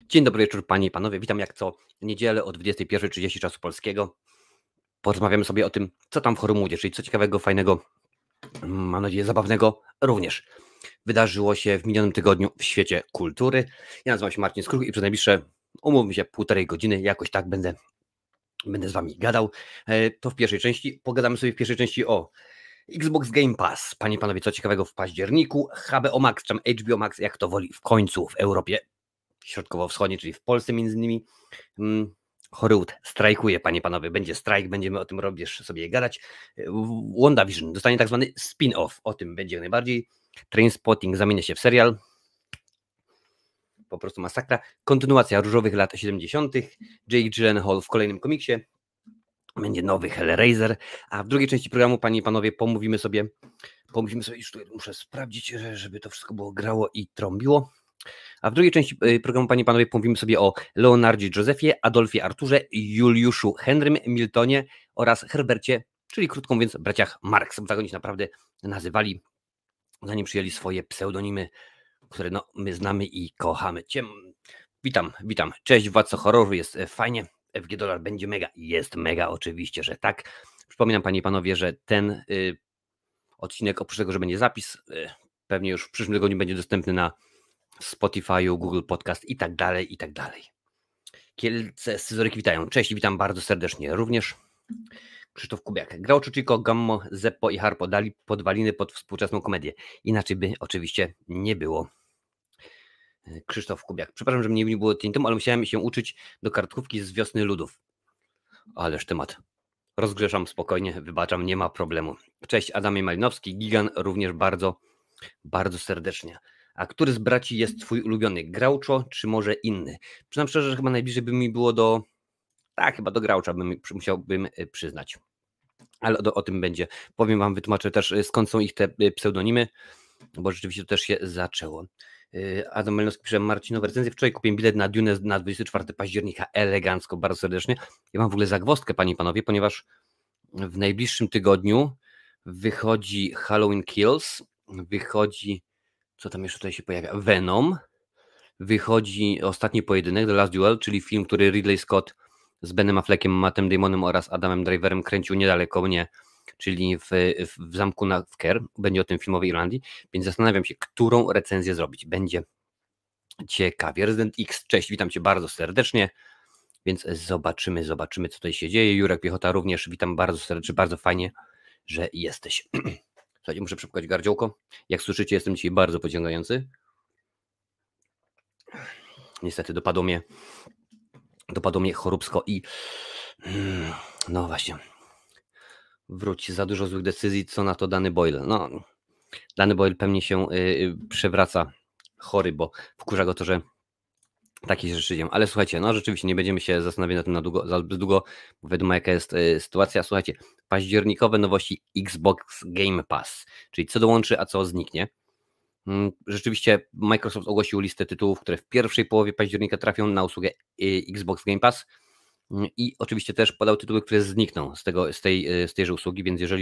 Dzień dobry wieczór, panie i panowie. Witam jak co niedzielę o 21:30 czasu polskiego. Porozmawiamy sobie o tym, co tam w Hormudzie, czyli co ciekawego, fajnego, mam nadzieję zabawnego również wydarzyło się w minionym tygodniu w świecie kultury. Ja nazywam się Marcin Skruch i przez najbliższe, umówmy się, 1,5 godziny, jakoś tak będę z wami gadał. To w pierwszej części. Pogadamy sobie w pierwszej części o Xbox Game Pass. Panie i panowie, co ciekawego w październiku. HBO Max, czy HBO Max, jak to woli, w końcu w Europie Środkowo-Wschodniej, czyli w Polsce między innymi. Hollywood strajkuje, panie i panowie, będzie strajk, będziemy o tym również sobie gadać. WandaVision dostanie tak zwany spin-off, o tym będzie najbardziej. Trainspotting zamienia się w serial. Po prostu masakra. Kontynuacja Różowych lat 70. Jake Gyllenhaal w kolejnym komiksie. Będzie nowy Hellraiser. A w drugiej części programu, panie i panowie, pomówimy sobie, już tu muszę sprawdzić, żeby to wszystko było grało i trąbiło. A w drugiej części programu, panie i panowie, pomówimy sobie o Leonardzie Józefie, Adolfie Arturze, Juliuszu Henrym Miltonie oraz Herbercie, czyli krótko mówiąc braciach Marx. Tak oni się naprawdę nazywali, zanim przyjęli swoje pseudonimy, które my znamy i kochamy. Witam. Cześć, władco horroru, jest fajnie. FG Dolar będzie mega. Jest mega, oczywiście, że tak. Przypominam, panie i panowie, że ten odcinek, oprócz tego, że będzie zapis, pewnie już w przyszłym tygodniu będzie dostępny na Spotify'u, Google Podcast i tak dalej. Kielce scyzoryki witają. Cześć, witam bardzo serdecznie również. Krzysztof Kubiak. Groucho Chico, Gammo, Zeppo i Harpo dali podwaliny pod współczesną komedię. Inaczej by oczywiście nie było. Krzysztof Kubiak. Przepraszam, że mnie nie było tym, ale musiałem się uczyć do kartkówki z Wiosny Ludów. Ależ temat. Rozgrzeszam spokojnie, wybaczam, nie ma problemu. Cześć, Adamie Malinowski, Gigan również bardzo, bardzo serdecznie. A który z braci jest twój ulubiony? Groucho czy może inny? Przyznam szczerze, że chyba najbliżej by mi było do... Tak, chyba do Groucha musiałbym przyznać. Ale o tym będzie. Powiem wam, wytłumaczę też, skąd są ich te pseudonimy, bo rzeczywiście to też się zaczęło. Adam Malinowski pisze, Marcinowe recenzje. Wczoraj kupiłem bilet na Dune na 24 października. Elegancko, bardzo serdecznie. Ja mam w ogóle zagwozdkę, panie i panowie, ponieważ w najbliższym tygodniu wychodzi Halloween Kills, wychodzi... Co tam jeszcze tutaj się pojawia? Venom. Wychodzi Ostatni Pojedynek, The Last Duel, czyli film, który Ridley Scott z Benem Affleckiem, Mattem Damonem oraz Adamem Driverem kręcił niedaleko mnie, czyli w zamku w Ker. Będzie o tym filmowej Irlandii, więc zastanawiam się, którą recenzję zrobić. Będzie ciekawie. Resident X, cześć, witam cię bardzo serdecznie, więc zobaczymy, co tutaj się dzieje. Jurek Piechota również, witam bardzo serdecznie, bardzo fajnie, że jesteś. Słuchajcie, muszę przepukać gardziołko. Jak słyszycie, jestem dzisiaj bardzo pociągający. Niestety dopadło mnie choróbsko i no właśnie, wróć, za dużo złych decyzji, co na to Danny Boyle. No, Danny Boyle pewnie się przewraca chory, bo wkurza go to, że takie rzeczy dzieją. Ale słuchajcie, no rzeczywiście nie będziemy się zastanawiać na tym zbyt długo, bo wiadomo jaka jest sytuacja. Słuchajcie, październikowe nowości Xbox Game Pass, czyli co dołączy, a co zniknie. Rzeczywiście Microsoft ogłosił listę tytułów, które w pierwszej połowie października trafią na usługę Xbox Game Pass i oczywiście też podał tytuły, które znikną z tejże usługi, więc jeżeli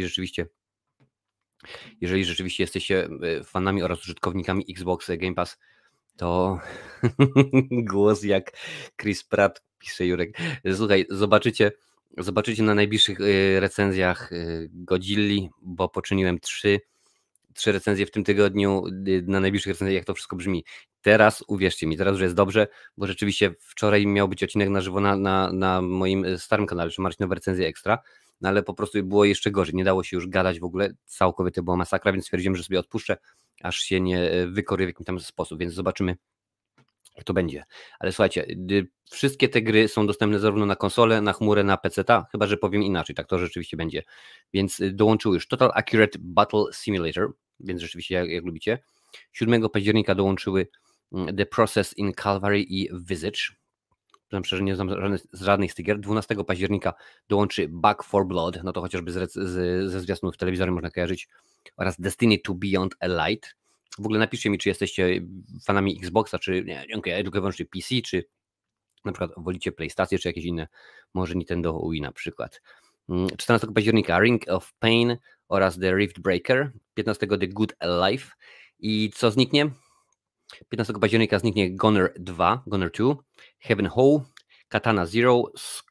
rzeczywiście jesteście fanami oraz użytkownikami Xbox Game Pass, to głos jak Chris Pratt, pisze Jurek. Słuchaj, zobaczycie na najbliższych recenzjach Godzilli, bo poczyniłem trzy recenzje w tym tygodniu, na najbliższych recenzjach, jak to wszystko brzmi. Teraz, uwierzcie mi, teraz już jest dobrze, bo rzeczywiście wczoraj miał być odcinek na żywo na moim starym kanale, czy Marcinowe recenzje ekstra, no ale po prostu było jeszcze gorzej, nie dało się już gadać w ogóle, całkowicie była masakra, więc stwierdziłem, że sobie odpuszczę, aż się nie wykory w jakimś tam sposób, więc zobaczymy, jak to będzie. Ale słuchajcie, wszystkie te gry są dostępne zarówno na konsolę, na chmurę, na PC-ta, chyba że powiem inaczej, tak to rzeczywiście będzie. Więc dołączył już Total Accurate Battle Simulator, więc rzeczywiście jak lubicie. 7 października dołączyły The Process in Calvary i Visage. Przyznam szczerze, nie znam żadnych z tych gier. 12 października dołączy Back 4 Blood, no to chociażby ze zwiastunów w telewizorze można kojarzyć, oraz Destiny to Beyond a Light. W ogóle napiszcie mi, czy jesteście fanami Xboxa, czy nie, ja tylko wyłącznie PC, czy na przykład wolicie PlayStation, czy jakieś inne, może Nintendo Wii na przykład. 14 października Ring of Pain oraz The Rift Breaker. 15 The Good Life. I co zniknie? 15 października zniknie Goner 2, Heaven Hall, Katana Zero,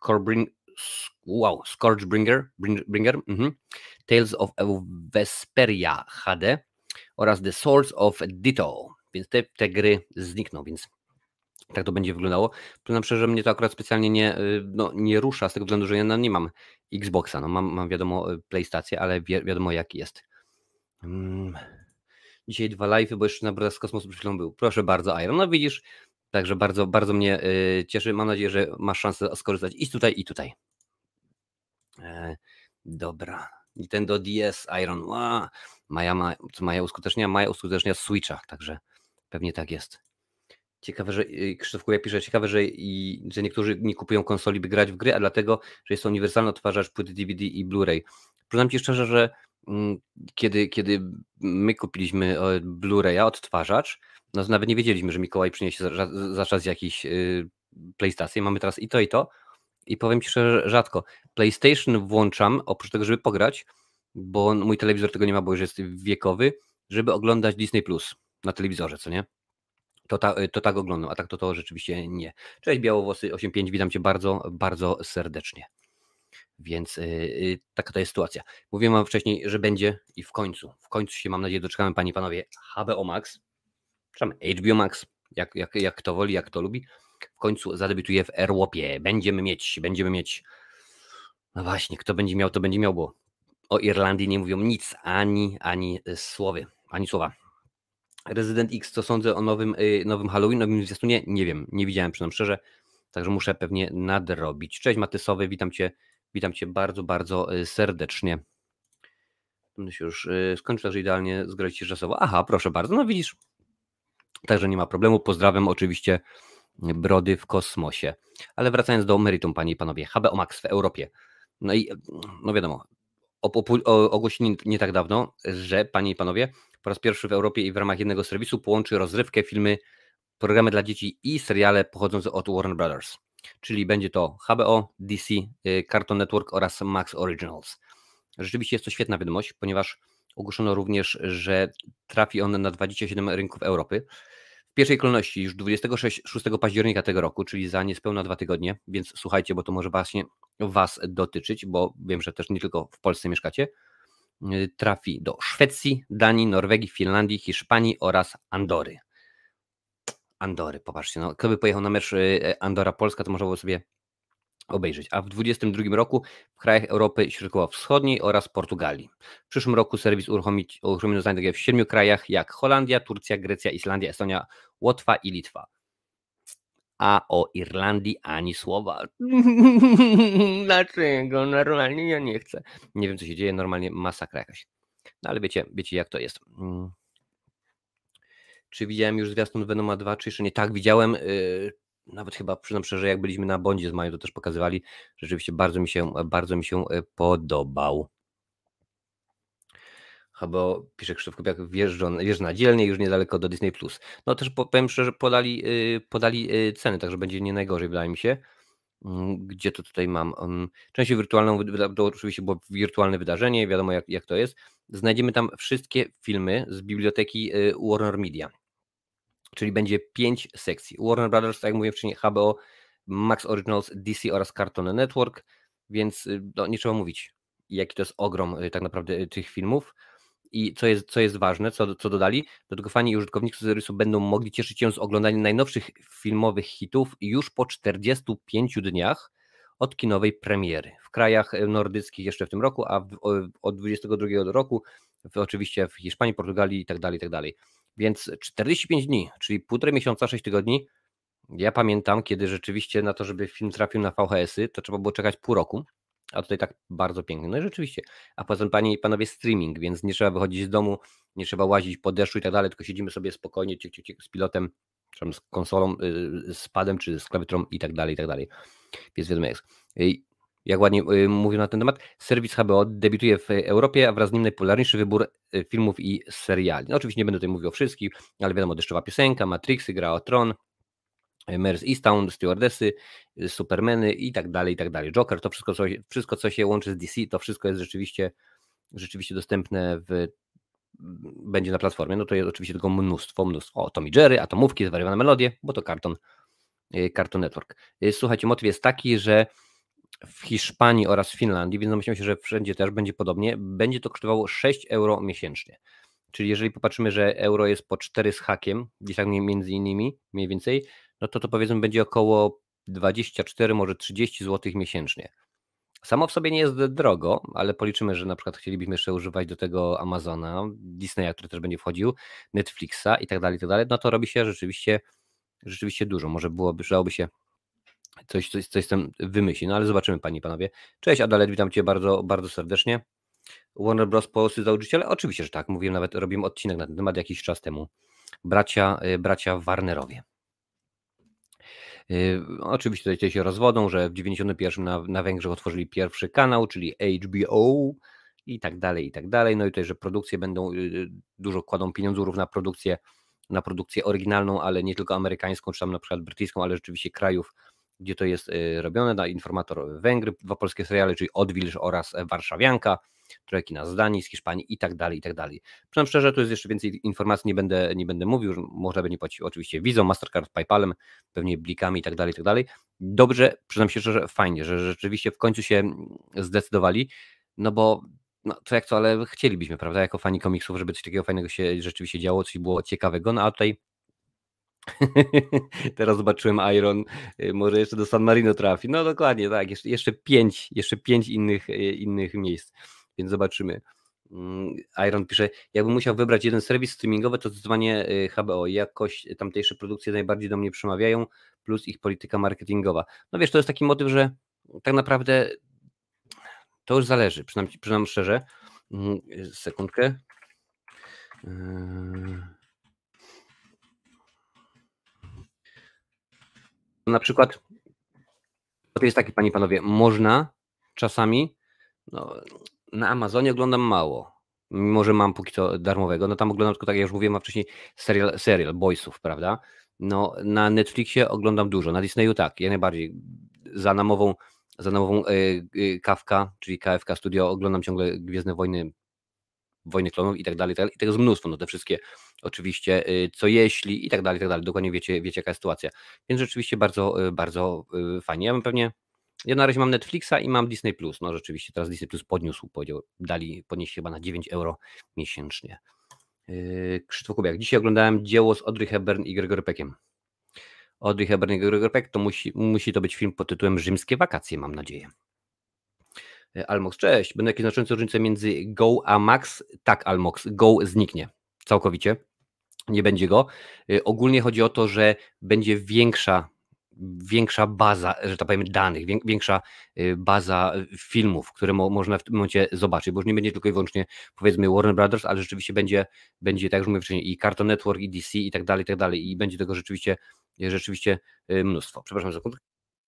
Scourgebringer, Tales of Vesperia HD oraz The Swords of Ditto, więc te gry znikną, więc tak to będzie wyglądało. Przyznam szczerze, że mnie to akurat specjalnie nie rusza, z tego względu, że ja nie mam Xboxa, mam wiadomo PlayStation, ale wiadomo jaki jest. Dzisiaj 2 live'y, bo jeszcze na Broda z Kosmosu przed chwilą był. Proszę bardzo, Iron. No widzisz, także bardzo, bardzo mnie cieszy. Mam nadzieję, że masz szansę skorzystać i tutaj, i tutaj. Dobra. Nintendo DS, Iron. Maja uskutecznia Switcha, także pewnie tak jest. Ciekawe, że Krzysztof Kuja pisze, ciekawe, że niektórzy nie kupują konsoli, by grać w gry, a dlatego, że jest to uniwersalny odtwarzacz płyty DVD i Blu-ray. Przyznam Ci szczerze, że kiedy my kupiliśmy Blu-raya, odtwarzacz, no to nawet nie wiedzieliśmy, że Mikołaj przyniesie za czas jakiś PlayStation. Mamy teraz i to. I powiem Ci szczerze, rzadko. PlayStation włączam, oprócz tego, żeby pograć, bo mój telewizor tego nie ma, bo już jest wiekowy, żeby oglądać Disney Plus na telewizorze, co nie? To tak oglądam, a tak to rzeczywiście nie. Cześć Białowłosy 85, witam Cię bardzo, bardzo serdecznie. Więc taka to jest sytuacja. Mówiłem Wam wcześniej, że będzie i w końcu się, mam nadzieję, doczekamy, Panie i Panowie, HBO Max, czy HBO Max, jak kto woli, jak kto lubi, w końcu zadebiutuje w Europie. Będziemy mieć, no właśnie, kto będzie miał, to będzie miał, bo o Irlandii nie mówią nic, ani słowa. Resident X, co sądzę o nowym Halloween, nowym zwiastunie? Nie wiem, nie widziałem, przyznam szczerze, także muszę pewnie nadrobić. Cześć Matysowy, witam Cię bardzo, bardzo serdecznie. Będę się już skończył, także idealnie zgrozić się czasowo. Aha, proszę bardzo, no widzisz, także nie ma problemu. Pozdrawiam oczywiście Brody w kosmosie. Ale wracając do meritum, Panie i Panowie, HBO Max w Europie. No i no wiadomo, ogłosili nie tak dawno, że, Panie i Panowie, po raz pierwszy w Europie i w ramach jednego serwisu połączy rozrywkę, filmy, programy dla dzieci i seriale pochodzące od Warner Brothers. Czyli będzie to HBO, DC, Cartoon Network oraz Max Originals. Rzeczywiście jest to świetna wiadomość, ponieważ ogłoszono również, że trafi on na 27 rynków Europy. W pierwszej kolejności już 26 października tego roku, czyli za niespełna 2 tygodnie, więc słuchajcie, bo to może właśnie Was dotyczyć, bo wiem, że też nie tylko w Polsce mieszkacie. Trafi do Szwecji, Danii, Norwegii, Finlandii, Hiszpanii oraz Andory. Popatrzcie, no, kto by pojechał na mecz Andora-Polska, to można było sobie obejrzeć. A w 2022 roku w krajach Europy Środkowo-Wschodniej oraz Portugalii. W przyszłym roku serwis uruchomiono zostanie w 7 krajach, jak Holandia, Turcja, Grecja, Islandia, Estonia, Łotwa i Litwa. A o Irlandii ani słowa. Dlaczego? Normalnie ja nie chcę. Nie wiem, co się dzieje, normalnie masakra jakaś. No ale wiecie jak to jest. Czy widziałem już zwiastun Venoma 2, czy jeszcze nie? Tak, widziałem. Nawet chyba, przyznam szczerze, jak byliśmy na Bondzie z Mają, to też pokazywali. Rzeczywiście bardzo mi się podobał. Chyba pisze Krzysztof Kupiak, wjeżdża dzielnie, już niedaleko do Disney+. No też powiem szczerze, podali ceny, także będzie nie najgorzej, wydaje mi się. Gdzie to tutaj mam? Częścią wirtualną, to oczywiście było wirtualne wydarzenie, wiadomo jak to jest. Znajdziemy tam wszystkie filmy z biblioteki Warner Media. Czyli będzie 5 sekcji. Warner Brothers, tak jak mówiłem wcześniej, HBO, Max Originals, DC oraz Cartoon Network, więc no, nie trzeba mówić, jaki to jest ogrom tak naprawdę tych filmów. I co jest ważne, co dodali, do tego fani i użytkownicy serwisu będą mogli cieszyć się z oglądania najnowszych filmowych hitów już po 45 dniach od kinowej premiery. W krajach nordyckich jeszcze w tym roku, a od 22 roku oczywiście w Hiszpanii, Portugalii i tak dalej. Więc 45 dni, czyli 1,5 miesiąca, 6 tygodni. Ja pamiętam, kiedy rzeczywiście na to, żeby film trafił na VHS-y, to trzeba było czekać pół roku, a tutaj tak bardzo pięknie. No i rzeczywiście, a poza tym, Panie i Panowie, streaming, więc nie trzeba wychodzić z domu, nie trzeba łazić po deszczu i tak dalej, tylko siedzimy sobie spokojnie, z pilotem, czy z konsolą, z padem, czy z klawiaturą i tak dalej. Więc wiadomo jest. Jak ładnie mówię na ten temat, serwis HBO debiutuje w Europie, a wraz z nim najpopularniejszy wybór filmów i seriali. No oczywiście nie będę tutaj mówił o wszystkich, ale wiadomo, Deszczowa piosenka, Matrixy, Gra o Tron, Mare's Easttown, Stewardessy, Supermany i tak dalej. Joker, to wszystko, co się łączy z DC, to wszystko jest rzeczywiście dostępne będzie na platformie. No to jest oczywiście tylko mnóstwo. O, Tom i Jerry, atomówki, zwariowane melodie, bo to karton Cartoon Network. Słuchajcie, motyw jest taki, że w Hiszpanii oraz w Finlandii, więc domyślam się, że wszędzie też będzie podobnie, będzie to kosztowało 6 euro miesięcznie. Czyli jeżeli popatrzymy, że euro jest po 4 z hakiem, gdzieś tak między innymi, mniej więcej, no to powiedzmy będzie około 24, może 30 zł miesięcznie. Samo w sobie nie jest drogo, ale policzymy, że na przykład chcielibyśmy jeszcze używać do tego Amazona, Disneya, który też będzie wchodził, Netflixa i tak dalej, no to robi się rzeczywiście dużo. Może przydałoby się coś z tym wymyślić, no ale zobaczymy, panie i panowie. Cześć Adalet, witam cię bardzo, bardzo serdecznie. Warner Bros. Polscy założyciele? Oczywiście, że tak. Mówiłem nawet, robiłem odcinek na ten temat jakiś czas temu. Bracia Warnerowie. Oczywiście tutaj się rozwodzą, że w 91 na Węgrzech otworzyli pierwszy kanał, czyli HBO i tak dalej, i tak dalej. No i tutaj, że produkcje będą, dużo kładą pieniądzów na produkcję oryginalną, ale nie tylko amerykańską, czy tam na przykład brytyjską, ale rzeczywiście krajów, gdzie to jest robione. Na Informator Węgry, 2 polskie seriale, czyli Odwilż oraz Warszawianka, trochę kina z Danii, z Hiszpanii i tak dalej, i tak dalej. Przyznam szczerze, tu jest jeszcze więcej informacji, nie będę mówił, że można będzie płacić oczywiście Vizą, Mastercard, PayPalem, pewnie blikami i tak dalej, i tak dalej. Dobrze, przyznam się szczerze, fajnie, że rzeczywiście w końcu się zdecydowali, no bo no co jak co, ale chcielibyśmy, prawda, jako fani komiksów, żeby coś takiego fajnego się rzeczywiście działo, coś było ciekawego, no a tutaj teraz zobaczyłem Iron, może jeszcze do San Marino trafi, no dokładnie, tak, jeszcze pięć innych miejsc, więc zobaczymy. Iron pisze, jakbym musiał wybrać jeden serwis streamingowy, to zdecydowanie HBO. Jakoś tamtejsze produkcje najbardziej do mnie przemawiają, plus ich polityka marketingowa. No wiesz, to jest taki motyw, że tak naprawdę to już zależy, przynajmniej szczerze. Sekundkę. Na przykład, to jest taki, panie i panowie, można czasami, no, na Amazonie oglądam mało, mimo że mam póki co darmowego, no tam oglądam tylko, tak jak już mówiłem, a wcześniej serial Boysów, prawda? No na Netflixie oglądam dużo, na Disneyu tak, jak najbardziej. Za namową Kafka, czyli KFK Studio, oglądam ciągle Gwiezdne Wojny Klonów i tak dalej, i tego jest mnóstwo, no te wszystkie oczywiście, co jeśli i tak dalej, dokładnie wiecie jaka jest sytuacja. Więc rzeczywiście bardzo, bardzo fajnie. Ja na razie mam Netflixa i mam Disney+. No rzeczywiście, teraz Disney Plus podnieść chyba na 9 euro miesięcznie. Krzysztof Kubiak. Dzisiaj oglądałem dzieło z Audrey Hepburn i Gregory Peckiem. Audrey Hepburn i Gregory Peck to musi to być film pod tytułem Rzymskie wakacje, mam nadzieję. Almox, cześć. Będą jakieś znaczące różnice między Go a Max? Tak, Almox, Go zniknie całkowicie. Nie będzie go. Ogólnie chodzi o to, że będzie większa baza, że tak powiem, danych, większa baza filmów, które można w tym momencie zobaczyć, bo już nie będzie tylko i wyłącznie, powiedzmy, Warner Brothers, ale rzeczywiście będzie tak jak już mówiłem wcześniej, i Cartoon Network, i DC, i tak dalej, i będzie tego rzeczywiście mnóstwo. Przepraszam za sekundkę.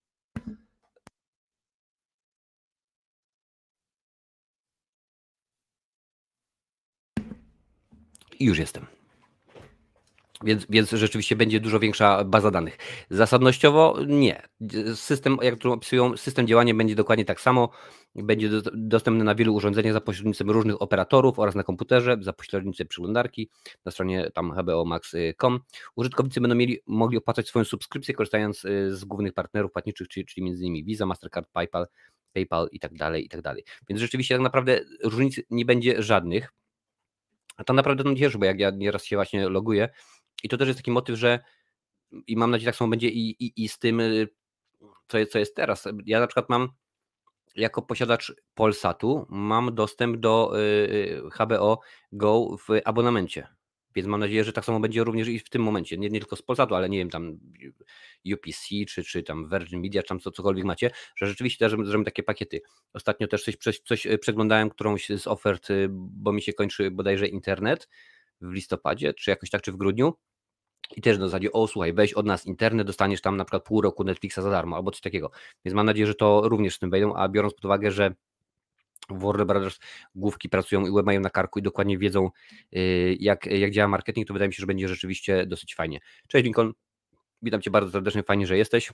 I już jestem. Więc rzeczywiście będzie dużo większa baza danych. Zasadnościowo nie. System, jak tu opisują, system działania będzie dokładnie tak samo. Będzie dostępny na wielu urządzeniach za pośrednictwem różnych operatorów oraz na komputerze, za pośrednictwem przeglądarki na stronie tam hbomax.com. Użytkownicy będą mogli opłacać swoją subskrypcję, korzystając z głównych partnerów płatniczych, czyli m.in. Visa, Mastercard, PayPal i tak dalej, i tak dalej. Więc rzeczywiście tak naprawdę różnic nie będzie żadnych. A to naprawdę to mnie cieszy, bo jak ja nieraz się właśnie loguję, i to też jest taki motyw, że i mam nadzieję, tak samo będzie i z tym, co jest teraz. Ja na przykład mam, jako posiadacz Polsatu, mam dostęp do HBO Go w abonamencie. Więc mam nadzieję, że tak samo będzie również i w tym momencie. Nie tylko z Polsatu, ale nie wiem, tam UPC, czy tam Virgin Media, czy tam cokolwiek macie, że rzeczywiście też zrobimy takie pakiety. Ostatnio też coś przeglądałem, którąś z ofert, bo mi się kończy bodajże internet w listopadzie, czy jakoś tak, czy w grudniu. I też na zasadzie, słuchaj, weź od nas internet, dostaniesz tam na przykład pół roku Netflixa za darmo, albo coś takiego. Więc mam nadzieję, że to również z tym wejdą, a biorąc pod uwagę, że Warner Brothers główki pracują i łeb mają na karku i dokładnie wiedzą, jak działa marketing, to wydaje mi się, że będzie rzeczywiście dosyć fajnie. Cześć Lincoln, witam Cię bardzo serdecznie, fajnie, że jesteś.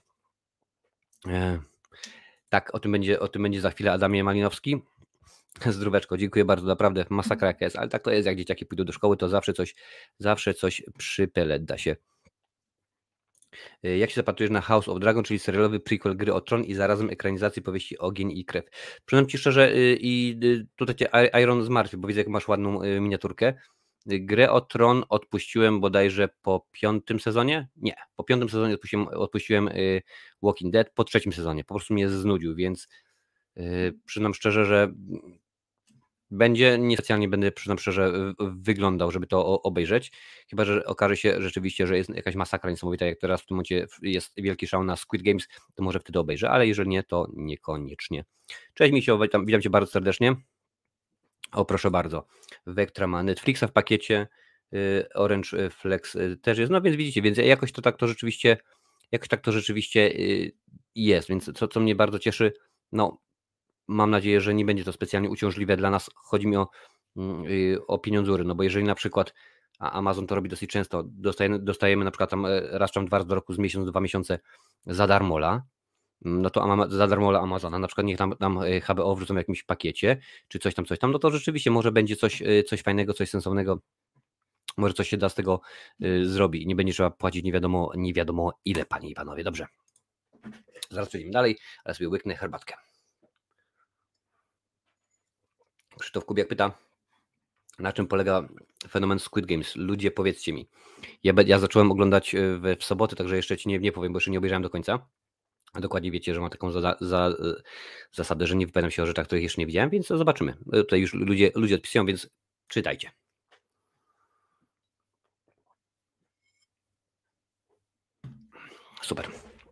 Tak, o tym będzie za chwilę Adamie Malinowski. Zdróweczko, dziękuję bardzo, naprawdę masakra jaka jest, ale tak to jest, jak dzieciaki pójdą do szkoły, to zawsze coś przypeleć da się. Jak się zapatrujesz na House of Dragon, czyli serialowy prequel gry o Tron i zarazem ekranizacji powieści Ogień i Krew? Przyznam Ci szczerze, tutaj Cię Iron zmartwił, bo widzę, jak masz ładną miniaturkę. Grę o Tron odpuściłem bodajże po 5. sezonie? Nie, po 5. sezonie odpuściłem Walking Dead, po 3. sezonie. Po prostu mnie znudził, więc przyznam szczerze, że będzie, niespecjalnie będę, przyznam szczerze, wyglądał, żeby to obejrzeć, chyba że okaże się rzeczywiście, że jest jakaś masakra niesamowita, jak teraz w tym momencie jest wielki szał na Squid Games, to może wtedy obejrzę, ale jeżeli nie, to niekoniecznie. Cześć Misio, witam Cię bardzo serdecznie. O, proszę bardzo. Vectra ma Netflixa w pakiecie, Orange Flex też jest, no więc widzicie, więc jakoś tak to rzeczywiście jest, więc co mnie bardzo cieszy, no mam nadzieję, że nie będzie to specjalnie uciążliwe dla nas. Chodzi mi o pieniądzury, no bo jeżeli na przykład, a Amazon to robi dosyć często, dostajemy na przykład tam raz tam 2 razy do roku z miesiąc, 2 miesiące za darmola, no to za darmola Amazona, na przykład niech nam HBO wrzucą w jakimś pakiecie, czy coś tam, no to rzeczywiście może będzie coś fajnego, coś sensownego, może coś się da z tego zrobić. Nie będzie trzeba płacić nie wiadomo ile, panie i panowie. Dobrze. Zaraz przejdziemy dalej, ale sobie łyknę herbatkę. Krzysztof Kubiak pyta, na czym polega fenomen Squid Games? Ludzie, powiedzcie mi. Ja zacząłem oglądać w sobotę, także jeszcze Ci nie powiem, bo jeszcze nie obejrzałem do końca. A dokładnie wiecie, że mam taką zasadę, że nie wypowiadam się o rzeczach, których jeszcze nie widziałem, więc zobaczymy. Tutaj już ludzie odpisują, więc czytajcie. Super.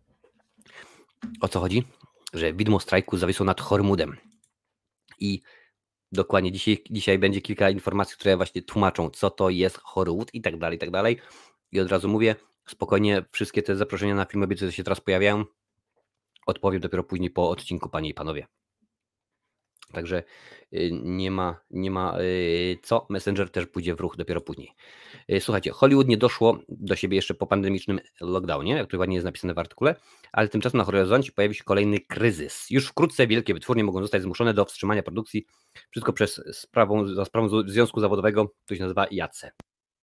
O co chodzi? Że widmo strajku zawisło nad Hormudem. I dokładnie dzisiaj będzie kilka informacji, które właśnie tłumaczą, co to jest Hormud i tak dalej, i tak dalej. I od razu mówię, spokojnie, wszystkie te zaproszenia na filmy, które się teraz pojawiają, odpowiem dopiero później po odcinku, panie i panowie. Także nie ma co, Messenger też pójdzie w ruch dopiero później. Słuchajcie, Hollywood nie doszło do siebie jeszcze po pandemicznym lockdownie, jak to ładnie jest napisane w artykule, ale tymczasem na horyzoncie pojawi się kolejny kryzys. Już wkrótce wielkie wytwórnie mogą zostać zmuszone do wstrzymania produkcji, wszystko za sprawą związku zawodowego, który się nazywa IACE.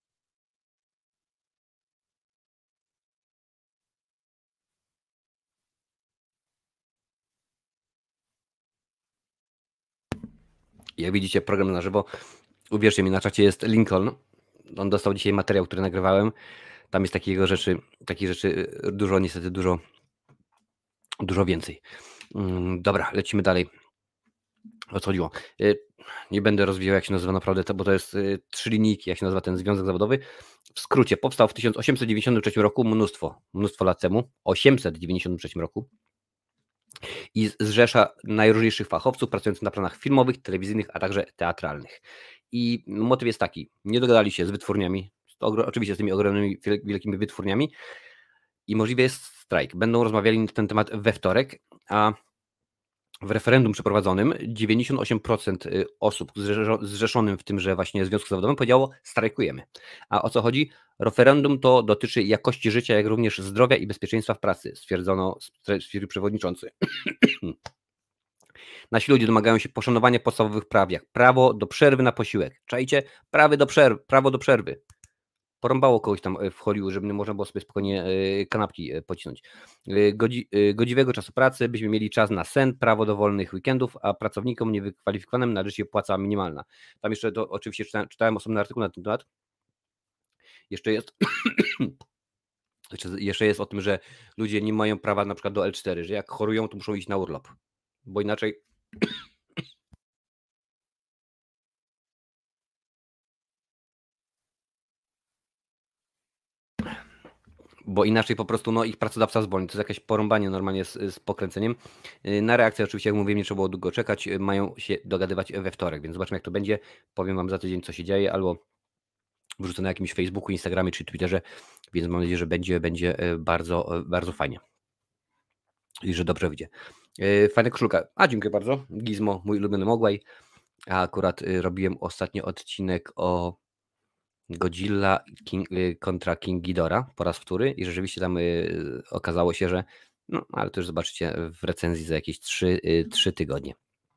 Jak widzicie, program na żywo. Uwierzcie mi, na czacie jest Lincoln. On dostał dzisiaj materiał, który nagrywałem. Tam jest takich rzeczy dużo, niestety dużo więcej. Dobra, lecimy dalej. O co chodziło? Nie będę rozwijał, jak się nazywa naprawdę, bo to jest 3 linijki, jak się nazywa ten związek zawodowy. W skrócie, powstał w 1893 roku, mnóstwo lat temu, 893 roku. I zrzesza najróżniejszych fachowców pracujących na planach filmowych, telewizyjnych, a także teatralnych. I motyw jest taki, nie dogadali się z wytwórniami, oczywiście z tymi ogromnymi, wielkimi wytwórniami i możliwy jest strajk. Będą rozmawiali na ten temat we wtorek, a w referendum przeprowadzonym 98% osób zrzeszonym w tymże właśnie związku zawodowym powiedziało strajkujemy. A o co chodzi? Referendum to dotyczy jakości życia, jak również zdrowia i bezpieczeństwa w pracy, stwierdził przewodniczący. Nasi ludzie domagają się poszanowania podstawowych praw, jak prawo do przerwy na posiłek. Czajcie? Prawo do przerwy. Porąbało kogoś tam w Hollywood, żeby nie można było sobie spokojnie kanapki pocisnąć. Godziwego czasu pracy, byśmy mieli czas na sen, prawo do wolnych weekendów, a pracownikom niewykwalifikowanym należy się płaca minimalna. Tam jeszcze to oczywiście czytałem osobny artykuł na ten temat. Jeszcze jest o tym, że ludzie nie mają prawa na przykład do L4, że jak chorują, to muszą iść na urlop, bo inaczej po prostu ich pracodawca zwolni. To jest jakieś porąbanie normalnie z pokręceniem. Na reakcję oczywiście, jak mówiłem, nie trzeba było długo czekać. Mają się dogadywać we wtorek, więc zobaczymy, jak to będzie. Powiem Wam za tydzień, co się dzieje, albo wrzucę na jakimś Facebooku, Instagramie czy Twitterze, więc mam nadzieję, że będzie bardzo, bardzo fajnie i że dobrze wyjdzie. Fajna koszulka. Dziękuję bardzo. Gizmo, mój ulubiony Mogwai. A akurat robiłem ostatnio odcinek o Godzilla kontra King Ghidorah po raz wtóry i rzeczywiście tam okazało się, że ale to już zobaczycie w recenzji za jakieś 3 tygodnie.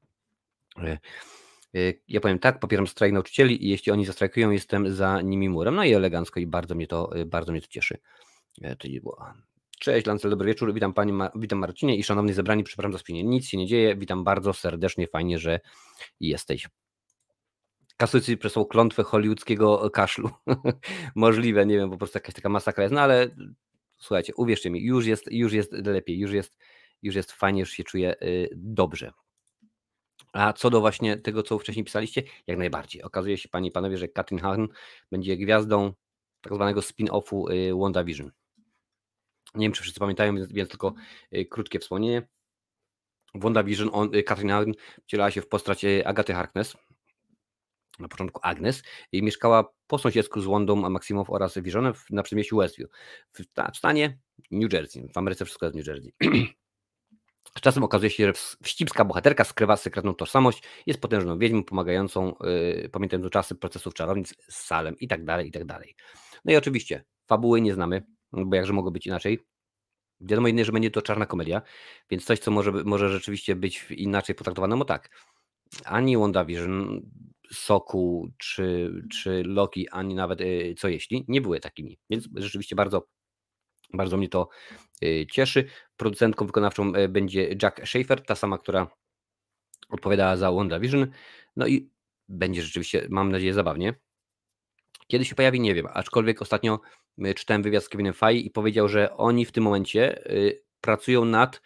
Ja powiem tak, popieram strajk nauczycieli i jeśli oni zastrajkują, jestem za nimi murem. No i elegancko i bardzo mnie to cieszy. To nie było Cześć Lancel, dobry wieczór. Witam Pani, witam Marcinie i szanowni zebrani. Przepraszam za spóźnienie. Nic się nie dzieje. Witam bardzo serdecznie. Fajnie, że jesteś. Kasucy przesłał klątwę hollywoodzkiego kaszlu. Możliwe, nie wiem, po prostu jakaś taka masakra jest. No ale słuchajcie, uwierzcie mi, już jest lepiej, już jest fajnie, już się czuję dobrze. A co do właśnie tego, co wcześniej pisaliście, jak najbardziej. Okazuje się, Panie i Panowie, że Katrin Hahn będzie gwiazdą tak zwanego spin-offu WandaVision. Nie wiem, czy wszyscy pamiętają, więc tylko krótkie wspomnienie. W WandaVision Katrin Hahn wcielała się w postać Agaty Harkness, na początku Agnes, i mieszkała po sąsiedzku z Wandą Maximow oraz Visionem na przedmieściu Westview w stanie New Jersey. W Ameryce wszystko jest New Jersey. Z czasem okazuje się, że wścibska bohaterka skrywa sekretną tożsamość, jest potężną wiedźmą pomagającą, pamiętając czasy procesów czarownic z Salem i tak dalej, i tak dalej. No i oczywiście fabuły nie znamy, bo jakże mogło być inaczej. Wiadomo jedynie, że będzie to czarna komedia, więc coś, co może rzeczywiście być inaczej potraktowane, no tak. Ani WandaVision, Sokół czy Loki, ani nawet Co jeśli, nie były takimi. Więc rzeczywiście bardzo, bardzo mnie to cieszy. Producentką wykonawczą będzie Jack Schaefer, ta sama, która odpowiadała za WandaVision. No i będzie rzeczywiście, mam nadzieję, zabawnie. Kiedy się pojawi, nie wiem, aczkolwiek ostatnio czytałem wywiad z Kevinem Feige i powiedział, że oni w tym momencie pracują nad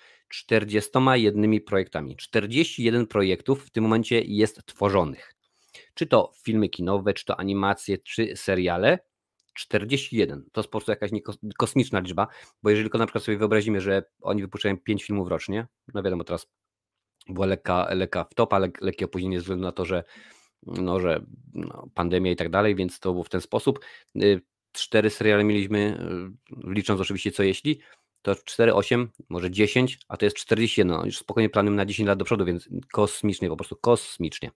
41 projektami. 41 projektów w tym momencie jest tworzonych. Czy to filmy kinowe, czy to animacje, czy seriale. 41. To jest po prostu jakaś kosmiczna liczba, bo jeżeli tylko na przykład sobie wyobrazimy, że oni wypuszczają 5 filmów rocznie, no wiadomo, teraz była lekka wtopa, lekkie opóźnienie ze względu na to, że pandemia i tak dalej, więc to było w ten sposób. 4 seriale mieliśmy, licząc oczywiście Co jeśli, to 4, 8, może 10, a to jest 41. No, już spokojnie planują na 10 lat do przodu, więc kosmicznie, po prostu kosmicznie.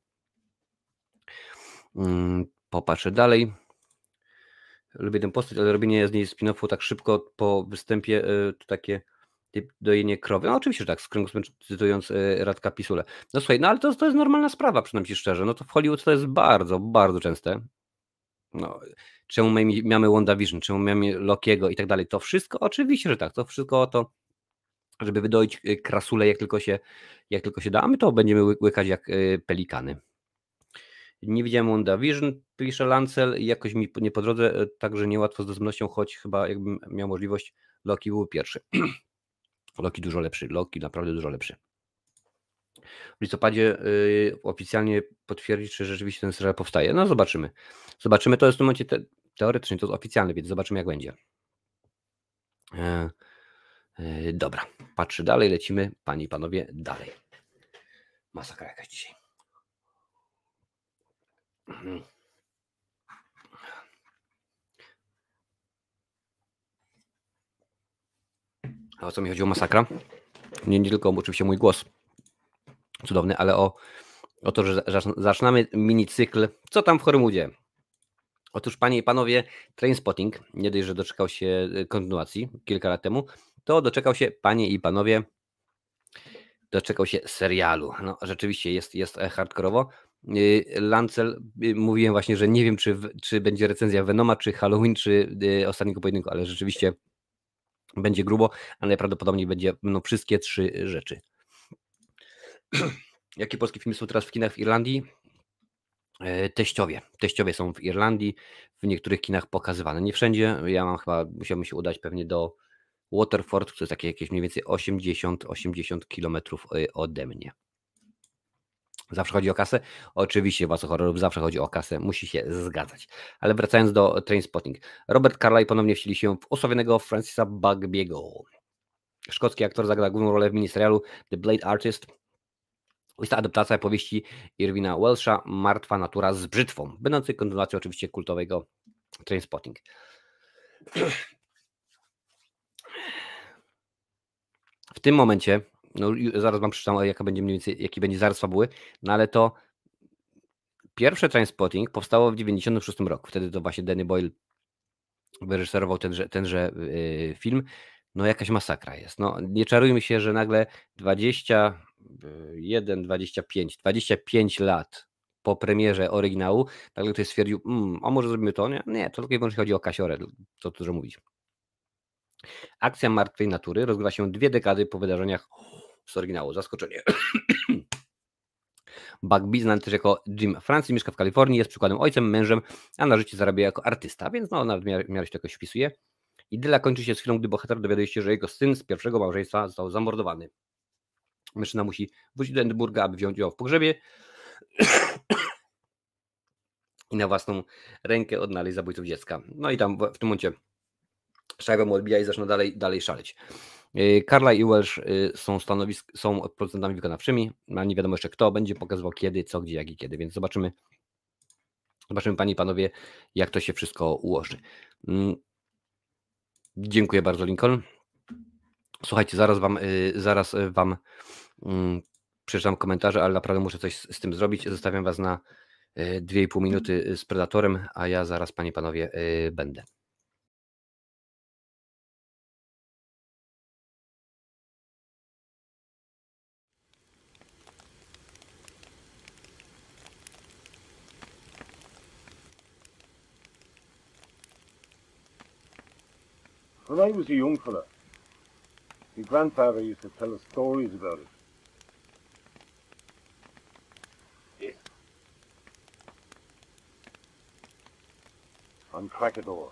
Popatrzę dalej. Lubię tę postać, ale robienie z niej spin-offu tak szybko po występie to takie dojenie krowy. No oczywiście, że tak, z kręgosłupem cytując Radka Pisule. No słuchaj, no ale to jest normalna sprawa, przyznam Ci szczerze. No to w Hollywood to jest bardzo, bardzo częste. No, czemu mamy WandaVision, czemu mamy Lokiego i tak dalej. To wszystko, oczywiście, że tak. To wszystko o to, żeby wydoić krasule jak tylko się da, a my to będziemy łykać jak pelikany. Nie widziałem WandaVision, pisze Lancel, i jakoś mi nie po drodze, także niełatwo z dostępnością, choć chyba jakbym miał możliwość, Loki był pierwszy. Loki dużo lepszy, Loki naprawdę dużo lepszy. W listopadzie oficjalnie potwierdzić, czy rzeczywiście ten serial powstaje. No zobaczymy. Zobaczymy, to jest w tym momencie teoretycznie, to jest oficjalne, więc zobaczymy jak będzie. Dobra, patrzę dalej, lecimy, panie i panowie, dalej. Masakra jakaś dzisiaj. A o co mi chodziło masakra? Nie tylko oczywiście mój głos cudowny, ale o to, że zaczynamy minicykl Co tam w Hollywoodzie? Otóż panie i panowie, Trainspotting, nie dość, że doczekał się kontynuacji kilka lat temu, to doczekał się, panie i panowie, doczekał się serialu. No rzeczywiście jest hardkorowo. Lancel, mówiłem właśnie, że nie wiem, czy będzie recenzja Venoma, czy Halloween, czy Ostatniego Pojedynku, ale rzeczywiście będzie grubo, a najprawdopodobniej będą wszystkie 3 rzeczy. Jakie polskie filmy są teraz w kinach w Irlandii? Teściowie są w Irlandii, w niektórych kinach pokazywane. Nie wszędzie. Ja musiałbym się udać pewnie do Waterford, to jest takie jakieś mniej więcej 80 kilometrów ode mnie. Zawsze chodzi o kasę? Oczywiście w horrorów zawsze chodzi o kasę, musi się zgadzać. Ale wracając do Trainspotting. Robert Carlyle ponownie wcieli się w osławionego Francisa Bugby'ego. Szkocki aktor zagra główną rolę w miniserialu The Blade Artist. Jest to adaptacja powieści Irwina Welsha Martwa natura z brzytwą, będącej kontynuacją oczywiście kultowego Trainspotting. W tym momencie, no zaraz wam przeczytam, jaki będzie zarys fabuły, no ale to pierwsze Trainspotting powstało w 1996 roku. Wtedy to właśnie Danny Boyle wyreżyserował tenże film. No jakaś masakra jest. No nie czarujmy się, że nagle 25 lat po premierze oryginału, nagle ktoś stwierdził, a może zrobimy to? Nie, to tylko i wyłącznie chodzi o kasiorę, co tu dużo mówić. Akcja martwej natury rozgrywa się 2 dekady po wydarzeniach z oryginału. Zaskoczenie. Bugbee, znany też jako Jim Francis, mieszka w Kalifornii, jest przykładem ojcem, mężem, a na życie zarabia jako artysta, więc no, nawet w miarę się to jakoś wpisuje. Idyla kończy się z chwilą, gdy bohater dowiaduje się, że jego syn z pierwszego małżeństwa został zamordowany. Mężczyzna musi wrócić do Edynburga, aby wziąć udział w pogrzebie i na własną rękę odnaleźć zabójców dziecka. No i tam w tym momencie szajba mu odbija i zaczyna dalej szaleć. Carla i Welsh są producentami wykonawczymi, a nie wiadomo jeszcze kto będzie pokazywał kiedy, co, gdzie, jak i kiedy, więc zobaczymy, panie i panowie, jak to się wszystko ułoży. Dziękuję bardzo, Lincoln. Słuchajcie, zaraz wam przeczytam komentarze, ale naprawdę muszę coś z tym zrobić. Zostawiam was na 2,5 minuty z Predatorem, a ja zaraz, panie i panowie, będę. When I was a young fella, my grandfather used to tell us stories about it. Yes. On Crackador.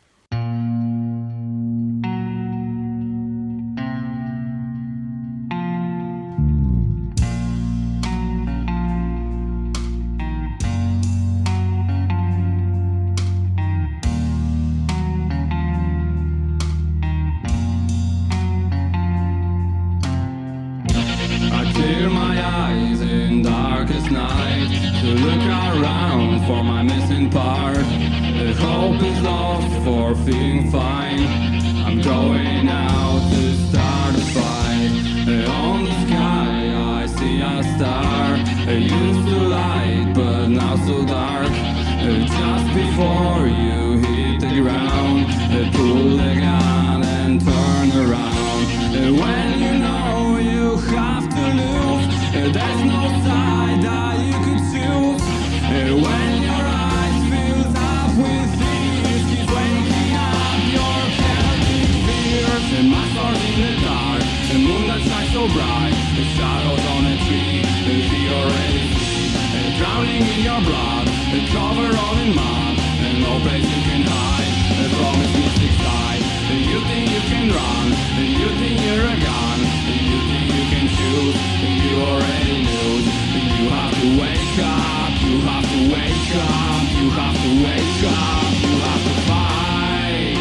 Tear my eyes in darkest night to look around for my missing part. Hope is lost for feeling fine. I'm going out to start a fight. On the sky I see a star. Used to light but now so dark. Just before you hit the ground, pull the gun and turn around. When you know you have to lose, there's no side that you could choose. When your eyes fill up with tears, keep waking up your Celtic fears. My stars in the dark, the moon that shines so bright, the shadows on a tree, the already see, drowning in your blood, cover all in mud, and no place you can hide from its mystic side. You think you can run, you think you're a gun, you think you can choose, you already lose. You have to wake up, you have to wake up, you have to wake up, you have to fight.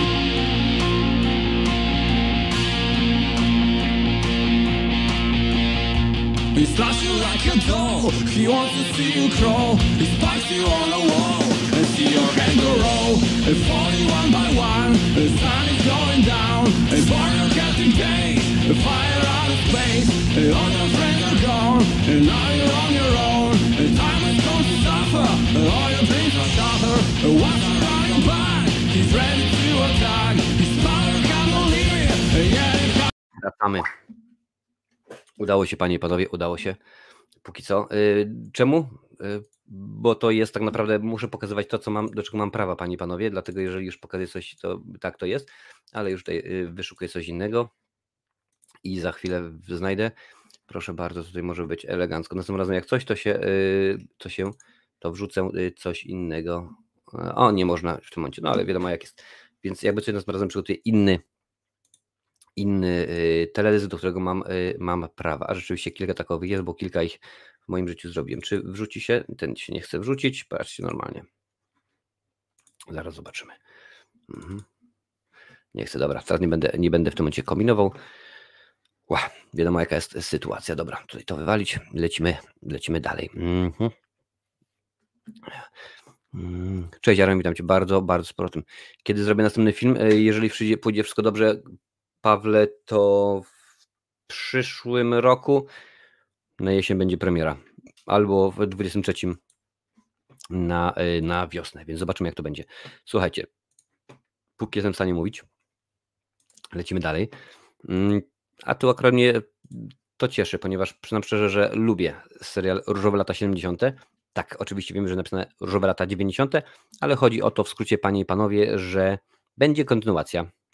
He slaps you like a doll, he wants to see you crawl. He spikes you on the wall, and see your head go roll. Falling one by one, the sun is going down. Born your captain pain, fire out of space. All your friends are gone, and now you're on your own. Time has come to suffer, all your dreams are shattered. Once you're on your back, he's ready to attack. His power cannot leave it, yeah. Wracamy. Udało się, panie i panowie, udało się. Póki co. Czemu? Bo to jest tak naprawdę, muszę pokazywać to, co mam, do czego mam prawa, panie i panowie, dlatego jeżeli już pokazuję coś, to tak to jest, ale już tutaj wyszukuję coś innego i za chwilę znajdę. Proszę bardzo, tutaj może być elegancko. Następnym razem jak coś, to wrzucę coś innego. O, nie można w tym momencie, no ale wiadomo jak jest. Więc jakby coś następnym razem przygotuję inny teledysk, do którego mam prawa. A rzeczywiście kilka takowych jest, bo kilka ich w moim życiu zrobiłem. Czy wrzuci się? Ten się nie chce wrzucić. Patrzcie normalnie. Zaraz zobaczymy. Nie chcę, dobra. Teraz nie będę w tym momencie kombinował. Wiadomo jaka jest sytuacja. Dobra, tutaj to wywalić. Lecimy dalej. Cześć Jarem, witam Cię bardzo, bardzo z powrotem. Kiedy zrobię następny film? Jeżeli pójdzie wszystko dobrze, Pawle, to w przyszłym roku na jesień będzie premiera. Albo w 23 na wiosnę, więc zobaczymy jak to będzie. Słuchajcie, póki jestem w stanie mówić, lecimy dalej. A tu akurat mnie to cieszy, ponieważ przyznam szczerze, że lubię serial Różowe lata 70. Tak, oczywiście wiemy, że napisane Różowe lata 90, ale chodzi o to w skrócie, panie i panowie, że będzie kontynuacja.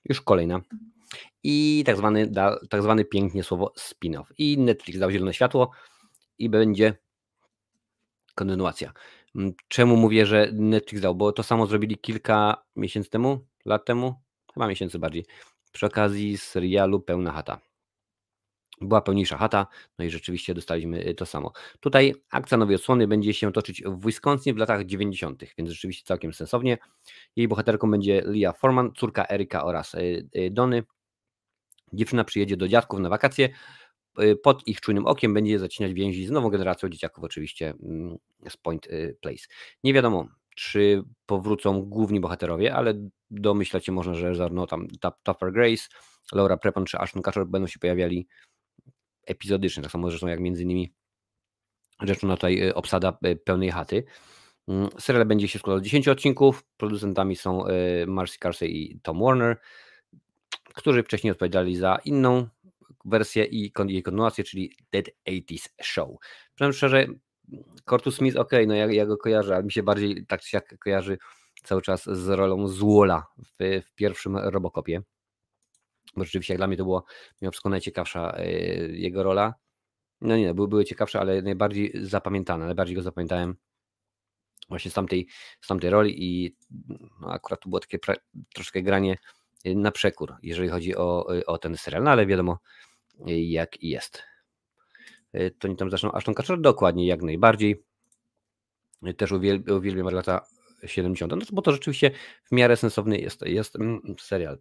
Już kolejna. I tak zwany pięknie słowo spin-off. I Netflix dał zielone światło i będzie kontynuacja. Czemu mówię, że Netflix dał? Bo to samo zrobili kilka miesięcy temu, lat temu, chyba miesięcy bardziej, przy okazji serialu Pełna chata. Była pełniejsza chata, no i rzeczywiście dostaliśmy to samo. Tutaj akcja nowej odsłony będzie się toczyć w Wisconsin w latach 90., więc rzeczywiście całkiem sensownie. Jej bohaterką będzie Leah Forman, córka Eryka oraz Dony. Dziewczyna przyjedzie do dziadków na wakacje. Pod ich czujnym okiem będzie zacinać więzi z nową generacją dzieciaków, oczywiście z Point Place. Nie wiadomo, czy powrócą główni bohaterowie, ale domyślać się można, że zarówno tam Topher Grace, Laura Prepon czy Ashton Kutcher będą się pojawiali epizodycznie, tak samo zresztą jak między innymi rzeczona tutaj obsada Pełnej chaty. Serial będzie się składał z 10 odcinków. Producentami są Marcy Carsey i Tom Warner, którzy wcześniej odpowiadali za inną wersję i jej kontynuację, czyli Dead 80s Show. Powiem szczerze, Curtis Smith, no ja go kojarzę, ale mi się bardziej tak czy jak kojarzy cały czas z rolą Zwola w pierwszym Robocopie. Bo rzeczywiście jak dla mnie to było mimo wszystko najciekawsza jego rola. No nie, były ciekawsze, ale najbardziej zapamiętane. Najbardziej go zapamiętałem właśnie z tamtej roli i no akurat to było takie troszkę granie na przekór, jeżeli chodzi o ten serial, no ale wiadomo jak jest. To nie tam zaczną Ashton Kutcher? Dokładnie, jak najbardziej. Też uwielbiam lata 70. No, bo to rzeczywiście w miarę sensowny jest serial.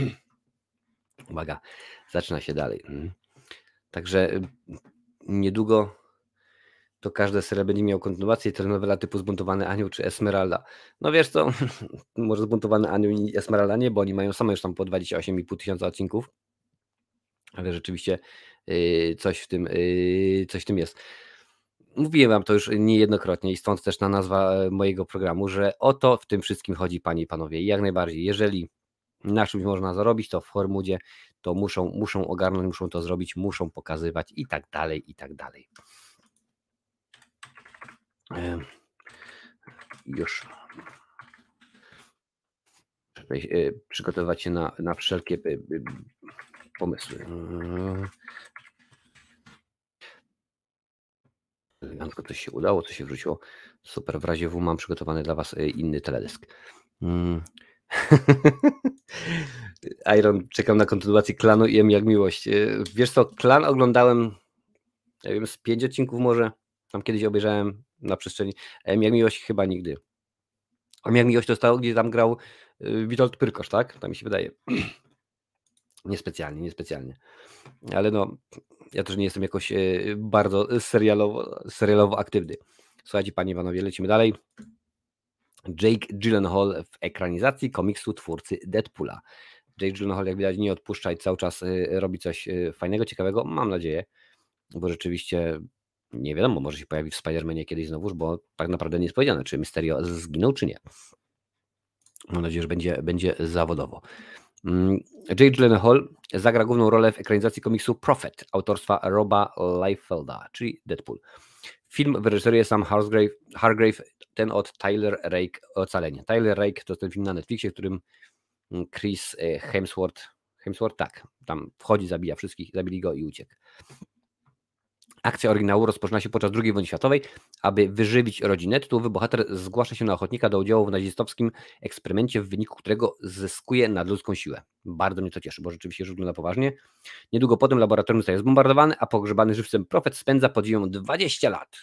Uwaga, zaczyna się dalej. Także niedługo to każdy serial będzie miał kontynuację, telenowela typu Zbuntowany Anioł czy Esmeralda. No wiesz co, może Zbuntowany Anioł i Esmeralda nie, bo oni mają same już tam po 28,5 tysiąca odcinków, ale rzeczywiście coś w tym jest. Mówiłem wam to już niejednokrotnie i stąd też nazwa mojego programu, że o to w tym wszystkim chodzi, panie i panowie. I jak najbardziej, jeżeli na czymś można zarobić, to w Hormudzie to muszą ogarnąć, muszą to zrobić, muszą pokazywać i tak dalej, i tak dalej. Już przygotować się na wszelkie pomysły. Elegancko coś się udało, coś się wrzuciło. Super, w razie W mam przygotowany dla was inny teledysk. Iron, czekam na kontynuację Klanu i M jak miłość. Wiesz co, Klan oglądałem, nie wiem, z 5 odcinków może. Tam kiedyś obejrzałem na przestrzeni. M jak miłość chyba nigdy. M jak miłość to stało, gdzie tam grał Witold Pyrkosz, tak? To mi się wydaje. Niespecjalnie. Ale no, ja też nie jestem jakoś bardzo serialowo aktywny. Słuchajcie, panie i panowie, lecimy dalej. Jake Gyllenhaal w ekranizacji komiksu twórcy Deadpoola. Jake Gyllenhaal, jak widać, nie odpuszcza i cały czas robi coś fajnego, ciekawego, mam nadzieję, bo rzeczywiście nie wiadomo, może się pojawi w Spider-Manie kiedyś znowuż, bo tak naprawdę nie jest powiedziane, czy Mysterio zginął, czy nie. Mam nadzieję, że będzie zawodowo. Jake Gyllenhaal zagra główną rolę w ekranizacji komiksu Prophet autorstwa Roba Liefelda, czyli Deadpool. Film wyreżyseruje sam Hargrave, ten od Tyler Rake Ocalenie. Tyler Rake to ten film na Netflixie, w którym Chris Hemsworth, tak, tam wchodzi, zabija wszystkich, zabili go i uciekł. Akcja oryginału rozpoczyna się podczas II wojny światowej. Aby wyżywić rodzinę, tytułowy bohater zgłasza się na ochotnika do udziału w nazistowskim eksperymencie, w wyniku którego zyskuje nadludzką siłę. Bardzo mnie to cieszy, bo rzeczywiście wygląda poważnie. Niedługo potem laboratorium zostaje zbombardowany, a pogrzebany żywcem Prophet spędza pod ziemią 20 lat.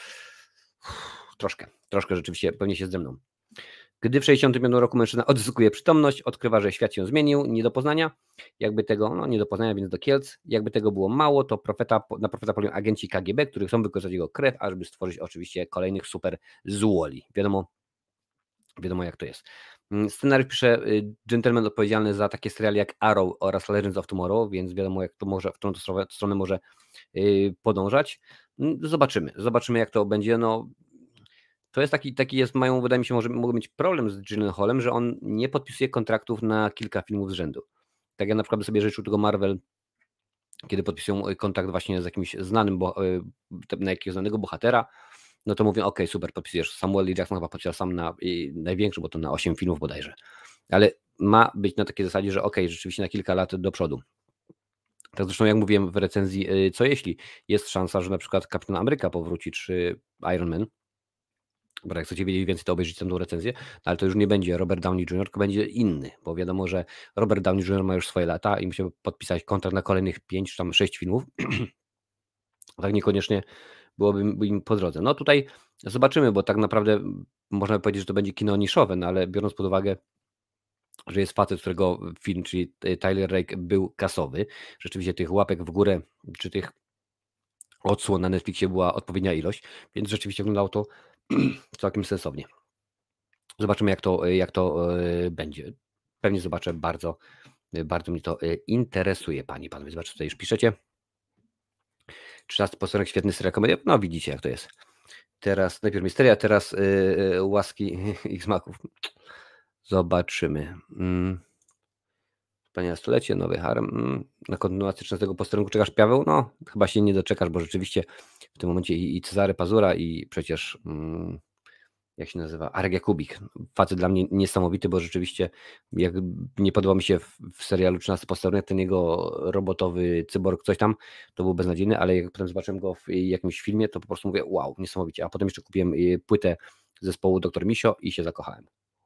Troszkę rzeczywiście pewnie się ze mną. Gdy w 1965 roku mężczyzna odzyskuje przytomność, odkrywa, że świat się zmienił, nie do poznania. Nie do poznania, więc do Kielc. Jakby tego było mało, to na Profeta polują agenci KGB, którzy chcą wykorzystać jego krew, ażeby stworzyć oczywiście kolejnych super złoli. Wiadomo jak to jest. Scenariusz pisze gentleman odpowiedzialny za takie seriale jak Arrow oraz Legends of Tomorrow, więc wiadomo jak to może, w którą stronę może podążać. Zobaczymy jak to będzie. No, to jest taki jest, wydaje mi się, mogą mieć problem z Gyllenhaalem, że on nie podpisuje kontraktów na kilka filmów z rzędu. Tak ja na przykład sobie życzył tego Marvel, kiedy podpisują kontrakt właśnie z jakimś znanym, na jakiegoś znanego bohatera, no to mówią, okej, super, podpisujesz. Samuel L. Jackson chyba podpisał sam na największy, bo to na 8 filmów bodajże. Ale ma być na takiej zasadzie, że okej, rzeczywiście na kilka lat do przodu. Tak zresztą jak mówiłem w recenzji, co jeśli jest szansa, że na przykład Kapitan Ameryka powróci, czy Iron Man, bo jak chcecie wiedzieć więcej, to obejrzyjcie tę recenzję, ale to już nie będzie Robert Downey Jr., tylko będzie inny, bo wiadomo, że Robert Downey Jr. ma już swoje lata i musiał podpisać kontrakt na kolejnych 5 czy tam 6 filmów. Tak niekoniecznie byłoby im po drodze. No tutaj zobaczymy, bo tak naprawdę można powiedzieć, że to będzie kino niszowe, no ale biorąc pod uwagę, że jest facet, którego film, czyli Tyler Rake, był kasowy, rzeczywiście tych łapek w górę, czy tych odsłon na Netflixie była odpowiednia ilość, więc rzeczywiście wyglądało to całkiem sensownie. Zobaczymy, jak to będzie. Pewnie zobaczę, bardzo mnie to interesuje, panie i panowie. Zobaczcie, tutaj już piszecie. 13 posterunek, świetny serial komedia. No widzicie, jak to jest. Teraz najpierw Misteria, teraz łaski X-Maków. Zobaczymy. Wspaniałe stulecie, nowy harem. Na kontynuację 13 posterunku czekasz, Piaweł? No, chyba się nie doczekasz, bo rzeczywiście w tym momencie i Cezary Pazura i przecież jak się nazywa? Arek Jakubik. Facet dla mnie niesamowity, bo rzeczywiście jak nie podobał mi się w serialu 13 posterunek ten jego robotowy cyborg, coś tam, to był beznadziejny, ale jak potem zobaczyłem go w jakimś filmie, to po prostu mówię, wow, niesamowicie. A potem jeszcze kupiłem płytę zespołu Dr. Misio i się zakochałem.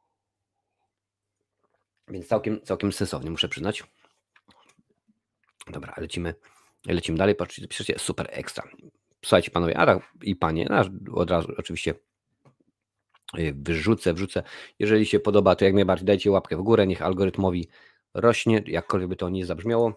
Więc całkiem sensownie, muszę przyznać. Dobra, lecimy dalej. Patrzcie, piszecie, super, ekstra. Słuchajcie, panowie, a tak i panie, od razu oczywiście wrzucę. Jeżeli się podoba, to jak najbardziej dajcie łapkę w górę, niech algorytmowi rośnie, jakkolwiek by to nie zabrzmiało.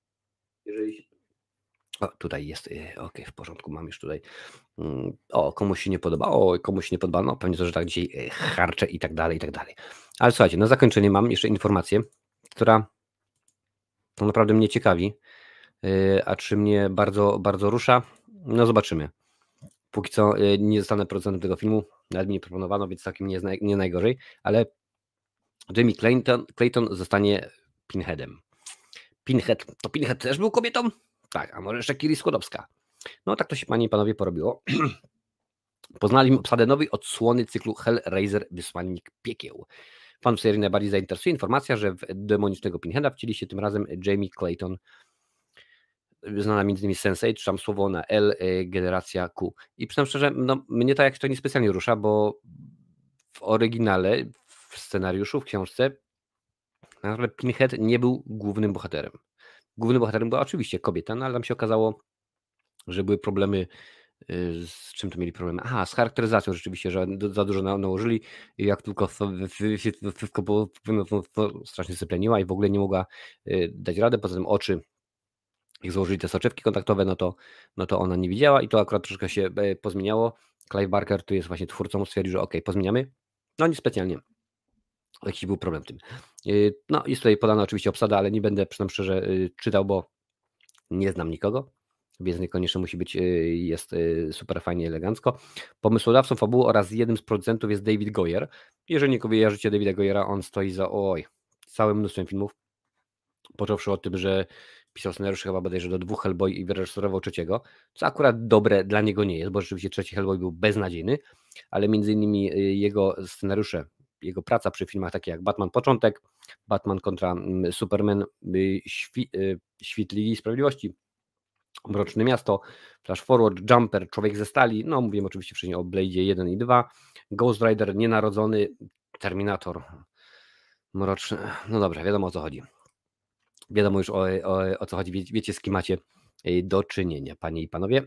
O, tutaj jest, ok, w porządku, mam już tutaj. O, komuś się nie podoba, no pewnie to, że tak dzisiaj harczę i tak dalej. Ale słuchajcie, na zakończenie mam jeszcze informację, która to naprawdę mnie ciekawi, a czy mnie bardzo, bardzo rusza? No zobaczymy. Póki co nie zostanę producentem tego filmu, nawet mi nie proponowano, więc takim nie najgorzej, ale Jamie Clayton zostanie Pinheadem. Pinhead też był kobietą? Tak, a może jeszcze Kiri Skłodowska. No tak to się, panie i panowie, porobiło. Poznali obsadę nowej odsłony cyklu Hellraiser Wysłannik Piekieł. Fan serii najbardziej zainteresuje informacja, że w demonicznego Pinheada wcieli się tym razem Jamie Clayton, znana między innymi Sense8, czy tam słowo na L, generacja Q. I przyznam szczerze, no, mnie to jak to niespecjalnie rusza, bo w oryginale, w scenariuszu, w książce, naprawdę Pinhead nie był głównym bohaterem. Głównym bohaterem była oczywiście kobieta, no ale tam się okazało, że były problemy. Z czym to mieli problemy? Aha, z charakteryzacją rzeczywiście, że za dużo nałożyli i jak tylko strasznie sypleniła i w ogóle nie mogła dać rady, poza tym oczy, jak założyli te soczewki kontaktowe, no to ona nie widziała i to akurat troszkę się pozmieniało. Clive Barker, tu jest właśnie twórcą, stwierdził, że okej, pozmieniamy. No nie specjalnie. Jakiś był problem w tym. No jest tutaj podana oczywiście obsada, ale nie będę, przyznam szczerze, czytał, bo nie znam nikogo, więc niekoniecznie musi być, jest super fajnie, elegancko. Pomysłodawcą fabuły oraz jednym z producentów jest David Goyer. Jeżeli nie kojarzycie Davida Goyera, on stoi za całym mnóstwem filmów, począwszy od tym, że pisał scenariusz chyba bodajże do 2 Hellboy i wyreżyserował trzeciego, co akurat dobre dla niego nie jest, bo rzeczywiście trzeci Hellboy był beznadziejny, ale między innymi jego scenariusze, jego praca przy filmach takie jak Batman Początek, Batman kontra Superman, Świt Ligi Sprawiedliwości, Mroczne Miasto, Flash Forward, Jumper, Człowiek ze Stali, no mówiłem oczywiście wcześniej o Blade'zie 1 i 2, Ghost Rider, Nienarodzony, Terminator, Mroczny, no dobra, wiadomo o co chodzi. Wiadomo już o co chodzi, wiecie z kim macie do czynienia, panie i panowie.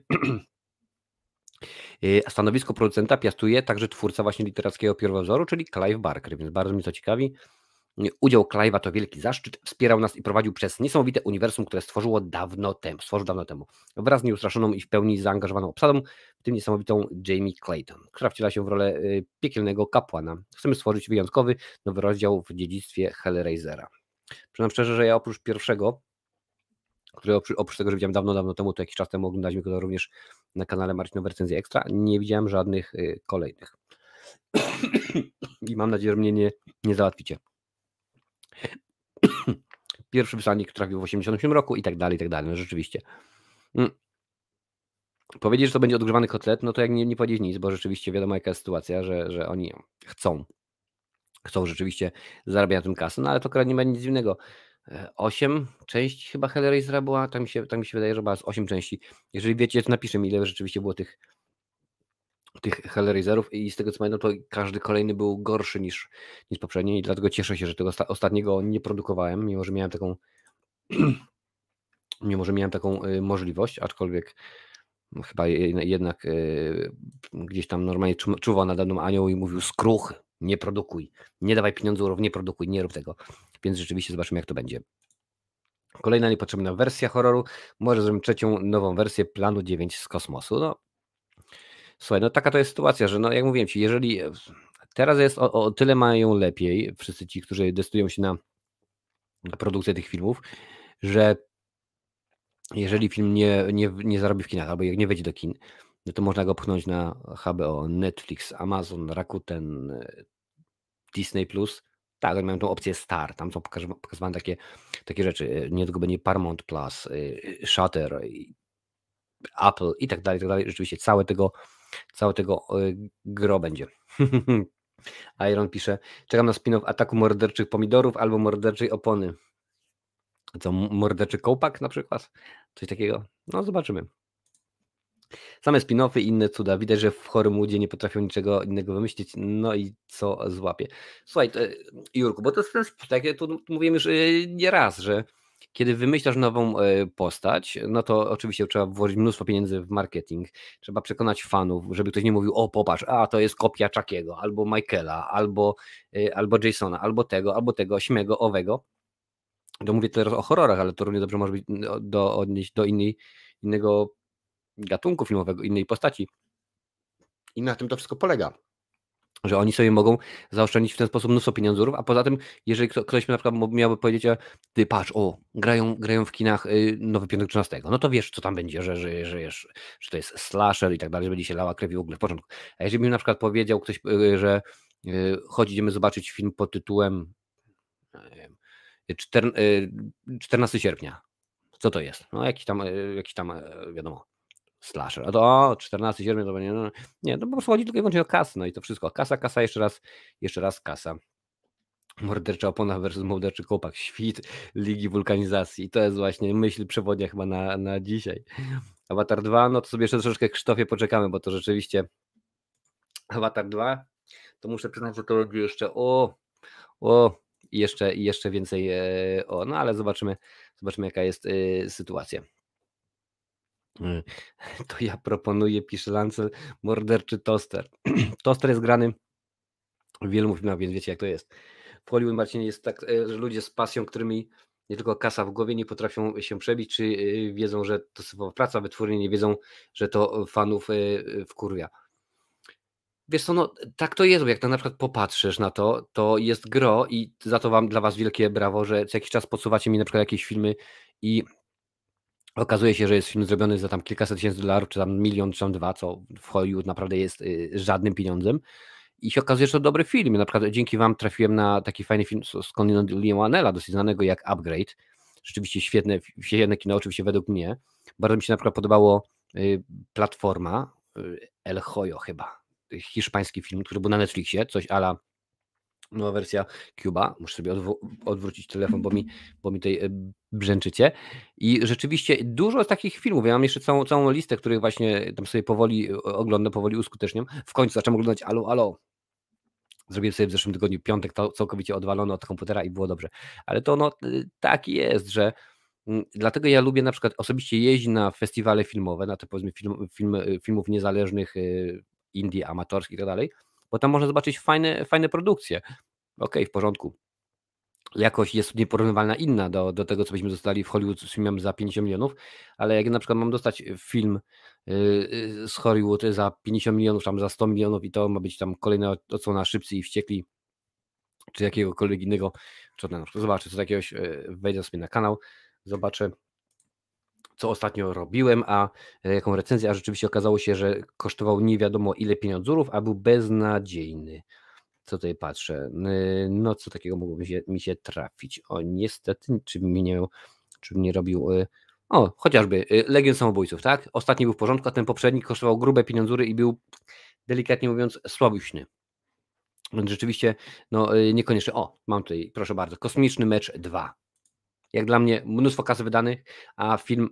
A stanowisko producenta piastuje także twórca właśnie literackiego pierwowzoru, czyli Clive Barker, więc bardzo mnie to ciekawi. Udział Clive'a to wielki zaszczyt, wspierał nas i prowadził przez niesamowite uniwersum, które stworzył dawno temu. Wraz z nieustraszoną i w pełni zaangażowaną obsadą, w tym niesamowitą Jamie Clayton, która wciela się w rolę piekielnego kapłana. Chcemy stworzyć wyjątkowy, nowy rozdział w dziedzictwie Hellraisera. Przyznam szczerze, że ja oprócz pierwszego, który oprócz tego, że widziałem dawno temu, to jakiś czas temu oglądaliśmy go również na kanale Marcinowe Recenzje Ekstra, nie widziałem żadnych kolejnych. I mam nadzieję, że mnie nie załatwicie. Pierwszy Wysłannik trafił w 1988 roku i tak dalej, no rzeczywiście. Powiedzieć, że to będzie odgrzewany kotlet, no to jak nie powiedzieć nic, bo rzeczywiście wiadomo jaka jest sytuacja, że oni chcą chcą rzeczywiście zarabiać na tym kasę, no ale to akurat nie ma nic dziwnego. 8 części chyba Hellraisera była, tak mi się wydaje, że była z 8 części. Jeżeli wiecie, to napiszę mi, ile rzeczywiście było tych Hellraiserów i z tego co pamiętam, to każdy kolejny był gorszy niż poprzedni i dlatego cieszę się, że tego ostatniego nie produkowałem, mimo że miałem taką możliwość, aczkolwiek no, chyba jednak gdzieś tam normalnie czuwał nade mną anioł i mówił: skruch, nie produkuj, nie dawaj pieniądzów, nie produkuj, nie rób tego. Więc rzeczywiście zobaczymy, jak to będzie. Kolejna niepotrzebna wersja horroru. Może zrobimy trzecią nową wersję Planu 9 z kosmosu. No, słuchaj, no taka to jest sytuacja, że no jak mówiłem Ci, jeżeli teraz jest o tyle mają lepiej wszyscy ci, którzy decydują się na produkcję tych filmów, że jeżeli film nie zarobi w kinach, albo jak nie wejdzie do kin, no to można go pchnąć na HBO, Netflix, Amazon, Rakuten, Disney+. Tak, oni mają tą opcję Star, tam są pokazywane takie rzeczy. Niedługo będzie Paramount Plus, Shutter, Apple i tak dalej. Rzeczywiście całe tego gro będzie. Iron pisze: czekam na spin-off Ataku Morderczych Pomidorów albo Morderczej Opony. Co, Morderczy Kołpak na przykład? Coś takiego? No zobaczymy. Same spin-offy i inne cuda. Widać, że w Hollywoodzie nie potrafią niczego innego wymyślić. No i co złapie. Słuchaj, Jurku, bo to jest ten sposób, tak jak tu mówiłem już nie raz, że kiedy wymyślasz nową postać, no to oczywiście trzeba włożyć mnóstwo pieniędzy w marketing. Trzeba przekonać fanów, żeby ktoś nie mówił: o popatrz, to jest kopia Chuckiego, albo Michaela, albo Jasona, albo tego, śmego, owego. To mówię teraz o horrorach, ale to równie dobrze może być odnieść do innego gatunku filmowego, innej postaci. I na tym to wszystko polega, że oni sobie mogą zaoszczędzić w ten sposób mnóstwo pieniądzów, a poza tym, jeżeli ktoś na przykład miałby powiedzieć: ty patrz, grają w kinach Nowy Piątek 13, no to wiesz, co tam będzie, że to jest slasher i tak dalej, że będzie się lała krew i w ogóle w porządku. A jeżeli mi na przykład powiedział ktoś, że idziemy zobaczyć film pod tytułem 14 sierpnia, co to jest? No jakiś tam wiadomo, slasher. A to 14 sierpnia to będzie. No, nie, to po prostu chodzi tylko i wyłącznie o kasę. No i to wszystko. Kasa, jeszcze raz kasa. Mordercza opona versus morderczy kołpak. Świt Ligi Wulkanizacji. To jest właśnie myśl przewodnia chyba na dzisiaj. Avatar 2, no to sobie jeszcze troszeczkę Krzysztofie poczekamy, bo to rzeczywiście Avatar 2, to muszę przyznać, że to będzie jeszcze i jeszcze więcej no ale zobaczymy jaka jest sytuacja. To ja proponuję, pisze Lancel, morderczy toster. Toster jest grany w wielu filmach, więc wiecie jak to jest. W Hollywood, Marcinie, jest tak, że ludzie z pasją, którymi nie tylko kasa w głowie, nie potrafią się przebić, czy wiedzą, że to syfowa praca, wytwórnie nie wiedzą, że to fanów wkurwia. Wiesz co, no tak to jest, bo jak na przykład popatrzysz na to jest gro i za to dla was wielkie brawo, że co jakiś czas podsuwacie mi na przykład jakieś filmy i okazuje się, że jest film zrobiony za tam kilkaset tysięcy dolarów, czy tam milion, czy tam 2, co w Hollywood naprawdę jest żadnym pieniądzem. I się okazuje, że to dobry film. Na przykład dzięki wam trafiłem na taki fajny film skądinąd Liam Wannella, dosyć znanego, jak Upgrade. Rzeczywiście świetne kino, oczywiście według mnie. Bardzo mi się na przykład podobało Platforma, El Hoyo chyba. Hiszpański film, który był na Netflixie, coś a la nowa wersja Cuba. Muszę sobie odwrócić telefon, bo mi tutaj brzęczycie. I rzeczywiście dużo z takich filmów. Ja mam jeszcze całą listę, których właśnie tam sobie powoli oglądam, powoli uskuteczniam. W końcu zacząłem oglądać Alo. Zrobiłem sobie w zeszłym tygodniu piątek całkowicie odwalony od komputera i było dobrze. Ale to tak jest, że dlatego ja lubię na przykład osobiście jeździć na festiwale filmowe, na te powiedzmy filmów niezależnych, indie, amatorskich i tak dalej, bo tam można zobaczyć fajne produkcje. Okej, w porządku. Jakość jest nieporównywalna inna do tego, co byśmy dostali w Hollywood z filmem za 50 milionów, ale jak na przykład mam dostać film z Hollywood za 50 milionów, tam za 100 milionów i to ma być tam kolejna odsłona Szybcy i Wściekli, czy jakiegokolwiek innego, czy na przykład zobaczę co takiegoś, wejdę sobie na kanał, zobaczę co ostatnio robiłem, a jaką recenzję, a rzeczywiście okazało się, że kosztował nie wiadomo ile pieniądzów, a był beznadziejny. Co tutaj patrzę? No co takiego mogłoby mi się trafić? O niestety, czy nie robił... chociażby Legion Samobójców, tak? Ostatni był w porządku, a ten poprzedni kosztował grube pieniądzury i był, delikatnie mówiąc, słabuśny. Więc rzeczywiście, no niekoniecznie. O, mam tutaj, proszę bardzo, Kosmiczny Mecz 2. Jak dla mnie mnóstwo kasy wydanych, a film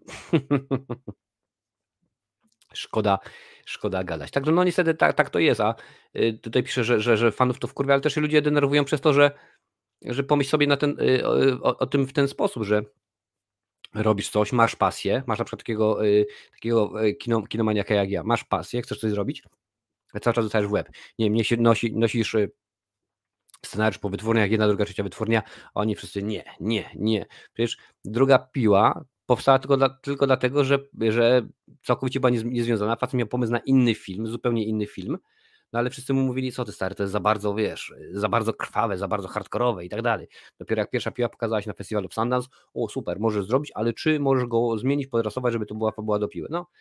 szkoda gadać. Także no niestety tak to jest, a tutaj piszę, że fanów to wkurwia, ale też się ludzie denerwują przez to, że pomyśl sobie o tym w ten sposób, że robisz coś, masz pasję, masz na przykład takiego kinomaniaka jak ja, masz pasję, chcesz coś zrobić, a cały czas dostajesz w łeb. Nie wiem, nosisz scenariusz po wytwórniach, jedna, druga, trzecia wytwórnia, a oni wszyscy nie. Przecież Druga Piła powstała tylko dlatego, że całkowicie była niezwiązana. Facet miał pomysł na inny film, zupełnie inny film, no ale wszyscy mu mówili, co ty stary, to jest za bardzo, wiesz, za bardzo krwawe, za bardzo hardkorowe i tak dalej. Dopiero jak pierwsza piła pokazała się na festiwalu w Sundance, o super, możesz zrobić, ale czy możesz go zmienić, podrasować, żeby to była fabuła do piły. No,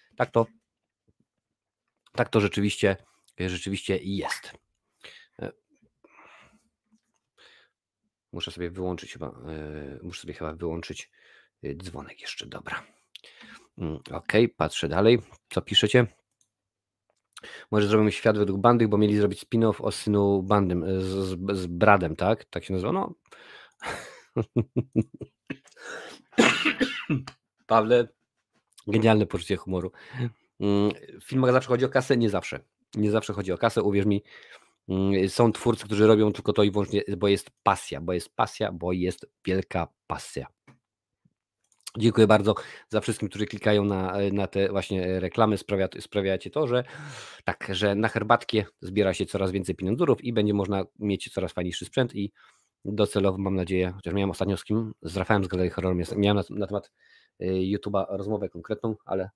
tak to rzeczywiście jest. Muszę sobie chyba wyłączyć dzwonek jeszcze, dobra. Okej, patrzę dalej, co piszecie. Może zrobimy świat według Bandych, bo mieli zrobić spin-off o synu Bandym z Bradem, tak? Tak się nazywa? No. Pawle, genialne poczucie humoru. W filmach zawsze chodzi o kasę? Nie zawsze. Nie zawsze chodzi o kasę, uwierz mi. Są twórcy, którzy robią tylko to i wyłącznie, bo jest pasja, bo jest wielka pasja. Dziękuję bardzo za wszystkim, którzy klikają na te właśnie reklamy. Sprawiacie to, że na herbatkie zbiera się coraz więcej pieniądzurów i będzie można mieć coraz fajniejszy sprzęt i docelowo mam nadzieję, chociaż miałem ostatnio z Rafałem z Galerii Horror, miałem na temat YouTube'a rozmowę konkretną, ale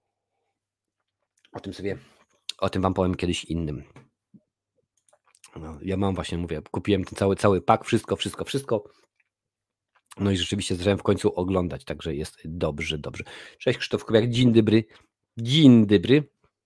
o tym wam powiem kiedyś innym. No, ja mam właśnie, mówię, kupiłem ten cały pak, wszystko. No i rzeczywiście zacząłem w końcu oglądać, także jest dobrze. Cześć Krzysztof Kubiak, dzień dobry.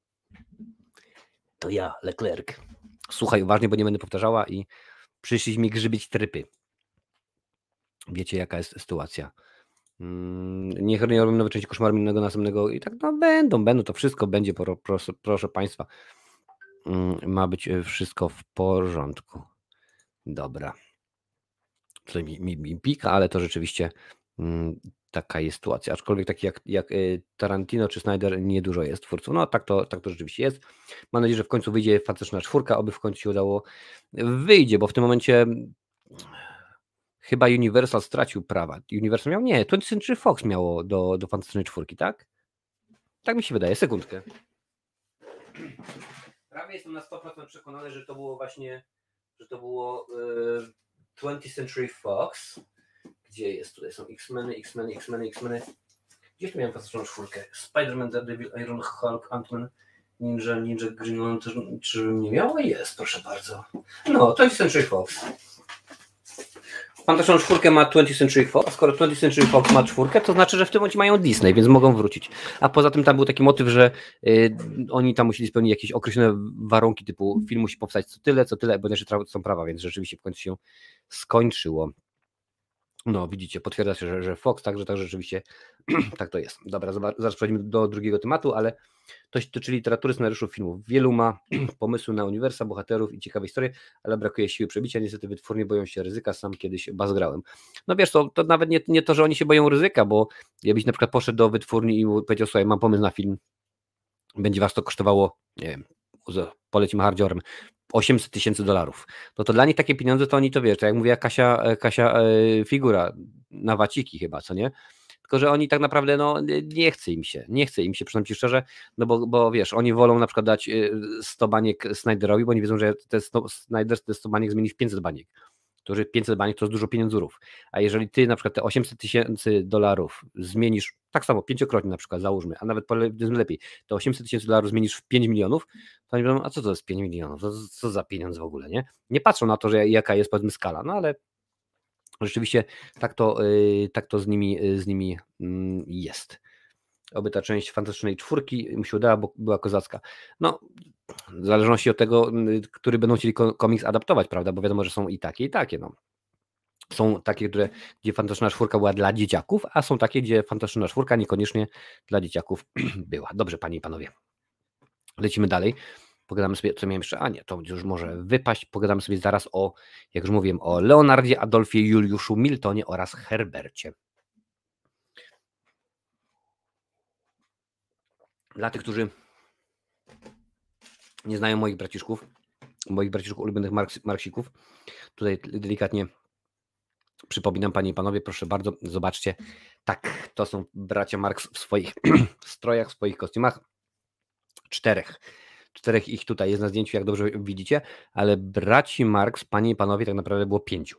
To ja, Leclerc. Słuchaj uważnie, bo nie będę powtarzała i przyszliśmy grzybić trypy. Wiecie jaka jest sytuacja. Niech nie robią nowe części Koszmaru innego następnego i tak no będą, to wszystko będzie, proszę Państwa. Ma być wszystko w porządku. Dobra. Tutaj mi pika, ale to rzeczywiście taka jest sytuacja. Aczkolwiek taki jak Tarantino czy Snyder niedużo jest twórców. No tak to rzeczywiście jest. Mam nadzieję, że w końcu wyjdzie Fantastyczna Czwórka, oby w końcu się udało. Wyjdzie, bo w tym momencie chyba Universal stracił prawa. Universal miał? Nie, 20th Century Fox miało do Fantastycznej Czwórki, tak? Tak mi się wydaje. Sekundkę. Prawie jestem na 100% przekonany, że to było 20th Century Fox. Gdzie jest? Tutaj są X-Meny. Gdzieś tu miałem Fantastyczną Czwórkę? Spider-Man, Daredevil, Iron Hulk, Ant-Man, Ninja, Green Lantern. Czy nie miało? Jest, proszę bardzo. No, 20th Century Fox. Fantastyczną Czwórkę ma 20th Century Fox, a skoro 20th Century Fox ma czwórkę, to znaczy, że w tym momencie mają Disney, więc mogą wrócić. A poza tym tam był taki motyw, że oni tam musieli spełnić jakieś określone warunki, typu film musi powstać co tyle, bo jeszcze są prawa, więc rzeczywiście w końcu się skończyło. No widzicie, potwierdza się, że Fox, także rzeczywiście tak to jest. Dobra, zaraz przechodzimy do drugiego tematu, ale to się tyczy literatury, scenariuszów, filmów. Wielu ma pomysły na uniwersa, bohaterów i ciekawe historie, ale brakuje siły przebicia. Niestety wytwórnie boją się ryzyka. Sam kiedyś grałem. No wiesz, to nawet nie to, że oni się boją ryzyka, bo jakbyś na przykład poszedł do wytwórni i powiedział, słuchaj, mam pomysł na film, będzie was to kosztowało, nie wiem, polecimy hardziorem, $800,000. No to dla nich takie pieniądze, to oni to wiesz, to jak mówiła Kasia Figura, na waciki chyba, co nie? Tylko że oni tak naprawdę, no nie chce im się, przyznam ci szczerze, no bo wiesz, oni wolą na przykład dać 100 baniek Snyderowi, bo oni wiedzą, że Snyder te 100 baniek zmieni w 500 baniek. To, że 500 baniek to jest dużo pieniądzurów. A jeżeli ty na przykład te $800,000 zmienisz tak samo, 5-krotnie na przykład, załóżmy, a nawet lepiej, te $800,000 zmienisz w 5 milionów, to oni mówią, a co to jest 5 milionów? Co za pieniądz w ogóle, nie? Nie patrzą na to, że jaka jest powiedzmy skala, no ale rzeczywiście tak to z nimi jest. Oby ta część Fantastycznej Czwórki mi się udała, bo była kozacka. No, w zależności od tego, który będą chcieli komiks adaptować, prawda, bo wiadomo, że są i takie, no. Są takie, gdzie Fantastyczna Czwórka była dla dzieciaków, a są takie, gdzie Fantastyczna Czwórka niekoniecznie dla dzieciaków była. Dobrze, panie i panowie. Lecimy dalej. Pogadamy sobie, co miałem jeszcze, a nie, to już może wypaść. Pogadamy sobie zaraz o, jak już mówiłem, o Leonardzie Adolfie Juliuszu Miltonie oraz Herbercie. Dla tych, którzy nie znają moich braciszków ulubionych marksików, tutaj delikatnie przypominam, panie i panowie, proszę bardzo, zobaczcie. Tak, to są bracia Marx w swoich strojach, w swoich kostiumach. Czterech ich tutaj jest na zdjęciu, jak dobrze widzicie, ale braci Marx, panie i panowie, tak naprawdę było 5.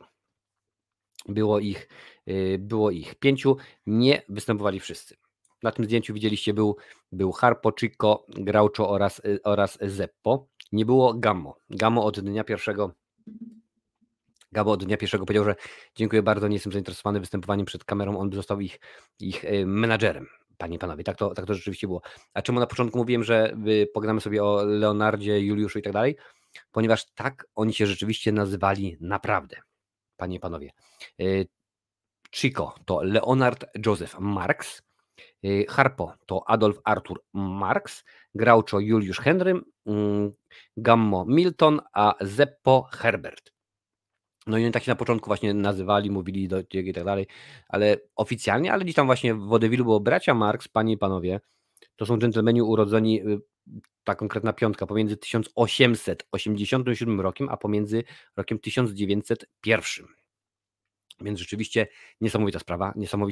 Było ich 5, nie występowali wszyscy. Na tym zdjęciu widzieliście, był Harpo, Chico, Groucho oraz Zeppo. Nie było Gammo. Gammo od dnia pierwszego powiedział, że dziękuję bardzo, nie jestem zainteresowany występowaniem przed kamerą, on by został ich menadżerem. Panie i panowie, tak to rzeczywiście było. A czemu na początku mówiłem, że pogadamy sobie o Leonardzie, Juliuszu i tak dalej? Ponieważ tak oni się rzeczywiście nazywali naprawdę, panie i panowie. Chico to Leonard Joseph Marx, Harpo to Adolf Arthur Marx, Groucho Juliusz Henry, Gammo Milton, a Zeppo Herbert. No i oni tak się na początku właśnie nazywali, mówili do i tak dalej, ale oficjalnie, ale gdzieś tam właśnie w Wodewillu było bracia Marx, panie i panowie, to są dżentelmeni urodzeni, ta konkretna piątka, pomiędzy 1887 rokiem, a pomiędzy rokiem 1901. Więc rzeczywiście niesamowita sprawa,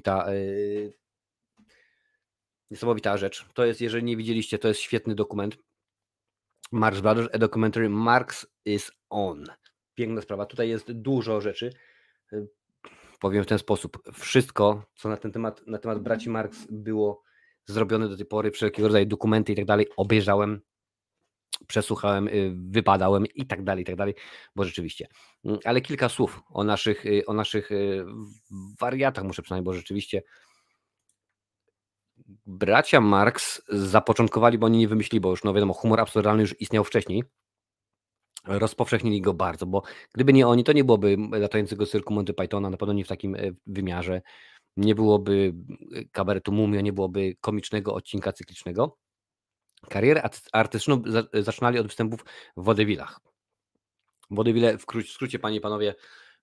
niesamowita rzecz. To jest, jeżeli nie widzieliście, to jest świetny dokument. Marx Brothers, a documentary Marx is on. Piękna sprawa. Tutaj jest dużo rzeczy. Powiem w ten sposób. Wszystko, co na temat braci Marx było zrobione do tej pory, wszelkiego rodzaju dokumenty i tak dalej, obejrzałem, przesłuchałem, wypadałem i tak dalej, bo rzeczywiście. Ale kilka słów o naszych wariatach muszę przynajmniej, bo rzeczywiście bracia Marx zapoczątkowali, bo oni nie wymyślili, bo już no wiadomo, humor absurdalny już istniał wcześniej. Rozpowszechnili go bardzo, bo gdyby nie oni, to nie byłoby latającego cyrku Monty Pythona, na pewno nie w takim wymiarze. Nie byłoby kabaretu Mumio, nie byłoby komicznego odcinka cyklicznego. Karierę artystyczną zaczynali od występów w Vaudevillach. Vaudeville, w skrócie, panie i panowie,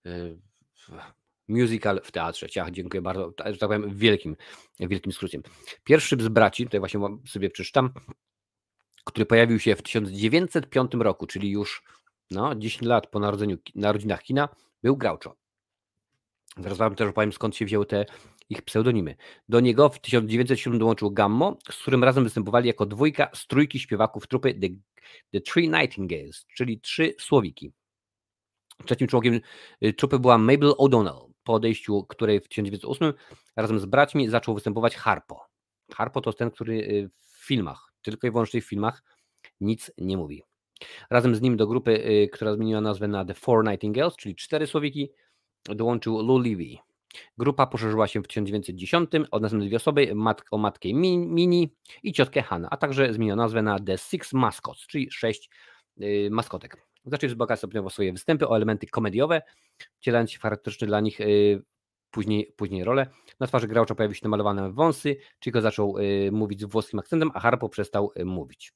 musical w teatrze. Ciach, dziękuję bardzo, że tak powiem, w wielkim skrócie. Pierwszy z braci, tutaj właśnie sobie przeczytam, który pojawił się w 1905 roku, czyli już 10 lat po narodzinach kina, był Groucho. Zaraz wam też opowiem, skąd się wzięły te ich pseudonimy. Do niego w 1907 dołączył Gammo, z którym razem występowali jako dwójka z trójki śpiewaków trupy The Three Nightingales, czyli 3 słowiki. Trzecim członkiem trupy była Mabel O'Donnell, po odejściu której w 1908 razem z braćmi zaczął występować Harpo. Harpo to jest ten, który w filmach, tylko i wyłącznie w filmach, nic nie mówi. Razem z nim do grupy, która zmieniła nazwę na The Four Nightingales, czyli 4 słowiki, dołączył Lou Levy. Grupa poszerzyła się w 1910, od następne 2 osoby, o matkę Minnie i ciotkę Hannah, a także zmieniła nazwę na The Six Mascots, czyli 6 maskotek. Zaczęli wzbogacać stopniowo swoje występy o elementy komediowe, wcielając się charakterystyczne dla nich później role. Na twarzy Groucha pojawiły się namalowane wąsy, Chico zaczął mówić z włoskim akcentem, a Harpo przestał mówić.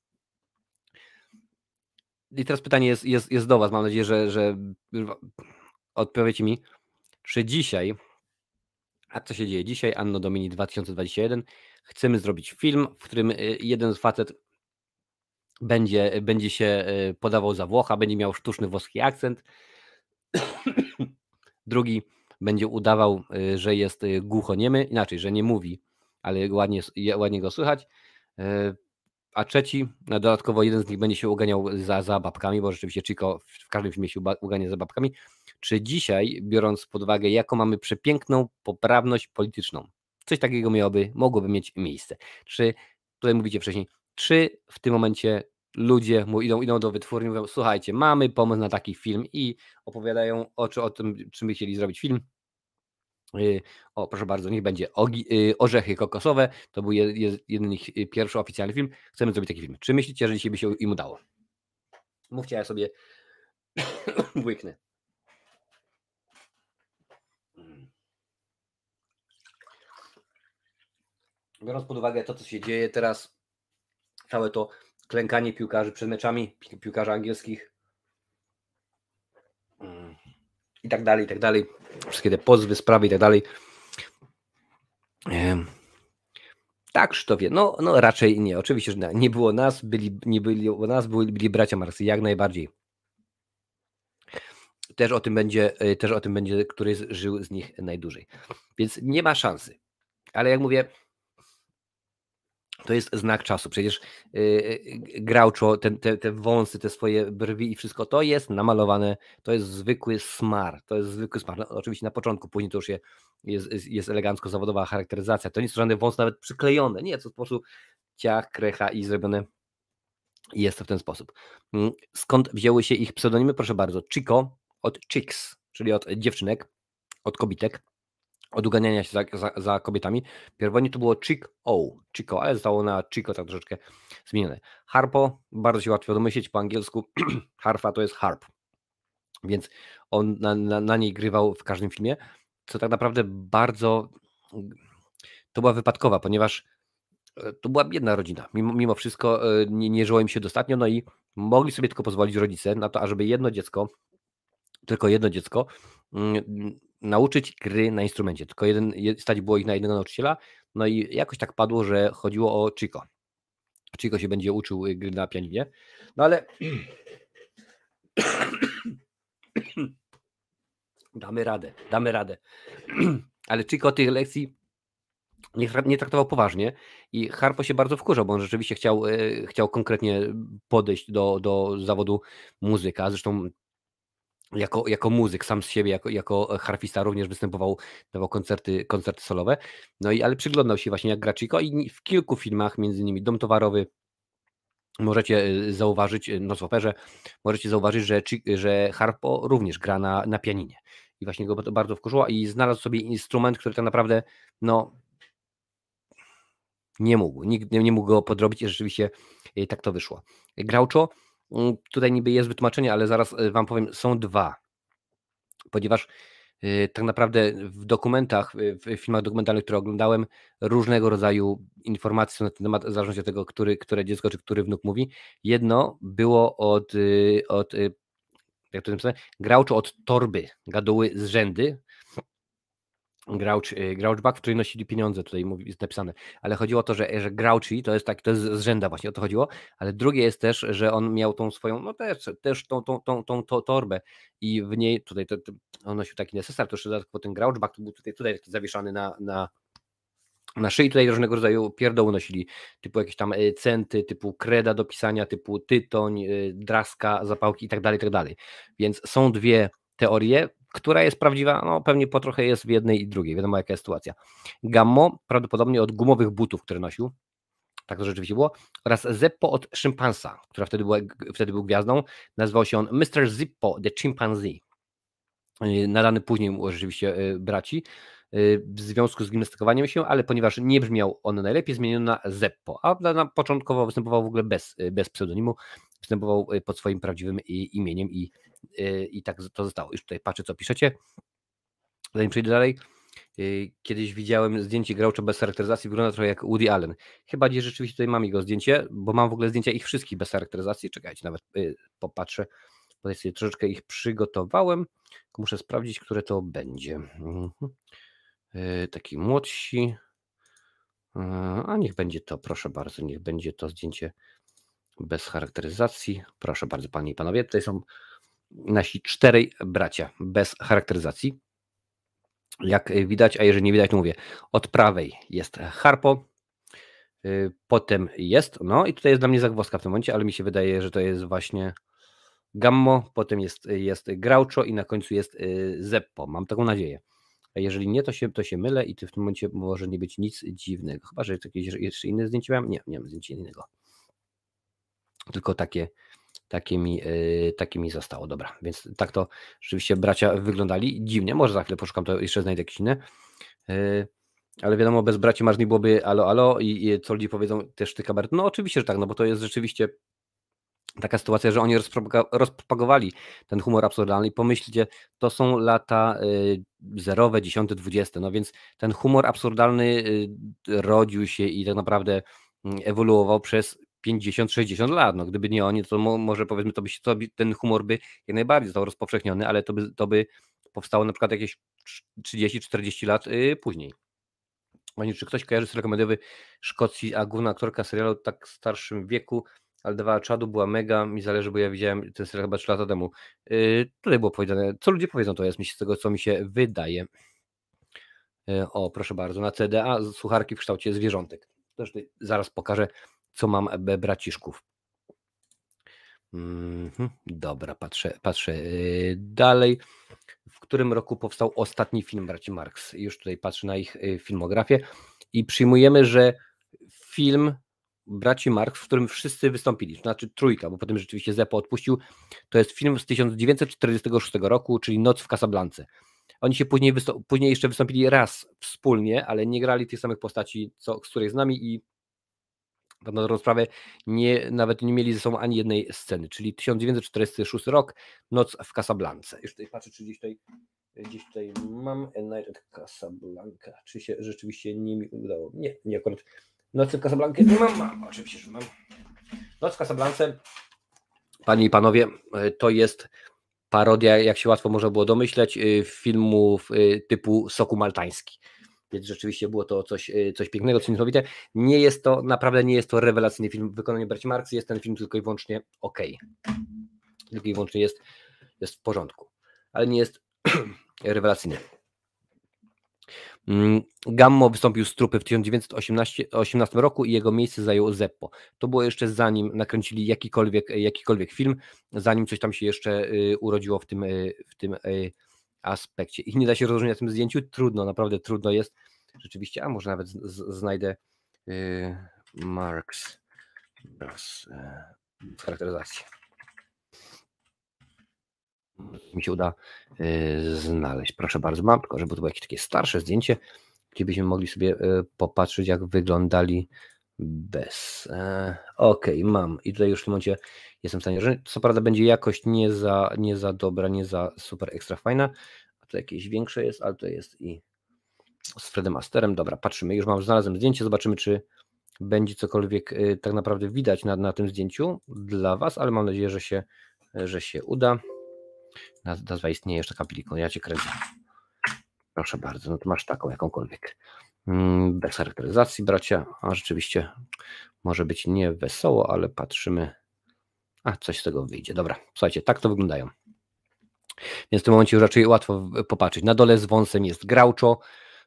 I teraz pytanie jest do was, mam nadzieję, że odpowiecie mi, czy dzisiaj, a co się dzieje dzisiaj, Anno Domini 2021, chcemy zrobić film, w którym jeden z facet będzie się podawał za Włocha, będzie miał sztuczny włoski akcent, drugi będzie udawał, że jest głuchoniemy, inaczej, że nie mówi, ale ładnie go słychać, a trzeci, dodatkowo jeden z nich będzie się uganiał za babkami, bo rzeczywiście Chico w każdym filmie się ugania za babkami. Czy dzisiaj, biorąc pod uwagę, jaką mamy przepiękną poprawność polityczną, coś takiego mogłoby mieć miejsce? Czy, tutaj mówicie wcześniej, czy w tym momencie ludzie idą do wytwórni i mówią, słuchajcie, mamy pomysł na taki film i opowiadają o tym, czym by chcieli zrobić film. O, proszę bardzo, niech będzie Orzechy kokosowe. To był jeden ich pierwszy oficjalny film. Chcemy zrobić taki film. Czy myślicie, że dzisiaj by się im udało? Mówcie, ja sobie łyknę. Biorąc pod uwagę to, co się dzieje teraz, całe to klękanie piłkarzy przed meczami, piłkarzy angielskich i tak dalej, i tak dalej. Wszystkie te pozwy, sprawy i tak dalej. Tak, Krzysztofie, no raczej nie. Oczywiście, że nie było nas, byli bracia Marsy, jak najbardziej. Też o tym będzie, który żył z nich najdłużej. Więc nie ma szansy. Ale jak mówię, to jest znak czasu. Przecież Groucho, te wąsy, te swoje brwi i wszystko, to jest namalowane, to jest zwykły smar. No, oczywiście na początku, później to już jest elegancko zawodowa charakteryzacja. To nie są żadne wąsy nawet przyklejone. Nie, to po prostu ciach, krecha i zrobione jest to w ten sposób. Skąd wzięły się ich pseudonimy? Proszę bardzo. Chico od chicks, czyli od dziewczynek, od kobitek, od uganiania się za kobietami. Pierwotnie to było Chico, ale zostało na Chico tak troszeczkę zmienione. Harpo, bardzo się łatwo domyślić po angielsku. Harfa to jest harp. Więc on na niej grywał w każdym filmie, co tak naprawdę bardzo to była wypadkowa, ponieważ to była biedna rodzina. Mimo wszystko nie żyło im się dostatnio, no i mogli sobie tylko pozwolić rodzice na to, ażeby tylko jedno dziecko nauczyć gry na instrumencie. Tylko stać było ich na jednego nauczyciela, no i jakoś tak padło, że chodziło o Chico. Chico się będzie uczył gry na pianinie, no ale damy radę. Ale Chico tych lekcji nie traktował poważnie i Harpo się bardzo wkurzał, bo on rzeczywiście chciał konkretnie podejść do zawodu muzyka. Zresztą jako muzyk sam z siebie, jako harfista również występował, dawał koncerty solowe. No i ale przyglądał się właśnie jak gra Chico i w kilku filmach, między innymi Dom Towarowy, możecie zauważyć, Noc w operze, możecie zauważyć, że Harpo również gra na pianinie. I właśnie go to bardzo wkurzyło i znalazł sobie instrument, który tak naprawdę nikt nie mógł go podrobić i rzeczywiście tak to wyszło. Groucho, tutaj niby jest wytłumaczenie, ale zaraz wam powiem, są dwa. Ponieważ tak naprawdę w dokumentach, w filmach dokumentalnych, które oglądałem, różnego rodzaju informacje są na ten temat, w zależności od tego, które dziecko czy który wnuk mówi. Jedno było od jak to napisane, Groucho od torby, gaduły z rzędy, Grouchback, w której nosili pieniądze, tutaj jest napisane, ale chodziło o to, że Grouchy to jest z rzęda właśnie, o to chodziło, ale drugie jest też, że on miał tą swoją, no też tą torbę i w niej, tutaj on nosił taki necesar, to jeszcze dodatkowo ten Grouchback to był tutaj taki zawieszany na szyi, tutaj różnego rodzaju pierdoły nosili, typu jakieś tam centy, typu kreda do pisania, typu tytoń, draska, zapałki i tak dalej, więc są dwie teorie, która jest prawdziwa, no pewnie po trochę jest w jednej i drugiej, wiadomo jaka jest sytuacja. Gammo prawdopodobnie od gumowych butów, które nosił, tak to rzeczywiście było, oraz Zeppo od szympansa, która wtedy był gwiazdą, nazywał się on Mr. Zippo the Chimpanzee, nadany później rzeczywiście braci, w związku z gimnastykowaniem się, ale ponieważ nie brzmiał on najlepiej, zmieniono na Zeppo, a początkowo występował w ogóle bez pseudonimu, występował pod swoim prawdziwym imieniem i tak to zostało. Już tutaj patrzę, co piszecie. Zanim przejdę dalej, kiedyś widziałem zdjęcie Groucho bez charakteryzacji, wygląda trochę jak Woody Allen. Chyba gdzieś rzeczywiście tutaj mam jego zdjęcie, bo mam w ogóle zdjęcia ich wszystkich bez charakteryzacji. Czekajcie, nawet popatrzę, bo ja sobie troszeczkę ich przygotowałem. Muszę sprawdzić, które to będzie. Taki młodsi. A niech będzie to, proszę bardzo, niech będzie to zdjęcie bez charakteryzacji. Proszę bardzo, panie i panowie, tutaj są nasi 4 bracia bez charakteryzacji. Jak widać, a jeżeli nie widać, to mówię, od prawej jest Harpo, potem jest, no i tutaj jest dla mnie zagwozdka w tym momencie, ale mi się wydaje, że to jest właśnie Gammo, potem jest Groucho i na końcu jest Zeppo, mam taką nadzieję. A jeżeli nie, to się mylę i w tym momencie może nie być nic dziwnego, chyba że jakieś jeszcze inne zdjęcie mam? Nie mam zdjęcia innego. Tylko takie mi zostało, dobra, więc tak to rzeczywiście bracia wyglądali dziwnie, może za chwilę poszukam, to jeszcze znajdę jakieś inne, ale wiadomo, bez braci Marz nie byłoby alo i co ludzie powiedzą też ty kabaret, no oczywiście, że tak, no bo to jest rzeczywiście taka sytuacja, że oni rozpropagowali ten humor absurdalny i pomyślcie, to są lata 0, 10, 20, no więc ten humor absurdalny rodził się i tak naprawdę ewoluował przez 50-60 lat. No, gdyby nie oni, to może powiedzmy, ten humor by jak najbardziej został rozpowszechniony, ale to by powstało na przykład jakieś 30-40 lat później. Czy ktoś kojarzy serial komediowy Szkocji, a główna aktorka serialu tak w starszym wieku, ale dawała czadu, była mega, mi zależy, bo ja widziałem ten serial chyba 3 lata temu. Tutaj było powiedziane, co ludzie powiedzą, to jest z tego, co mi się wydaje. O, proszę bardzo, na CDA słucharki w kształcie zwierzątek. Też tutaj zaraz pokażę, co mam braciszków. Dobra, patrzę dalej. W którym roku powstał ostatni film braci Marx? Już tutaj patrzę na ich filmografię i przyjmujemy, że film braci Marx, w którym wszyscy wystąpili, znaczy trójka, bo potem rzeczywiście Zeppo odpuścił, to jest film z 1946 roku, czyli Noc w Casablance. Oni się później jeszcze wystąpili raz wspólnie, ale nie grali tych samych postaci, z których z nami i na dobrą sprawę nawet nie mieli ze sobą ani jednej sceny, czyli 1946 rok, Noc w Casablance. Już tutaj patrzę, czy gdzieś tutaj mam A Night at Casablanca. Czy się rzeczywiście nie mi udało? Nie akurat. Noc w Casablanca nie mam, oczywiście, że mam. Noc w Casablance, panie i panowie, to jest parodia, jak się łatwo można było domyśleć, filmów typu Soku Maltański. Więc rzeczywiście było to coś pięknego, coś niesamowite. Naprawdę nie jest to rewelacyjny film w wykonaniu braci Marx, jest ten film tylko i wyłącznie okej. Tylko i wyłącznie jest w porządku, ale nie jest rewelacyjny. Gammo wystąpił z trupy w 1918 roku i jego miejsce zajął Zeppo. To było jeszcze zanim nakręcili jakikolwiek film, zanim coś tam się jeszcze urodziło w tym aspekcie. I nie da się rozróżniać na tym zdjęciu, naprawdę trudno jest. Rzeczywiście, a może nawet znajdę Marx charakteryzację. Mi się uda znaleźć. Proszę bardzo, mam, tylko żeby to było jakieś takie starsze zdjęcie, gdzie byśmy mogli sobie popatrzeć, jak wyglądali bez. Okej, mam. I tutaj już w tym momencie jestem w stanie, że co prawda będzie jakość nie za dobra, nie za super ekstra fajna, a to jakieś większe jest, ale to jest i z Fredem Asterem. Dobra, patrzymy, już znalazłem zdjęcie, zobaczymy, czy będzie cokolwiek tak naprawdę widać na tym zdjęciu dla Was, ale mam nadzieję, że się uda. Nazwa istnieje jeszcze taka Pilikon, ja Cię kręcę. Proszę bardzo, no to masz taką jakąkolwiek. Bez charakteryzacji, bracia, a rzeczywiście może być nie wesoło, ale patrzymy, a coś z tego wyjdzie. Dobra, słuchajcie, tak to wyglądają. Więc w tym momencie już raczej łatwo popatrzeć. Na dole z wąsem jest Groucho,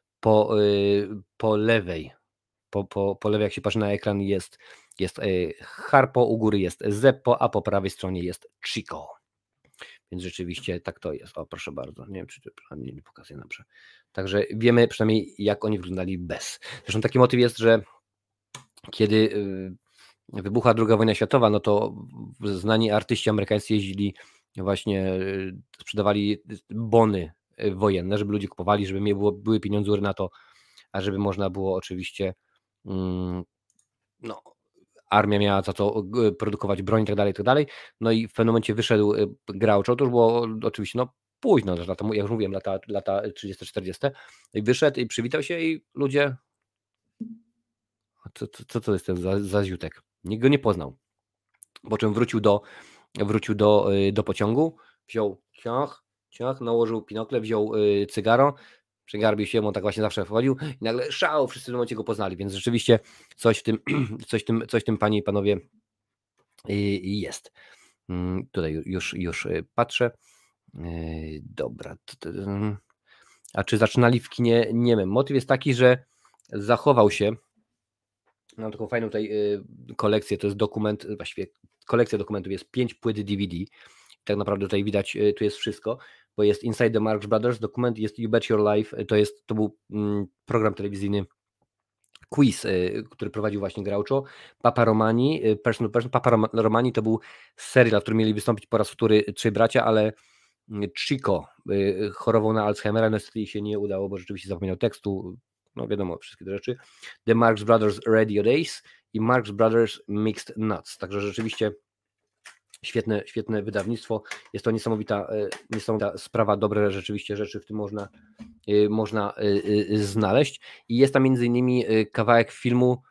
po lewej, po lewej jak się patrzy na ekran jest Harpo, u góry jest Zeppo, a po prawej stronie jest Chico. Więc rzeczywiście tak to jest. O, proszę bardzo. Nie wiem, czy to nie pokazuje nam. Także wiemy przynajmniej, jak oni wyglądali bez. Zresztą taki motyw jest, że kiedy wybuchła II wojna światowa, no to znani artyści amerykańscy jeździli właśnie, sprzedawali bony wojenne, żeby ludzie kupowali, żeby były pieniądze na to, a żeby można było oczywiście armia miała za to produkować broń i tak dalej. No i w pewnym momencie wyszedł Groucho, to już było oczywiście późno, jak już mówiłem, lata 30-40. I wyszedł i przywitał się i ludzie, co to jest ten za ziutek? Nikt go nie poznał. Po czym wrócił do pociągu, wziął ciach, nałożył binokle, wziął cygaro, przegarbił się, on tak właśnie zawsze wchodził i nagle szał, wszyscy w tym momencie go poznali, więc rzeczywiście coś w tym panie i panowie jest. Tutaj już patrzę. Dobra. A czy zaczynali w kinie? Nie wiem. Motyw jest taki, że zachował się. Mam taką fajną tutaj kolekcję, to jest dokument, właściwie kolekcja dokumentów, jest 5 płyt DVD. Tak naprawdę tutaj widać, tu jest wszystko, bo jest Inside the Marx Brothers dokument, jest You Bet Your Life, to był program telewizyjny, quiz, który prowadził właśnie Groucho, Papa Romani, Person to Person. Papa Romani to był serial, w którym mieli wystąpić po raz wtóry 3 bracia, ale Chico chorował na Alzheimera, niestety się nie udało, bo rzeczywiście zapomniał tekstu, no wiadomo, wszystkie te rzeczy. The Marx Brothers Radio Days i Marx Brothers Mixed Nuts, także rzeczywiście świetne wydawnictwo, jest to niesamowita sprawa, dobre rzeczywiście rzeczy w tym można znaleźć i jest tam między innymi kawałek filmu,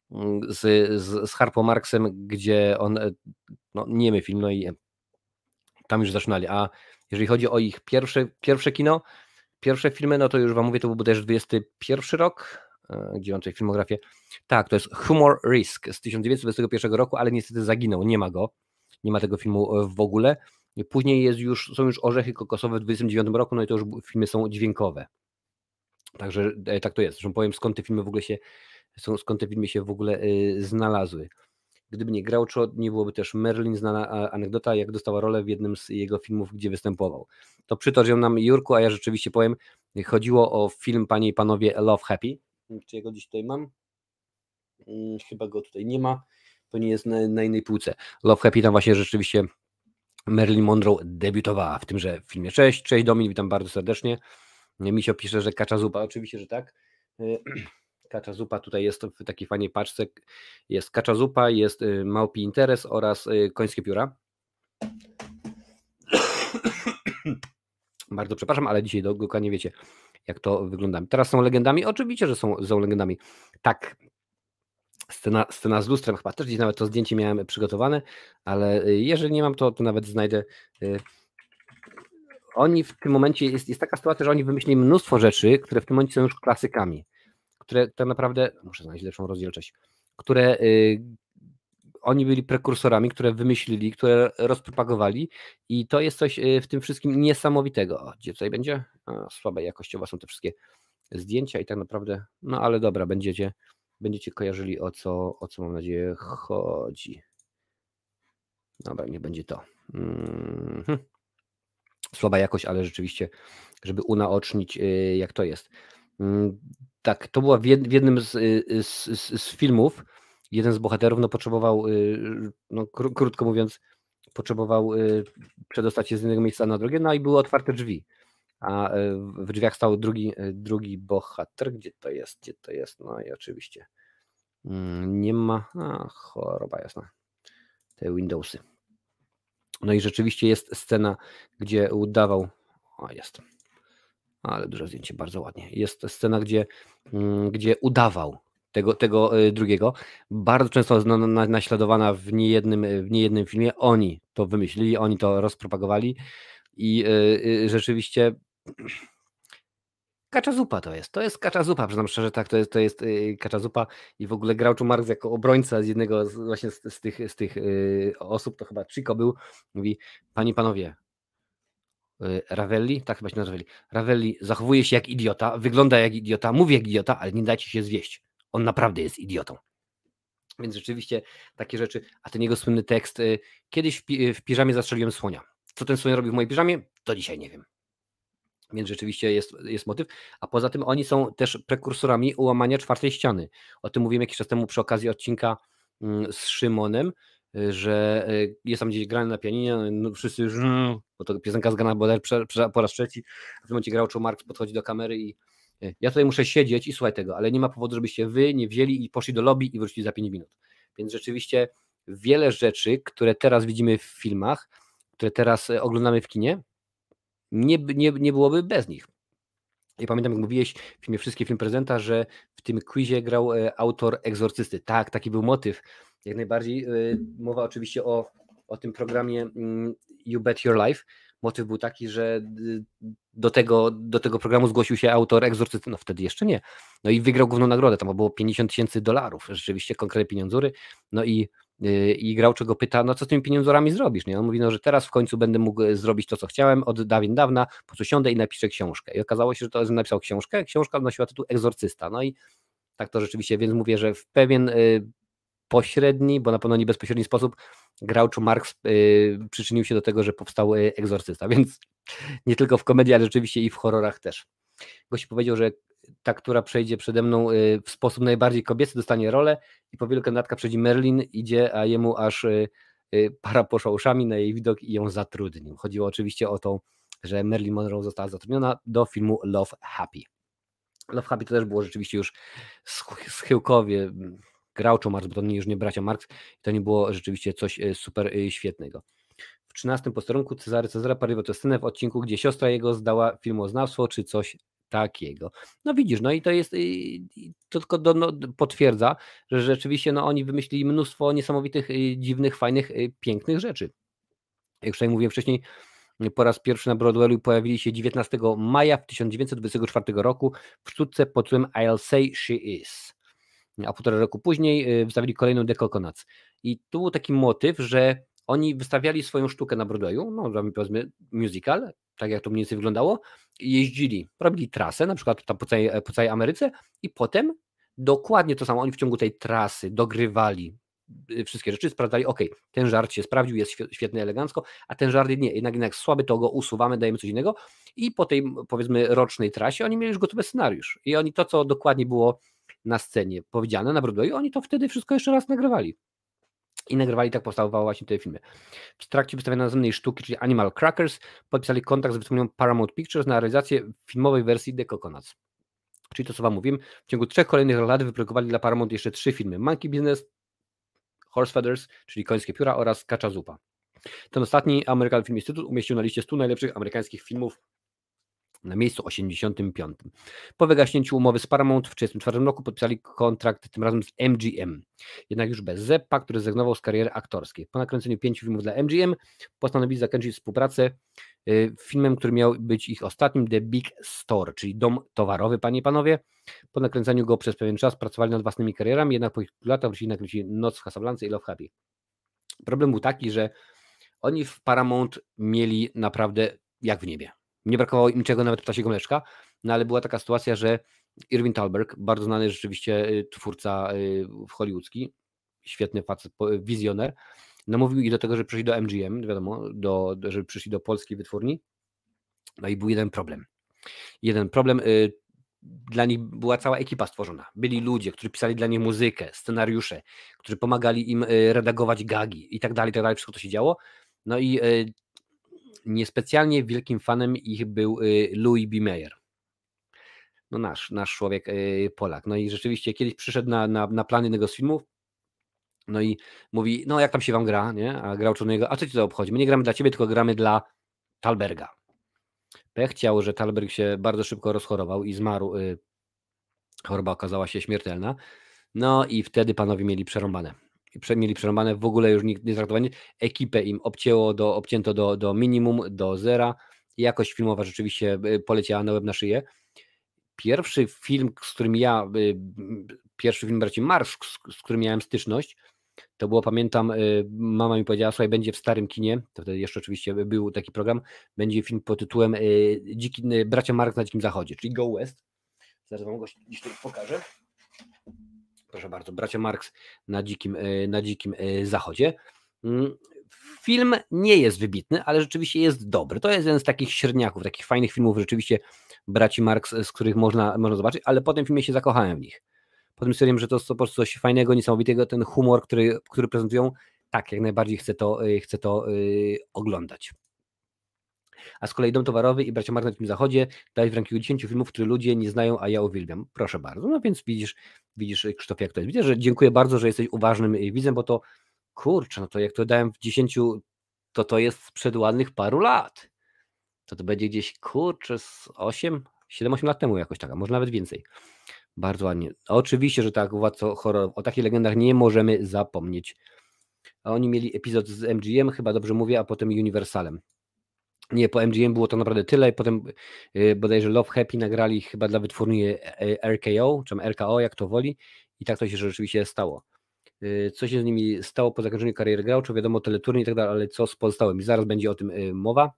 z Harpo Marxem, gdzie on, no niemy film, no i tam już zaczynali, a jeżeli chodzi o ich pierwsze kino, pierwsze filmy, no to już wam mówię, to był bodajże 21 rok, gdzie mam tutaj filmografię, tak, to jest Humor Risk z 1921 roku, ale niestety zaginął, nie ma go, nie ma tego filmu w ogóle. Później są już Orzechy kokosowe w 29 roku, no i to już filmy są dźwiękowe. Także tak to jest, że powiem skąd te filmy się w ogóle znalazły. Gdyby nie Groucho, nie byłoby też Merlin, znana anegdota, jak dostała rolę w jednym z jego filmów, gdzie występował. To przytocz ją nam Jurku, a ja rzeczywiście powiem, chodziło o film, panie i panowie, Love Happy. Czy ja go gdzieś tutaj mam? Chyba go tutaj nie ma, to nie jest na innej półce. Love Happy, tam właśnie rzeczywiście Marilyn Monroe debiutowała w tymże filmie. Cześć Domin, witam bardzo serdecznie. Misio pisze, że kacza zupa, oczywiście, że tak. Kacza zupa tutaj jest w takiej fajnej paczce. Jest kacza zupa, jest małpi interes oraz końskie pióra. Bardzo przepraszam, ale dzisiaj dokładnie wiecie, jak to wygląda. Teraz są legendami? Oczywiście, że są legendami. Tak, scena z lustrem, chyba też gdzieś nawet to zdjęcie miałem przygotowane, ale jeżeli nie mam, to nawet znajdę. Oni w tym momencie, jest taka sytuacja, że oni wymyślili mnóstwo rzeczy, które w tym momencie są już klasykami, które tak naprawdę, muszę znaleźć lepszą rozdzielczość, które oni byli prekursorami, które wymyślili, które rozpropagowali i to jest coś w tym wszystkim niesamowitego. Gdzie tutaj będzie? Słabej jakościowo są te wszystkie zdjęcia i tak naprawdę, no ale dobra, będziecie kojarzyli o co mam nadzieję chodzi. Dobra, nie będzie to. Słaba jakość, ale rzeczywiście, żeby unaocznić, jak to jest. Tak, to była w jednym z filmów, jeden z bohaterów potrzebował, krótko mówiąc, potrzebował przedostać się z jednego miejsca na drugie, no i były otwarte drzwi, a w drzwiach stał drugi bohater. Gdzie to jest? No i oczywiście nie ma, choroba jasna, te Windowsy. No i rzeczywiście jest scena, gdzie udawał, jest, ale duże zdjęcie, bardzo ładnie, jest scena, gdzie udawał tego drugiego, bardzo często naśladowana w niejednym filmie, oni to wymyślili, oni to rozpropagowali i rzeczywiście kacza zupa to jest kacza zupa, przyznam szczerze, tak, to jest kacza zupa i w ogóle Groucho Marx jako obrońca z jednego właśnie z tych osób, to chyba Chico był, mówi, panie i panowie, Ravelli, tak chyba się nazywa, Ravelli zachowuje się jak idiota, wygląda jak idiota, mówi jak idiota, ale nie dajcie się zwieść, on naprawdę jest idiotą. Więc rzeczywiście takie rzeczy, a ten jego słynny tekst, kiedyś w piżamie zastrzeliłem słonia. Co ten słoń robi w mojej piżamie? Do dzisiaj nie wiem. Więc rzeczywiście jest motyw, a poza tym oni są też prekursorami łamania czwartej ściany. O tym mówiłem jakiś czas temu przy okazji odcinka z Szymonem, że jest tam gdzieś grany na pianinie, no wszyscy już, bo to piosenka zgrana po raz trzeci, w tym momencie Groucho Marx podchodzi do kamery i ja tutaj muszę siedzieć i słuchaj tego, ale nie ma powodu, żebyście wy nie wzięli i poszli do lobby i wrócili za 5 minut. Więc rzeczywiście wiele rzeczy, które teraz widzimy w filmach, które teraz oglądamy w kinie, nie byłoby bez nich. I pamiętam, jak mówiłeś w filmie Wszystkie Film Prezydenta, że w tym quizie grał autor Egzorcysty. Tak, taki był motyw. Jak najbardziej. Mowa oczywiście o tym programie You Bet Your Life. Motyw był taki, że do tego programu zgłosił się autor Egzorcysty. No wtedy jeszcze nie. No i wygrał główną nagrodę. Tam było $50,000. Rzeczywiście konkretne pieniądzury. No i Groucho go pyta, no co z tymi pieniądzurami zrobisz? Nie? On mówi, no że teraz w końcu będę mógł zrobić to, co chciałem od dawien dawna, po co siądę i napiszę książkę. I okazało się, że to napisał książkę. Książka nosiła tytuł Egzorcysta. No i tak to rzeczywiście, więc mówię, że w pewien pośredni, bo na pewno nie bezpośredni sposób Groucho Marx przyczynił się do tego, że powstał Egzorcysta, więc nie tylko w komedii, ale rzeczywiście i w horrorach też. Gość powiedział, że ta, która przejdzie przede mną w sposób najbardziej kobiecy, dostanie rolę i po wielu kandydatka przychodzi Merlin, idzie, a jemu aż para poszła uszami na jej widok i ją zatrudnił. Chodziło oczywiście o to, że Marilyn Monroe została zatrudniona do filmu Love Happy. Love Happy to też było rzeczywiście już schyłkowie, Groucho Marx, bo to już nie bracia Marx, to nie było rzeczywiście coś super świetnego. W 13 posterunku Cezara parywał tę scenę w odcinku, gdzie siostra jego zdała filmoznawstwo czy coś takiego. No widzisz, no i to jest, to tylko potwierdza, że rzeczywiście oni wymyślili mnóstwo niesamowitych, dziwnych, fajnych, pięknych rzeczy. Jak już tutaj mówiłem wcześniej, po raz pierwszy na Broadwayu pojawili się 19 maja 1924 roku w sztuce pod tytułem I'll Say She Is. A 1,5 roku później wystawili kolejną The Coconuts. I tu był taki motyw, że oni wystawiali swoją sztukę na Broadwayu, powiedzmy musical, tak jak to mniej więcej wyglądało, jeździli, robili trasę, na przykład tam po całej Ameryce i potem dokładnie to samo, oni w ciągu tej trasy dogrywali wszystkie rzeczy, sprawdzali, ten żart się sprawdził, jest świetny, elegancko, a ten żart nie, jednak słaby, to go usuwamy, dajemy coś innego i po tej, powiedzmy, rocznej trasie oni mieli już gotowy scenariusz i oni to, co dokładnie było na scenie powiedziane na Broadwayu, oni to wtedy wszystko jeszcze raz nagrywali. I nagrywali, tak powstawały właśnie te filmy. W trakcie wystawiania następnej sztuki, czyli Animal Crackers, podpisali kontrakt z wytwórnią Paramount Pictures na realizację filmowej wersji The Coconuts. Czyli to, co wam mówiłem, w ciągu 3 kolejnych lat wyprodukowali dla Paramount jeszcze 3 filmy. Monkey Business, Horse Feathers, czyli Końskie pióra oraz Kacza zupa. Ten ostatni American Film Institute umieścił na liście 100 najlepszych amerykańskich filmów na miejscu 85. Po wygaśnięciu umowy z Paramount w 1934 roku podpisali kontrakt tym razem z MGM. Jednak już bez Zeppa, który zrezygnował z kariery aktorskiej. Po nakręceniu 5 filmów dla MGM postanowili zakończyć współpracę filmem, który miał być ich ostatnim, The Big Store, czyli dom towarowy, panie i panowie. Po nakręceniu go przez pewien czas pracowali nad własnymi karierami, jednak po kilku latach wrócili nakręcili Noc w Casablance i Love Happy. Problem był taki, że oni w Paramount mieli naprawdę jak w niebie. Nie brakowało im niczego, nawet ptasiego mleczka, no ale była taka sytuacja, że Irving Thalberg, bardzo znany rzeczywiście twórca hollywoodzki, świetny facet, wizjoner, namówił ich do tego, że przyszli do MGM, wiadomo, żeby przyszli do polskiej wytwórni. No i był jeden problem. Dla nich była cała ekipa stworzona. Byli ludzie, którzy pisali dla nich muzykę, scenariusze, którzy pomagali im redagować gagi i tak dalej, wszystko to się działo. No i niespecjalnie wielkim fanem ich był Louis B. Mayer. No nasz człowiek, Polak. No i rzeczywiście kiedyś przyszedł na plan jednego z filmów, no i mówi, no jak tam się wam gra, nie? A grał człowiek, a co ci to obchodzi? My nie gramy dla ciebie, tylko gramy dla Thalberga. Pech chciał, że Thalberg się bardzo szybko rozchorował i zmarł. Choroba okazała się śmiertelna. No i wtedy panowie mieli przerąbane. Mieli przerąbane, w ogóle już nikt nie traktowali. Ekipę im obcięto do minimum, do zera. Jakość filmowa rzeczywiście poleciała na łeb na szyję. Pierwszy film braci Marx, z którym miałem styczność, to było, pamiętam, mama mi powiedziała, słuchaj, będzie w starym kinie, to wtedy jeszcze oczywiście był taki program, będzie film pod tytułem Bracia Marx na Dzikim Zachodzie, czyli Go West. Zaraz wam go gdzieś tu pokażę. Proszę bardzo, Bracia Marx na Dzikim Zachodzie. Film nie jest wybitny, ale rzeczywiście jest dobry. To jest jeden z takich średniaków, takich fajnych filmów rzeczywiście braci Marx, z których można zobaczyć, ale po tym filmie się zakochałem w nich. Potem stwierdziłem, że to jest po prostu coś fajnego, niesamowitego, ten humor, który prezentują, tak, jak najbardziej chcę to oglądać. A z kolei Dom Towarowy i Bracia Marx na Dzikim Zachodzie dali w rankingu 10 filmów, które ludzie nie znają, a ja uwielbiam. Proszę bardzo. No więc widzisz Krzysztof, jak to jest. Widzę, że dziękuję bardzo, że jesteś uważnym widzem, bo to kurczę, no to jak to dałem w 10, to jest sprzed ładnych paru lat. To będzie gdzieś, kurczę, z 7-8 lat temu jakoś taka, może nawet więcej. Bardzo ładnie. Oczywiście, że tak, Władco Horror, o takich legendach nie możemy zapomnieć. A oni mieli epizod z MGM, chyba dobrze mówię, a potem Universalem. Nie, po MGM było to naprawdę tyle, potem bodajże Love Happy nagrali chyba dla wytwórni RKO, czy RKO, jak to woli, i tak to się rzeczywiście stało. Co się z nimi stało po zakończeniu kariery grałczo, wiadomo, teleturniej i tak dalej, ale co z pozostałymi? Zaraz będzie o tym mowa.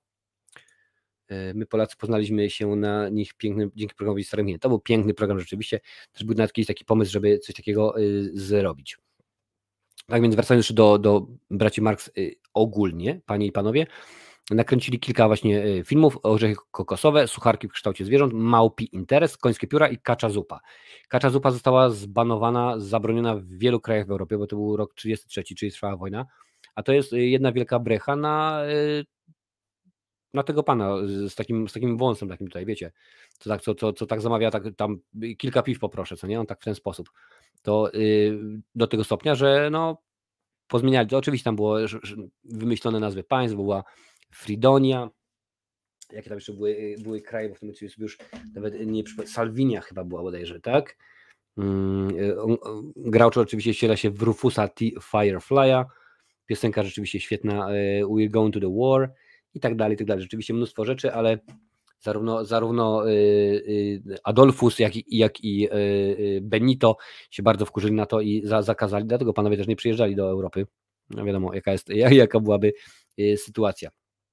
My Polacy poznaliśmy się na nich dzięki programowi Starym Kinie. To był piękny program rzeczywiście, też był nawet jakiś taki pomysł, żeby coś takiego zrobić. Tak więc wracając jeszcze do braci Marx ogólnie, panie i panowie, nakręcili kilka właśnie filmów: Orzechy kokosowe, Sucharki w kształcie zwierząt, Małpi interes, Końskie pióra i Kacza zupa. Kacza zupa została zbanowana, zabroniona w wielu krajach w Europie, bo to był rok 1933, czyli trwała wojna, a to jest jedna wielka brecha na tego pana z takim wąsem, takim tutaj, wiecie, co tak zamawia, tak tam kilka piw poproszę, co nie? On tak w ten sposób. To do tego stopnia, że no pozmieniali, to oczywiście tam było wymyślone nazwy państw, była Fridonia, jakie tam jeszcze były kraje, bo w tym momencie sobie już nawet nie przypomnę, Salvinia chyba była bodajże, tak? Groucho oczywiście wciela się w Rufusa T. Firefly'a, piosenka rzeczywiście świetna, We're Going to the War i tak dalej, rzeczywiście mnóstwo rzeczy, ale zarówno Adolfus, jak i Benito się bardzo wkurzyli na to i zakazali, dlatego panowie też nie przyjeżdżali do Europy. No wiadomo, jaka byłaby sytuacja.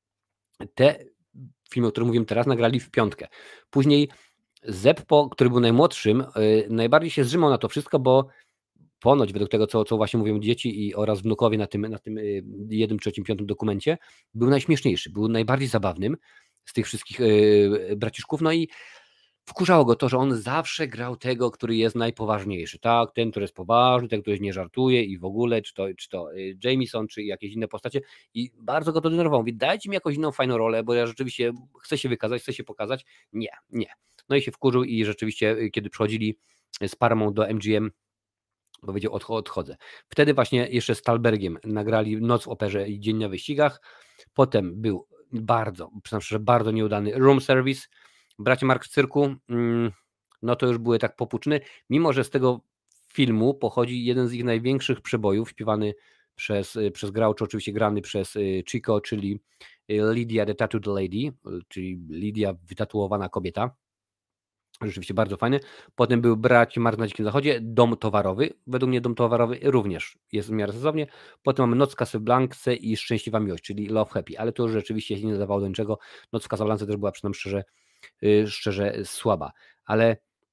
Te filmy, o których mówimy teraz, nagrali w piątkę. Później Zeppo, który był najmłodszym, najbardziej się zrzymał na to wszystko, bo ponoć według tego, co właśnie mówią dzieci oraz wnukowie na tym 1, 3, 5 dokumencie, był najśmieszniejszy, był najbardziej zabawnym z tych wszystkich braciszków, no i wkurzało go to, że on zawsze grał tego, który jest najpoważniejszy, tak, ten, który jest poważny, ten, który nie żartuje i w ogóle, czy to Jameson, czy jakieś inne postacie i bardzo go to denerwowało. Mówi, dajcie mi jakąś inną fajną rolę, bo ja rzeczywiście chcę się wykazać, chcę się pokazać. Nie. No i się wkurzył i rzeczywiście, kiedy przychodzili z Paramount do MGM, powiedział, odchodzę. Wtedy właśnie jeszcze z Thalbergiem nagrali Noc w operze i Dzień na wyścigach. Potem był przyznam szczerze, bardzo nieudany Room Service. Bracia Marx w cyrku, no to już były tak popłuczny, mimo że z tego filmu pochodzi jeden z ich największych przebojów, śpiewany przez Groucho, oczywiście grany przez Chico, czyli Lydia the Tattooed Lady, czyli Lidia wytatuowana kobieta. Rzeczywiście bardzo fajny. Potem był Braci Marx na Dzikim Zachodzie, Dom Towarowy. Według mnie Dom Towarowy również jest w miarę sensownie. Potem mamy Noc w Casablanca i Szczęśliwa Miłość, czyli Love Happy, ale to już rzeczywiście się nie nadawało do niczego. Noc w Casablanca też była przynajmniej szczerze słaba, ale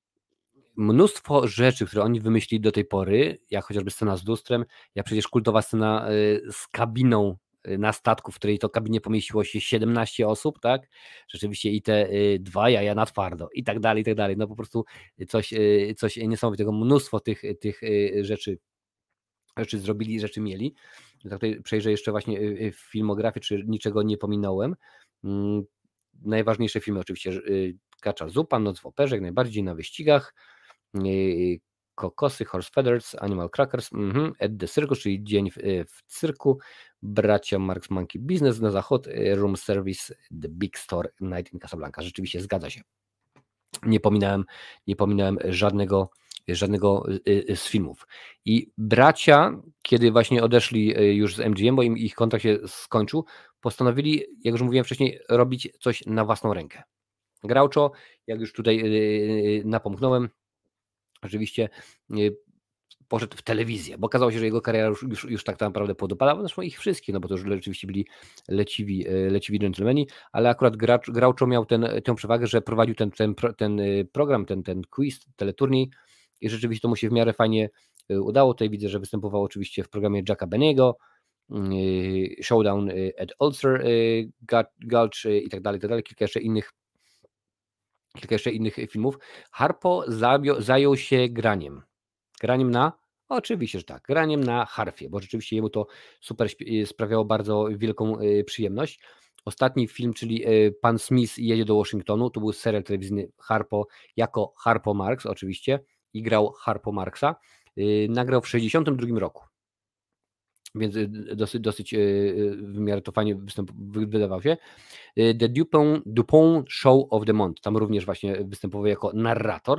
mnóstwo rzeczy, które oni wymyślili do tej pory, jak chociażby scena z lustrem, jak przecież kultowa scena z kabiną na statku, w której to kabinie pomieściło się 17 osób, tak? Rzeczywiście i te 2 jaja na twardo i tak dalej, no po prostu coś niesamowitego, mnóstwo tych rzeczy zrobili, rzeczy mieli. Tak tutaj przejrzę jeszcze właśnie filmografię, czy niczego nie pominąłem. Najważniejsze filmy oczywiście Kacza Zupa, Noc w operze, jak najbardziej na wyścigach, Kokosy, Horse Feathers, Animal Crackers, Ed the Circus, czyli Dzień w cyrku, Bracia Marx Monkey Business na zachód, Room Service, The Big Store, Night in Casablanca. Rzeczywiście zgadza się. Nie pominąłem żadnego z filmów. I bracia, kiedy właśnie odeszli już z MGM, bo ich kontrakt się skończył, postanowili, jak już mówiłem wcześniej, robić coś na własną rękę. Groucho, jak już tutaj napomknąłem, oczywiście poszedł w telewizję, bo okazało się, że jego kariera już tak naprawdę podopadała, zresztą ich wszystkich, no bo to już rzeczywiście byli leciwi dżentelmeni, ale akurat Groucho miał tę przewagę, że prowadził ten program, ten quiz, teleturniej i rzeczywiście to mu się w miarę fajnie udało. Tutaj widzę, że występował oczywiście w programie Jacka Bennego, Showdown at Ulster Gulch i tak dalej, kilka jeszcze innych filmów. Harpo zajął się graniem. Graniem oczywiście, że tak, graniem na harfie, bo rzeczywiście jemu to super sprawiało bardzo wielką przyjemność. Ostatni film, czyli Pan Smith jedzie do Waszyngtonu, to był serial telewizyjny Harpo, jako Harpo Marx oczywiście i grał Harpo Marxa. Nagrał w 1962 roku. Więc dosyć w miarę to fajnie wydawał się. The Dupont Show of the Month, tam również właśnie występował jako narrator.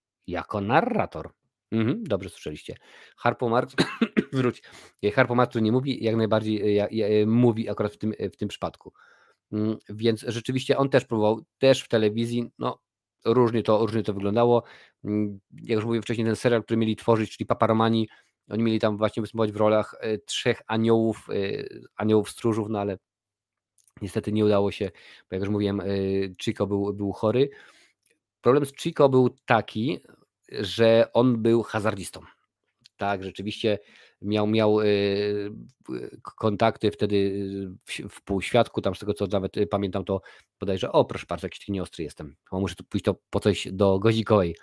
Dobrze słyszeliście. Harpo Marx, Harpo Marx tu nie mówi, jak najbardziej mówi akurat w tym przypadku. Więc rzeczywiście on też próbował, też w telewizji, no różnie to wyglądało. Jak już mówiłem wcześniej, ten serial, który mieli tworzyć, czyli Papa Romani, oni mieli tam właśnie występować w rolach 3 aniołów stróżów, no ale niestety nie udało się, bo jak już mówiłem, Chico był chory. Problem z Chico był taki, że on był hazardzistą. Tak, rzeczywiście miał kontakty wtedy w półświadku, tam z tego co nawet pamiętam, to bodajże, proszę bardzo, jakiś taki nieostry jestem, muszę tu pójść po coś do Gozikowej.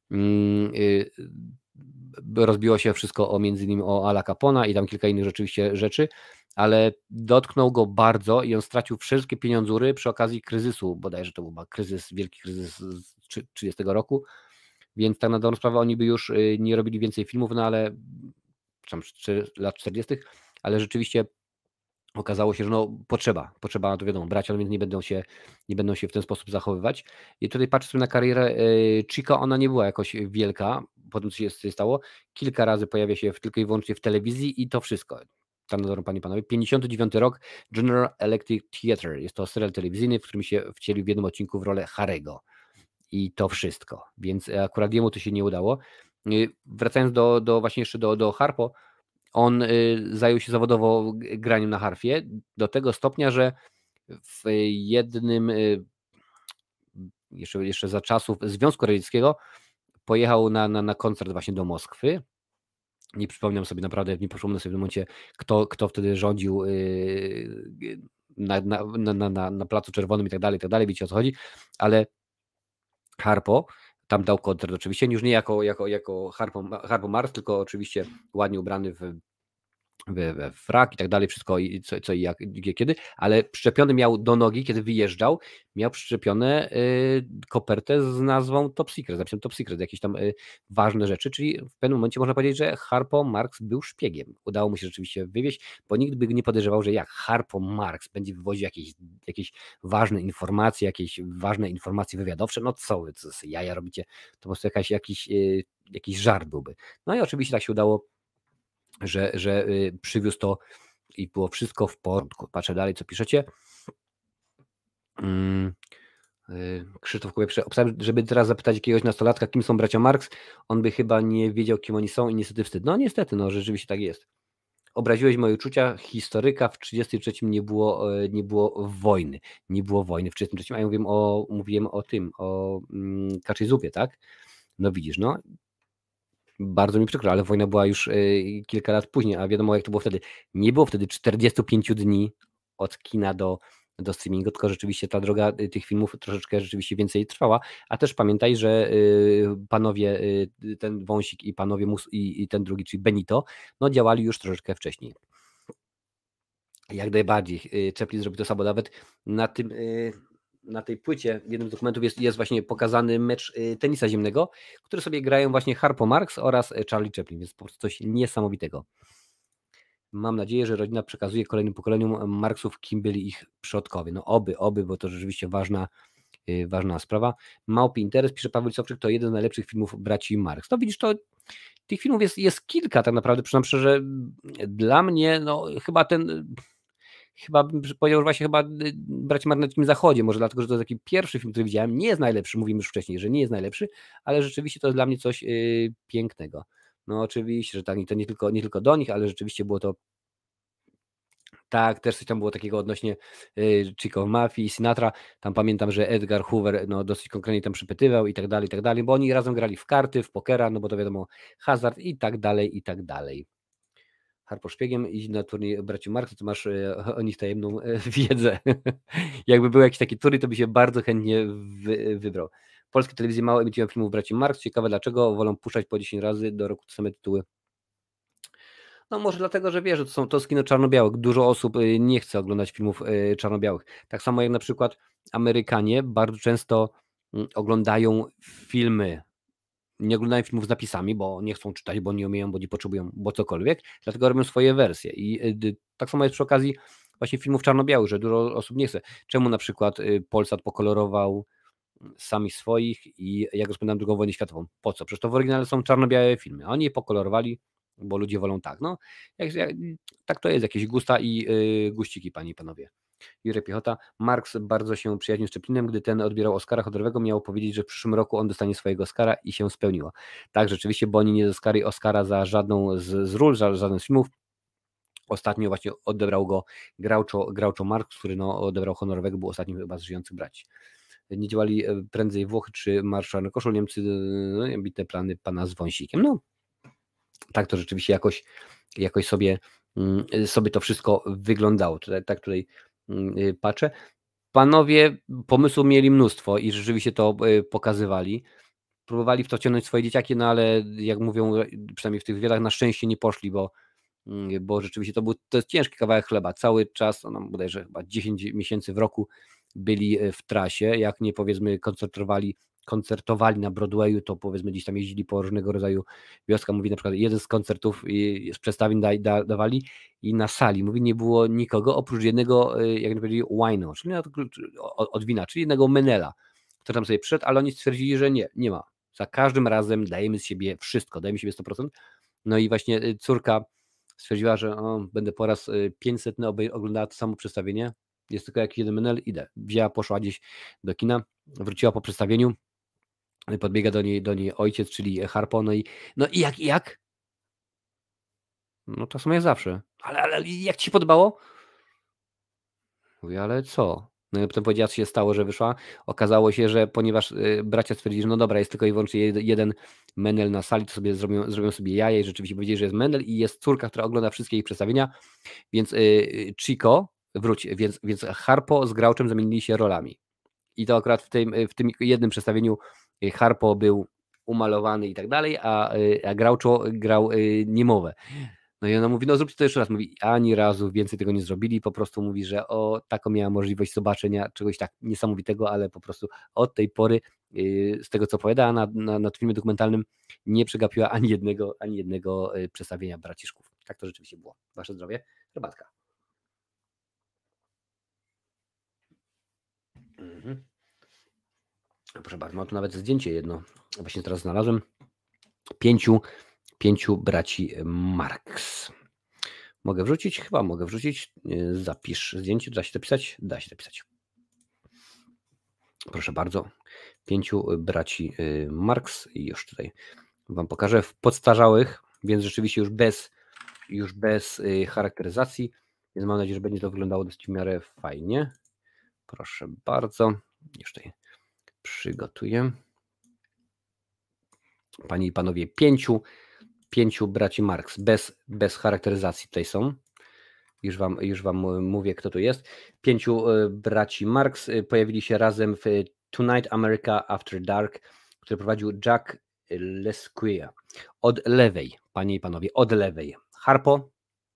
Rozbiło się wszystko między innymi o Ala Capona i tam kilka innych rzeczywiście rzeczy, ale dotknął go bardzo i on stracił wszystkie pieniądzury przy okazji kryzysu, bodajże to był wielki kryzys z 30 roku, więc tak na dobrą sprawę oni by już nie robili więcej filmów, no ale lat 40., ale rzeczywiście okazało się, że no potrzeba, to wiadomo, bracia, no więc nie będą się w ten sposób zachowywać. I tutaj patrzę sobie na karierę Chico, ona nie była jakoś wielka, po tym co się stało. Kilka razy pojawia się tylko i wyłącznie w telewizji i to wszystko. Tam na panie i panowie. 59 rok, General Electric Theatre. Jest to serial telewizyjny, w którym się wcielił w jednym odcinku w rolę Harego. I to wszystko. Więc akurat jemu to się nie udało. Wracając właśnie jeszcze do Harpo, on zajął się zawodowo graniem na harfie do tego stopnia, że w jednym jeszcze za czasów Związku Radzieckiego pojechał na koncert właśnie do Moskwy. Nie przypomniałem sobie naprawdę, nie przypomnę sobie w tym momencie, kto wtedy rządził na Placu Czerwonym i tak dalej, wiecie o co chodzi, ale Harpo tam dał koncert oczywiście, już nie jako Harpo Marx, tylko oczywiście ładnie ubrany we frak i tak dalej, wszystko i co i jak, kiedy, ale przyczepiony miał do nogi, kiedy wyjeżdżał, miał przyczepione kopertę z nazwą Top Secret, zapisem Top Secret, jakieś tam ważne rzeczy, czyli w pewnym momencie można powiedzieć, że Harpo Marx był szpiegiem. Udało mu się rzeczywiście wywieźć, bo nikt by nie podejrzewał, że jak Harpo Marx będzie wywoził jakieś ważne informacje wywiadowcze, no co wy, co sobie jaja robicie, to po prostu jakiś żart byłby. No i oczywiście tak się udało, że przywiózł to i było wszystko w porządku. Patrzę dalej, co piszecie. Krzysztof Kłębsze, żeby teraz zapytać jakiegoś nastolatka, kim są bracia Marx, on by chyba nie wiedział, kim oni są i niestety wstyd. No niestety, no rzeczywiście tak jest. Obraziłeś moje uczucia historyka, w 1933 nie było wojny. Nie było wojny w 1933, a ja mówiłem o tym, o kaczej zupie, tak? No widzisz, no. Bardzo mi przykro, ale wojna była już kilka lat później, a wiadomo jak to było wtedy. Nie było wtedy 45 dni od kina do streamingu, tylko rzeczywiście ta droga tych filmów troszeczkę rzeczywiście więcej trwała, a też pamiętaj, że panowie, ten Wąsik i panowie i ten drugi, czyli Benito, no działali już troszeczkę wcześniej. Jak najbardziej. Chaplin zrobił to samo, nawet na tej płycie, w jednym z dokumentów jest właśnie pokazany mecz tenisa ziemnego, który sobie grają właśnie Harpo Marx oraz Charlie Chaplin, więc po prostu coś niesamowitego. Mam nadzieję, że rodzina przekazuje kolejnym pokoleniom Marksów, kim byli ich przodkowie. No oby, bo to rzeczywiście ważna sprawa. Małpi Interes, pisze Paweł Lisowczyk, to jeden z najlepszych filmów braci Marx. No widzisz, to tych filmów jest kilka tak naprawdę, przyznam szczerze, dla mnie no chyba bym powiedział, że właśnie braci Marx na Dzikim Zachodzie, może dlatego, że to jest taki pierwszy film, który widziałem, nie jest najlepszy, mówimy już wcześniej, że nie jest najlepszy, ale rzeczywiście to jest dla mnie coś pięknego. No oczywiście, że tak, i to nie tylko do nich, ale rzeczywiście było to tak, też coś tam było takiego odnośnie Chico Mafii, Sinatra, tam pamiętam, że Edgar Hoover no, dosyć konkretnie tam przypytywał i tak dalej, bo oni razem grali w karty, w pokera, no bo to wiadomo, hazard i tak dalej. Harpo szpiegiem i na turniej braci Marx, to masz o nich tajemną wiedzę. Jakby był jakiś taki turniej, to by się bardzo chętnie wybrał. Polskie telewizje mało emitują filmów braci Marx. Ciekawe dlaczego wolą puszczać po 10 razy do roku te same tytuły. No może dlatego, że wiesz, że to jest kino czarno-białe. Dużo osób nie chce oglądać filmów czarno-białych. Tak samo jak na przykład Amerykanie bardzo często oglądają filmy, nie oglądają filmów z napisami, bo nie chcą czytać, bo nie umieją, bo nie potrzebują, bo cokolwiek, dlatego robią swoje wersje. I tak samo jest przy okazji właśnie filmów czarno-białych, że dużo osób nie chce. Czemu na przykład Polsat pokolorował sami swoich i jak rozpędzam II wojnę światową? Po co? Przecież to w oryginale są czarno-białe filmy. Oni je pokolorowali, bo ludzie wolą tak. No, tak to jest, jakieś gusta i guściki, panie i panowie. Jurek Piechota. Marx bardzo się przyjaźnił z Chaplinem, gdy ten odbierał Oscara honorowego, miał powiedzieć, że w przyszłym roku on dostanie swojego Oscara i się spełniło. Tak, rzeczywiście, bo oni nie dostali Oscara za żadną z ról, za żaden z filmów. Ostatnio właśnie odebrał go Groucho Marx, który no, odebrał honorowego, był ostatnim chyba z żyjących braci. Nie działali prędzej Włochy czy Marsz Czarny Koszul, Niemcy, ambitne plany pana z Wąsikiem. No, tak to rzeczywiście jakoś sobie to wszystko wyglądało. Tutaj patrzę. Panowie pomysłu mieli mnóstwo i rzeczywiście to pokazywali. Próbowali w to wciągnąć swoje dzieciaki, no ale jak mówią, przynajmniej w tych wywiadach, na szczęście nie poszli, bo rzeczywiście to jest ciężki kawałek chleba. Cały czas, no bodajże chyba 10 miesięcy w roku byli w trasie, jak nie powiedzmy koncentrowali koncertowali na Broadwayu, to powiedzmy gdzieś tam jeździli po różnego rodzaju wioskach. Mówi na przykład jeden z koncertów z przedstawień dawali i na sali, mówi, nie było nikogo oprócz jednego, jak to powiedzieli, wino, czyli od wina, czyli jednego menela, który tam sobie przyszedł, ale oni stwierdzili, że nie ma. Za każdym razem dajemy z siebie wszystko, dajemy z siebie 100%. No i właśnie córka stwierdziła, że będę po raz 500 oglądała to samo przedstawienie, jest tylko jakiś jeden menel, idę. Wzięła, poszła gdzieś do kina, wróciła po przedstawieniu, podbiega do niej ojciec, czyli Harpo, no i jak? No to samo jak zawsze. Ale jak ci się podobało? Mówię, ale co? No i potem powiedziała, co się stało, że wyszła. Okazało się, że ponieważ bracia stwierdzili, że no dobra, jest tylko i wyłącznie jeden menel na sali, to sobie zrobią sobie jaja i rzeczywiście powiedzieli, że jest menel i jest córka, która ogląda wszystkie ich przedstawienia, więc Chico, więc Harpo z Grouchem zamienili się rolami. I to akurat w tym jednym przedstawieniu Harpo był umalowany i tak dalej, a Groucho grał niemowę. No i ona mówi, no zróbcie to jeszcze raz. Mówi, ani razu więcej tego nie zrobili, po prostu mówi, że taką miała możliwość zobaczenia czegoś tak niesamowitego, ale po prostu od tej pory, z tego co opowiadała na filmie dokumentalnym, nie przegapiła ani jednego przedstawienia braciszków. Tak to rzeczywiście było. Wasze zdrowie, herbatka. Proszę bardzo, mam tu nawet zdjęcie jedno, właśnie teraz znalazłem. Pięciu braci Marx. Mogę wrzucić? Chyba mogę wrzucić. Zapisz zdjęcie. Da się to pisać? Da się to pisać. Proszę bardzo. 5 braci Marx i już tutaj wam pokażę w podstarzałych, więc rzeczywiście już bez charakteryzacji, więc mam nadzieję, że będzie to wyglądało dosyć w miarę fajnie. Proszę bardzo. Już tutaj przygotuję. Panie i panowie, pięciu braci Marx bez charakteryzacji tutaj są. Już wam mówię, kto tu jest. 5 braci Marx pojawili się razem w Tonight America After Dark, który prowadził Jack Lesquia. Od lewej, panie i panowie, od lewej Harpo,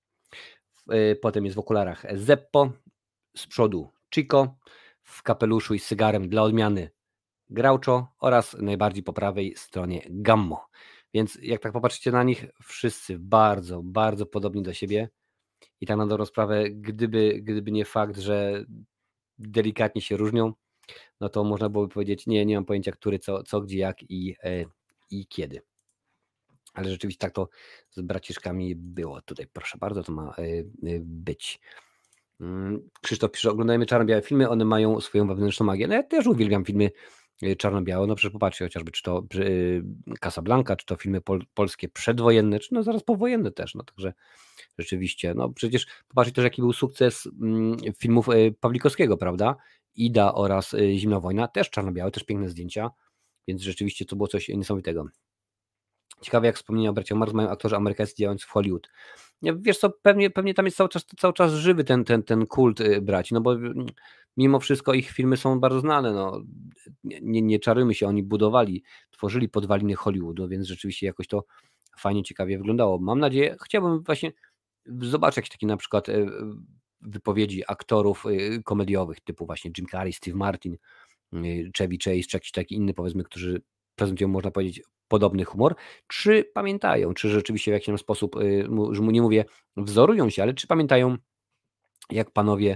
potem jest w okularach Zeppo, z przodu Chico, w kapeluszu i z cygarem dla odmiany Groucho oraz najbardziej po prawej stronie Gammo. Więc jak tak popatrzycie na nich, wszyscy bardzo, bardzo podobni do siebie. I tak na dobrą sprawę, gdyby nie fakt, że delikatnie się różnią, no to można byłoby powiedzieć, nie mam pojęcia, który co gdzie, jak i kiedy. Ale rzeczywiście tak to z braciszkami było. Tutaj proszę bardzo, to ma być. Krzysztof pisze, oglądajmy czarno-białe filmy, one mają swoją wewnętrzną magię. No ja też uwielbiam filmy czarno-białe, no przecież popatrzcie chociażby, czy to Casablanca, czy to filmy polskie przedwojenne, czy no zaraz powojenne też, no także rzeczywiście, no przecież popatrzcie też, jaki był sukces filmów Pawlikowskiego, prawda? Ida oraz Zimna wojna, też czarno-białe, też piękne zdjęcia, więc rzeczywiście to było coś niesamowitego. Ciekawe, jak wspomnienia o braciach Marx mają aktorzy amerykańscy działający w Hollywood. Wiesz co, pewnie tam jest cały czas żywy ten kult braci, no bo mimo wszystko ich filmy są bardzo znane, no nie czarujmy się, oni tworzyli podwaliny Hollywoodu, więc rzeczywiście jakoś to fajnie, ciekawie wyglądało. Mam nadzieję, chciałbym właśnie zobaczyć jakieś takie na przykład wypowiedzi aktorów komediowych, typu właśnie Jim Carrey, Steve Martin, Chevy Chase, czy jakiś taki inny, powiedzmy, którzy prezentują, można powiedzieć, podobny humor, czy pamiętają, czy rzeczywiście w jakiś sposób, że mu nie mówię, wzorują się, ale czy pamiętają, jak panowie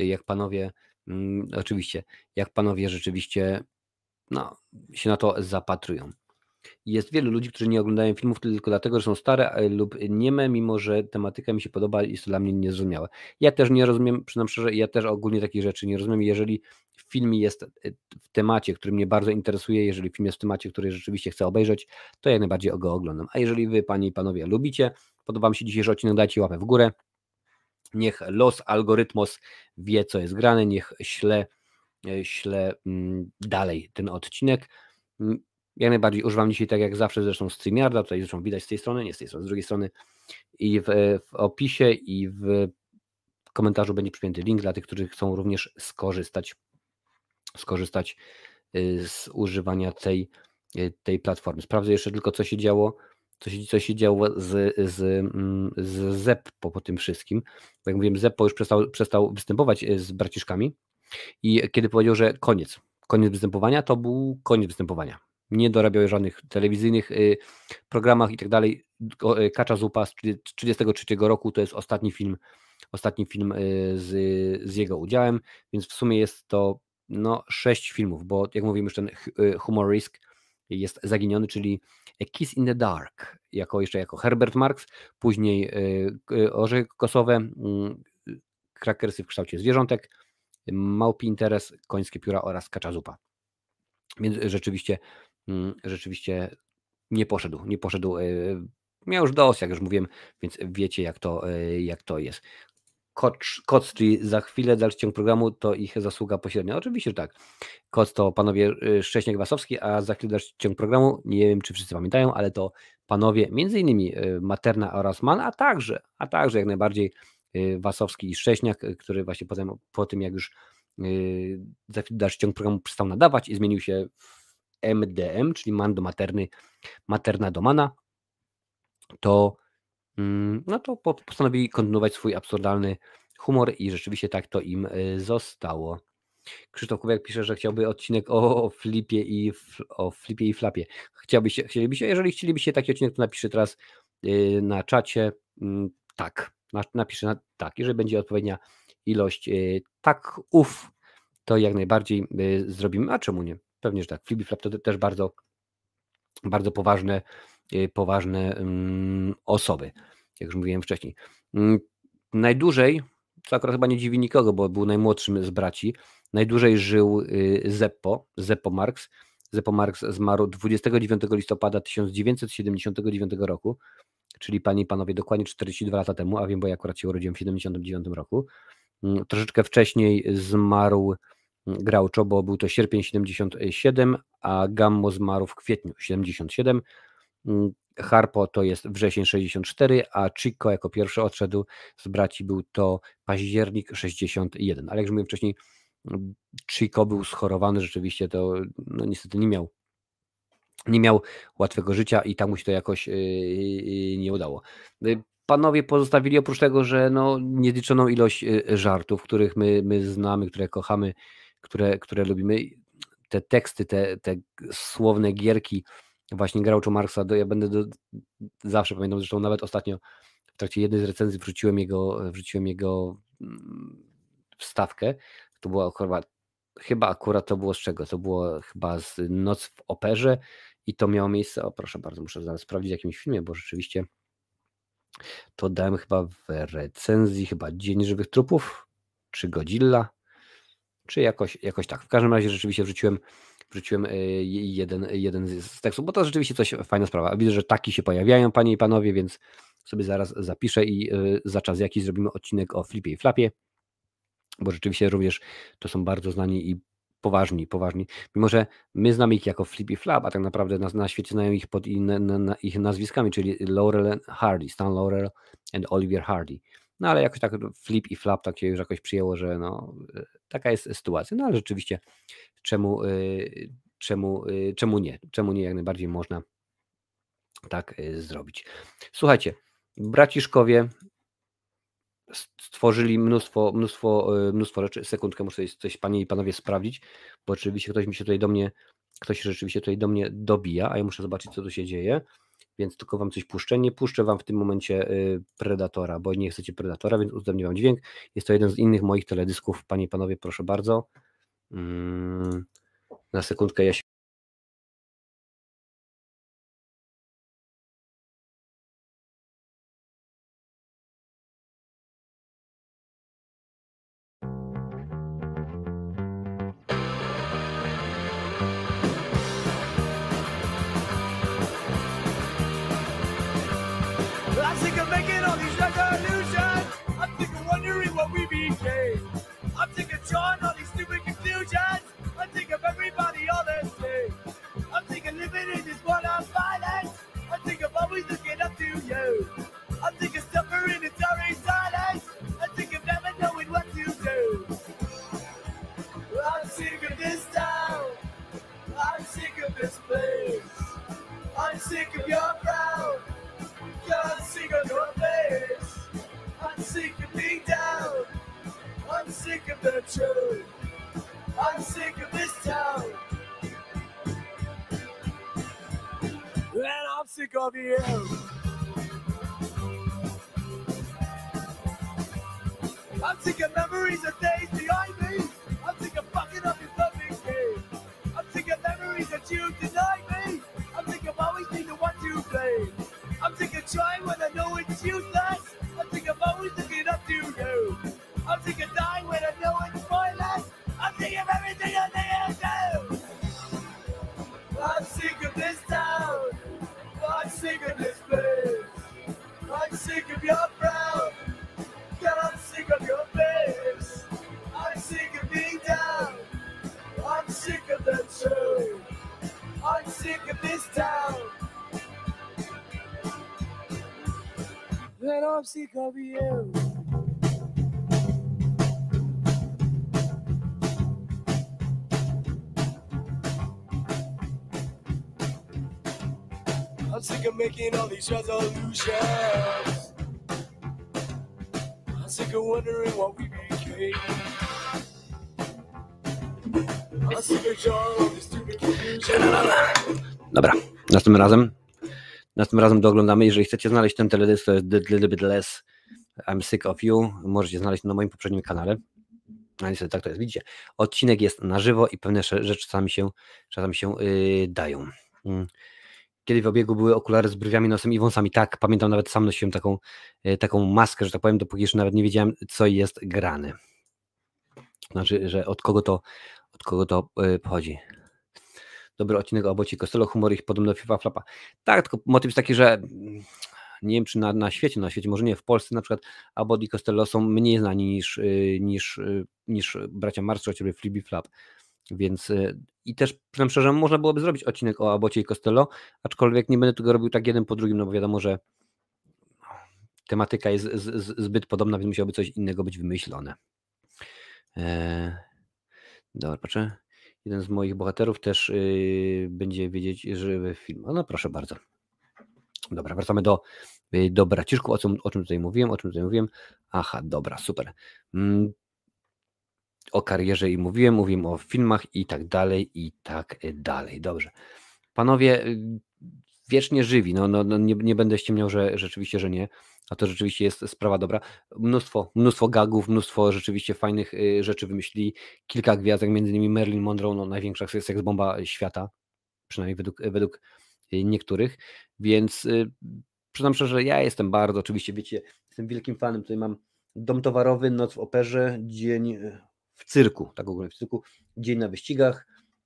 oczywiście, jak panowie rzeczywiście się na to zapatrują. Jest wielu ludzi, którzy nie oglądają filmów tylko dlatego, że są stare lub nieme, mimo że tematyka mi się podoba i jest to dla mnie niezrozumiałe. Ja też nie rozumiem, przyznam szczerze, ja też ogólnie takich rzeczy nie rozumiem. Jeżeli film jest w temacie, który mnie bardzo interesuje, jeżeli film jest w temacie, który rzeczywiście chcę obejrzeć, to jak najbardziej go oglądam. A jeżeli wy, panie i panowie, lubicie, podoba mi się dzisiejszy odcinek, dajcie łapę w górę. Niech los algorytmos wie, co jest grane, niech śle dalej ten odcinek. Jak najbardziej używam dzisiaj, tak jak zawsze, zresztą StreamYarda, tutaj zresztą widać z tej strony, nie z tej strony, z drugiej strony, i w opisie i w komentarzu będzie przypięty link dla tych, którzy chcą również skorzystać z używania tej platformy. Sprawdzę jeszcze tylko, co się działo z Zeppo po tym wszystkim. Bo jak mówiłem, Zeppo już przestał występować z braciszkami i kiedy powiedział, że koniec, koniec występowania, to był koniec występowania. Nie dorabiał żadnych telewizyjnych programach i tak dalej. Kacza Zupa z 1933 roku to jest ostatni film z jego udziałem, więc w sumie jest to 6 filmów, bo jak mówimy, już ten Humor Risk jest zaginiony, czyli A Kiss in the Dark, jeszcze jako Herbert Marx, później Orzechy kokosowe, Krakersy w kształcie zwierzątek, Małpi Interes, Końskie pióra oraz Kacza Zupa. Więc rzeczywiście nie poszedł. Miał już dosyć, jak już mówiłem, więc wiecie jak to jest. Koc, czyli za chwilę dalszy ciąg programu, to ich zasługa pośrednia. Oczywiście, że tak. Koc to panowie Szcześniak-Wasowski, a za chwilę dalszy ciąg programu, nie wiem czy wszyscy pamiętają, ale to panowie m.in. Materna oraz Mann, a także jak najbardziej Wasowski i Szcześniak, który właśnie po tym jak już za chwilę dalszy ciąg programu przestał nadawać i zmienił się w MDM, czyli Mann do Materny, Materna do Mana, to postanowili kontynuować swój absurdalny humor i rzeczywiście tak to im zostało. Krzysztof Kubiak pisze, że chciałby odcinek o flipie i flapie. Chcielibyście, jeżeli chcielibyście taki odcinek, to napiszę teraz na czacie tak. Napiszę tak. Jeżeli będzie odpowiednia ilość to jak najbardziej zrobimy. A czemu nie? Pewnie, że tak. Flip i flap to też bardzo, bardzo poważne osoby, jak już mówiłem wcześniej. Najdłużej, co akurat chyba nie dziwi nikogo, bo był najmłodszym z braci, najdłużej żył Zeppo Marx. Zeppo Marx zmarł 29 listopada 1979 roku, czyli panie i panowie dokładnie 42 lata temu, a wiem, bo ja akurat się urodziłem w 79 roku. Troszeczkę wcześniej zmarł Groucho, bo był to sierpień 77, a Gammo zmarł w kwietniu 77. Harpo to jest wrzesień 64, a Chico jako pierwszy odszedł z braci, był to październik 61. Ale jak już mówiłem wcześniej, Chico był schorowany, rzeczywiście to niestety nie miał łatwego życia i tam mu się to jakoś nie udało. Panowie pozostawili oprócz tego, że niezliczoną ilość żartów, których my znamy, które kochamy, które lubimy. Te teksty, te słowne gierki właśnie Groucho Marxa, ja będę zawsze pamiętam, zresztą nawet ostatnio w trakcie jednej z recenzji wrzuciłem jego wstawkę. To była chyba akurat to było z czego? To było chyba z Noc w Operze i to miało miejsce, proszę bardzo, muszę zaraz sprawdzić w jakimś filmie, bo rzeczywiście to dałem chyba w recenzji, chyba Dzień Żywych Trupów, czy Godzilla, czy jakoś tak. W każdym razie rzeczywiście wrzuciłem jeden z tekstów, bo to rzeczywiście coś fajna sprawa. Widzę, że taki się pojawiają, panie i panowie, więc sobie zaraz zapiszę i za czas jakiś zrobimy odcinek o flipie i flapie, bo rzeczywiście również to są bardzo znani i poważni. Mimo że my znamy ich jako flip i flap, a tak naprawdę na świecie znają ich pod ich nazwiskami, czyli Laurel Hardy, Stan Laurel and Oliver Hardy. Ale jakoś tak flip i flap tak się już jakoś przyjęło, że taka jest sytuacja. Ale rzeczywiście czemu nie? Czemu nie? Jak najbardziej można tak zrobić. Słuchajcie, braciszkowie stworzyli mnóstwo rzeczy. Sekundkę, muszę coś, panie i panowie, sprawdzić, bo oczywiście ktoś rzeczywiście tutaj do mnie dobija, a ja muszę zobaczyć, co tu się dzieje, więc tylko wam coś puszczę. Nie puszczę wam w tym momencie Predatora, bo nie chcecie Predatora, więc uzdolnię wam dźwięk. Jest to jeden z innych moich teledysków, panie i panowie, proszę bardzo. Na sekundkę ja się I'm sick of making all these resolutions. I'm sick of wondering what we became. I'm sick of drawing all these stupid conclusions. I'm sick of everybody all the same. I'm sick of living in this world of violence. I'm sick of always looking up to you. I'm sick of suffering in sorry silence. I'm sick of never knowing what to do. I'm sick of this town. I'm sick of this place. I'm sick of your frown. I'm sick of your face. I'm sick of being down. I'm sick of the truth. I'm sick of this town. sick of you. I'm sick of memories of days behind me. I'm sick of fucking up your loving game. I'm sick of memories that you denied me. I'm sick of always being the one to blame. I'm sick of trying when I know it's useless. I'm sick of always looking up to you. I'm sick of dying when I know it's pointless. I'm sick of everything I think I do. I'm sick of this town. I'm sick of this place. I'm sick of your frown. God, I'm sick of your face. I'm sick of being down. I'm sick of the truth. I'm sick of this town. And I'm sick of you. I'm sick of making all these resolutions. I'm sick of wondering what we became. I'm sick of drawing all these stupid conclusions. Dobra, następnym razem dooglądamy. Jeżeli chcecie znaleźć ten teledysk, to jest The Little Bit Less I'm Sick of You. Możecie znaleźć na moim poprzednim kanale. A niestety tak to jest, widzicie. Odcinek jest na żywo i pewne rzeczy czasami się dają. Kiedy w obiegu były okulary z brwiami, nosem i wąsami. Tak, pamiętam, nawet sam nosiłem taką maskę, że tak powiem, dopóki jeszcze nawet nie wiedziałem, co jest grane. Znaczy, że od kogo to pochodzi. Dobry odcinek o Abbocie i Costello, humor ich podobno FIFA Flapa. Tak, tylko motyw jest taki, że nie wiem, czy na świecie może nie, w Polsce na przykład Abbott i Costello są mniej znani niż bracia Marx, czy chociażby Flippy Flap. Więc i też przynajmniej szczerze, można byłoby zrobić odcinek o Abbotcie i Costello, aczkolwiek nie będę tego robił tak jeden po drugim, no bo wiadomo, że tematyka jest zbyt podobna, więc musiałoby coś innego być wymyślone. Dobra, patrzę. Jeden z moich bohaterów też będzie wiedzieć, że film. No proszę bardzo. Dobra, wracamy do braciszków. O czym tutaj mówiłem? Aha, dobra, super. O karierze i mówiłem o filmach i tak dalej. Dobrze. Panowie, wiecznie żywi. Nie będę ściemniał, że rzeczywiście, że nie. A to rzeczywiście jest sprawa dobra. Mnóstwo gagów, mnóstwo rzeczywiście fajnych rzeczy wymyślili. Kilka gwiazdek, między innymi Marilyn Monroe, największa seksbomba świata, przynajmniej według niektórych. Więc przyznam szczerze, że ja jestem bardzo, oczywiście, wiecie, jestem wielkim fanem. Tutaj mam Dom towarowy, Noc w operze, Dzień w cyrku, tak ogólnie w cyrku, Dzień na wyścigach,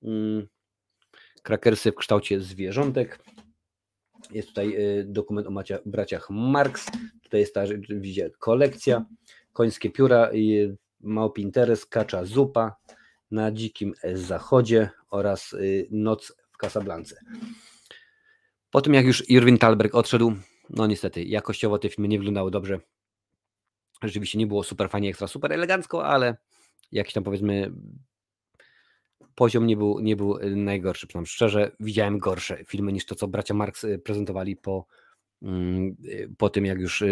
Krakersy w kształcie zwierzątek. Jest tutaj dokument o braciach Marx. Tutaj jest ta, widzicie, kolekcja, Końskie pióra, Małpi interes, Kacza zupa, Na dzikim zachodzie oraz Noc w Casablance. Po tym jak już Irving Thalberg odszedł, no niestety jakościowo te filmy nie wyglądały dobrze. Rzeczywiście nie było super fajnie, ekstra super elegancko, ale jakiś tam, powiedzmy, poziom nie był najgorszy. Przynajmniej szczerze, widziałem gorsze filmy niż to, co bracia Marx prezentowali po tym, jak już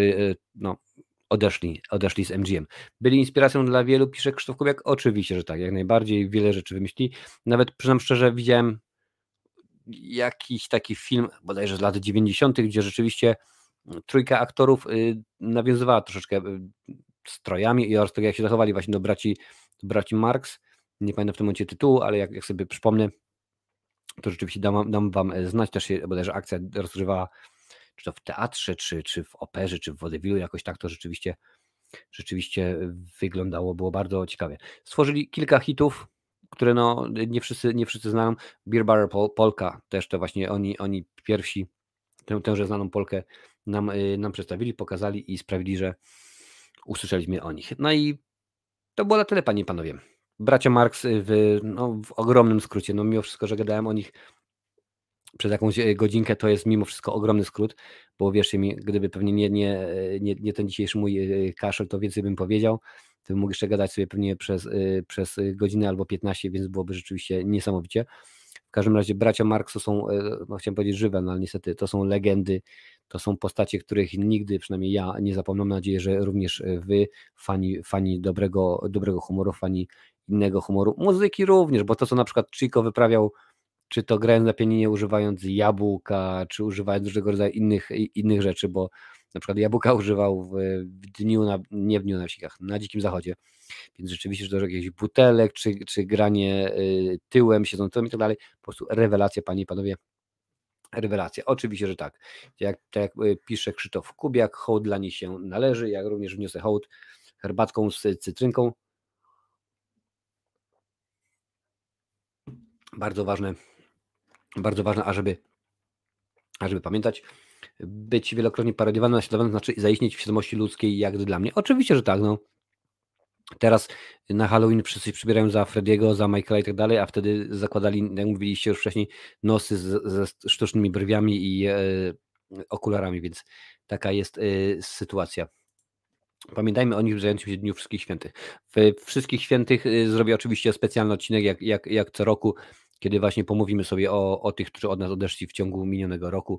odeszli z MGM. Byli inspiracją dla wielu, pisze Krzysztof Kubiak. Oczywiście, że tak, jak najbardziej. Wiele rzeczy wymyślili. Nawet, przyznam szczerze, widziałem jakiś taki film, bodajże z lat 90., gdzie rzeczywiście trójka aktorów nawiązywała troszeczkę strojami i oraz tego, jak się zachowali właśnie do braci Marx. Nie pamiętam w tym momencie tytułu, ale jak sobie przypomnę, to rzeczywiście dam wam znać. Też się bodajże akcja rozgrywała czy to w teatrze, czy w operze, czy w wodewilu, jakoś tak to rzeczywiście wyglądało, było bardzo ciekawie. Stworzyli kilka hitów, które nie wszyscy znają. Beer Barrel Polka, też to właśnie oni pierwsi tęże znaną Polkę nam przedstawili, pokazali i sprawili, że usłyszeliśmy o nich. No i to było na tyle, panie i panowie. Bracia Marx w ogromnym skrócie, mimo wszystko, że gadałem o nich przez jakąś godzinkę, to jest mimo wszystko ogromny skrót, bo wierzcie mi, gdyby pewnie nie ten dzisiejszy mój kaszel, to więcej bym powiedział, to bym mógł jeszcze gadać sobie pewnie przez godzinę albo 15, więc byłoby rzeczywiście niesamowicie. W każdym razie bracia Marx to są, chciałem powiedzieć żywe, ale niestety to są legendy, to są postacie, których nigdy, przynajmniej ja, nie zapomnę. Mam nadzieję, że również wy, fani dobrego humoru, fani innego humoru, muzyki również, bo to, co na przykład Chico wyprawiał, czy to grając na pianinie, używając jabłka, czy używając różnego rodzaju innych rzeczy, bo na przykład jabłka używał nie w dniu na wsikach, na Dzikim Zachodzie, więc rzeczywiście, że to jakichś butelek, czy granie tyłem, siedzącym i tak dalej, po prostu rewelacja, panie i panowie, rewelacja. Oczywiście, że tak. Tak jak pisze Krzysztof Kubiak, hołd dla nich się należy, jak również wniosę hołd herbatką z cytrynką. Bardzo ważne, ażeby pamiętać. Być wielokrotnie parodiowany, naśladowany znaczy zaistnieć w świadomości ludzkiej, jak dla mnie. Oczywiście, że tak. No. Teraz na Halloween wszyscy przybierają za Frediego, za Michaela i tak dalej, a wtedy zakładali, jak mówiliście już wcześniej, nosy ze sztucznymi brwiami i okularami, więc taka jest sytuacja. Pamiętajmy o nich w zbliżającym się Dniu Wszystkich Świętych. W Wszystkich Świętych zrobię oczywiście specjalny odcinek, jak co roku, kiedy właśnie pomówimy sobie o tych, którzy od nas odeszli w ciągu minionego roku,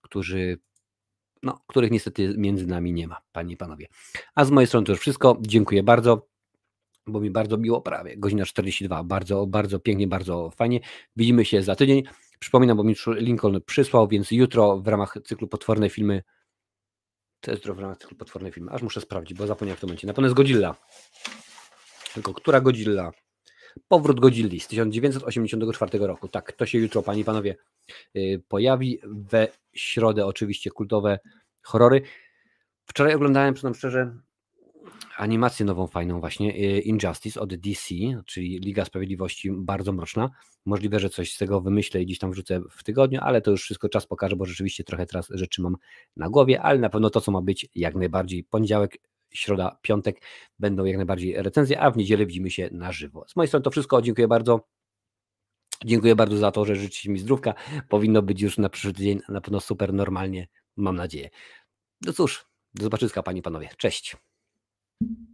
których niestety między nami nie ma, panie i panowie. A z mojej strony to już wszystko. Dziękuję bardzo, bo mi bardzo miło, prawie godzina 42. Bardzo, bardzo pięknie, bardzo fajnie. Widzimy się za tydzień. Przypominam, bo mi Lincoln przysłał, więc jutro w ramach cyklu Potworne Filmy. To jest w ramach cyklu Potworne Filmy. Aż muszę sprawdzić, bo zapomniałem w tym momencie. Na pewno jest Godzilla. Tylko która Godzilla? Powrót Godzilli z 1984 roku. Tak, to się jutro, panie i panowie, pojawi. We środę oczywiście kultowe horrory. Wczoraj oglądałem, przyznam szczerze, animację nową, fajną właśnie, Injustice od DC, czyli Liga Sprawiedliwości, bardzo mroczna. Możliwe, że coś z tego wymyślę i gdzieś tam wrzucę w tygodniu, ale to już wszystko czas pokaże, bo rzeczywiście trochę teraz rzeczy mam na głowie, ale na pewno to, co ma być, jak najbardziej poniedziałek, środa, piątek będą jak najbardziej recenzje, a w niedzielę widzimy się na żywo. Z mojej strony to wszystko, dziękuję bardzo. Dziękuję bardzo za to, że życzycie mi zdrówka. Powinno być już na przyszły tydzień na pewno super normalnie, mam nadzieję. No cóż, do zobaczyska, panie i panowie. Cześć.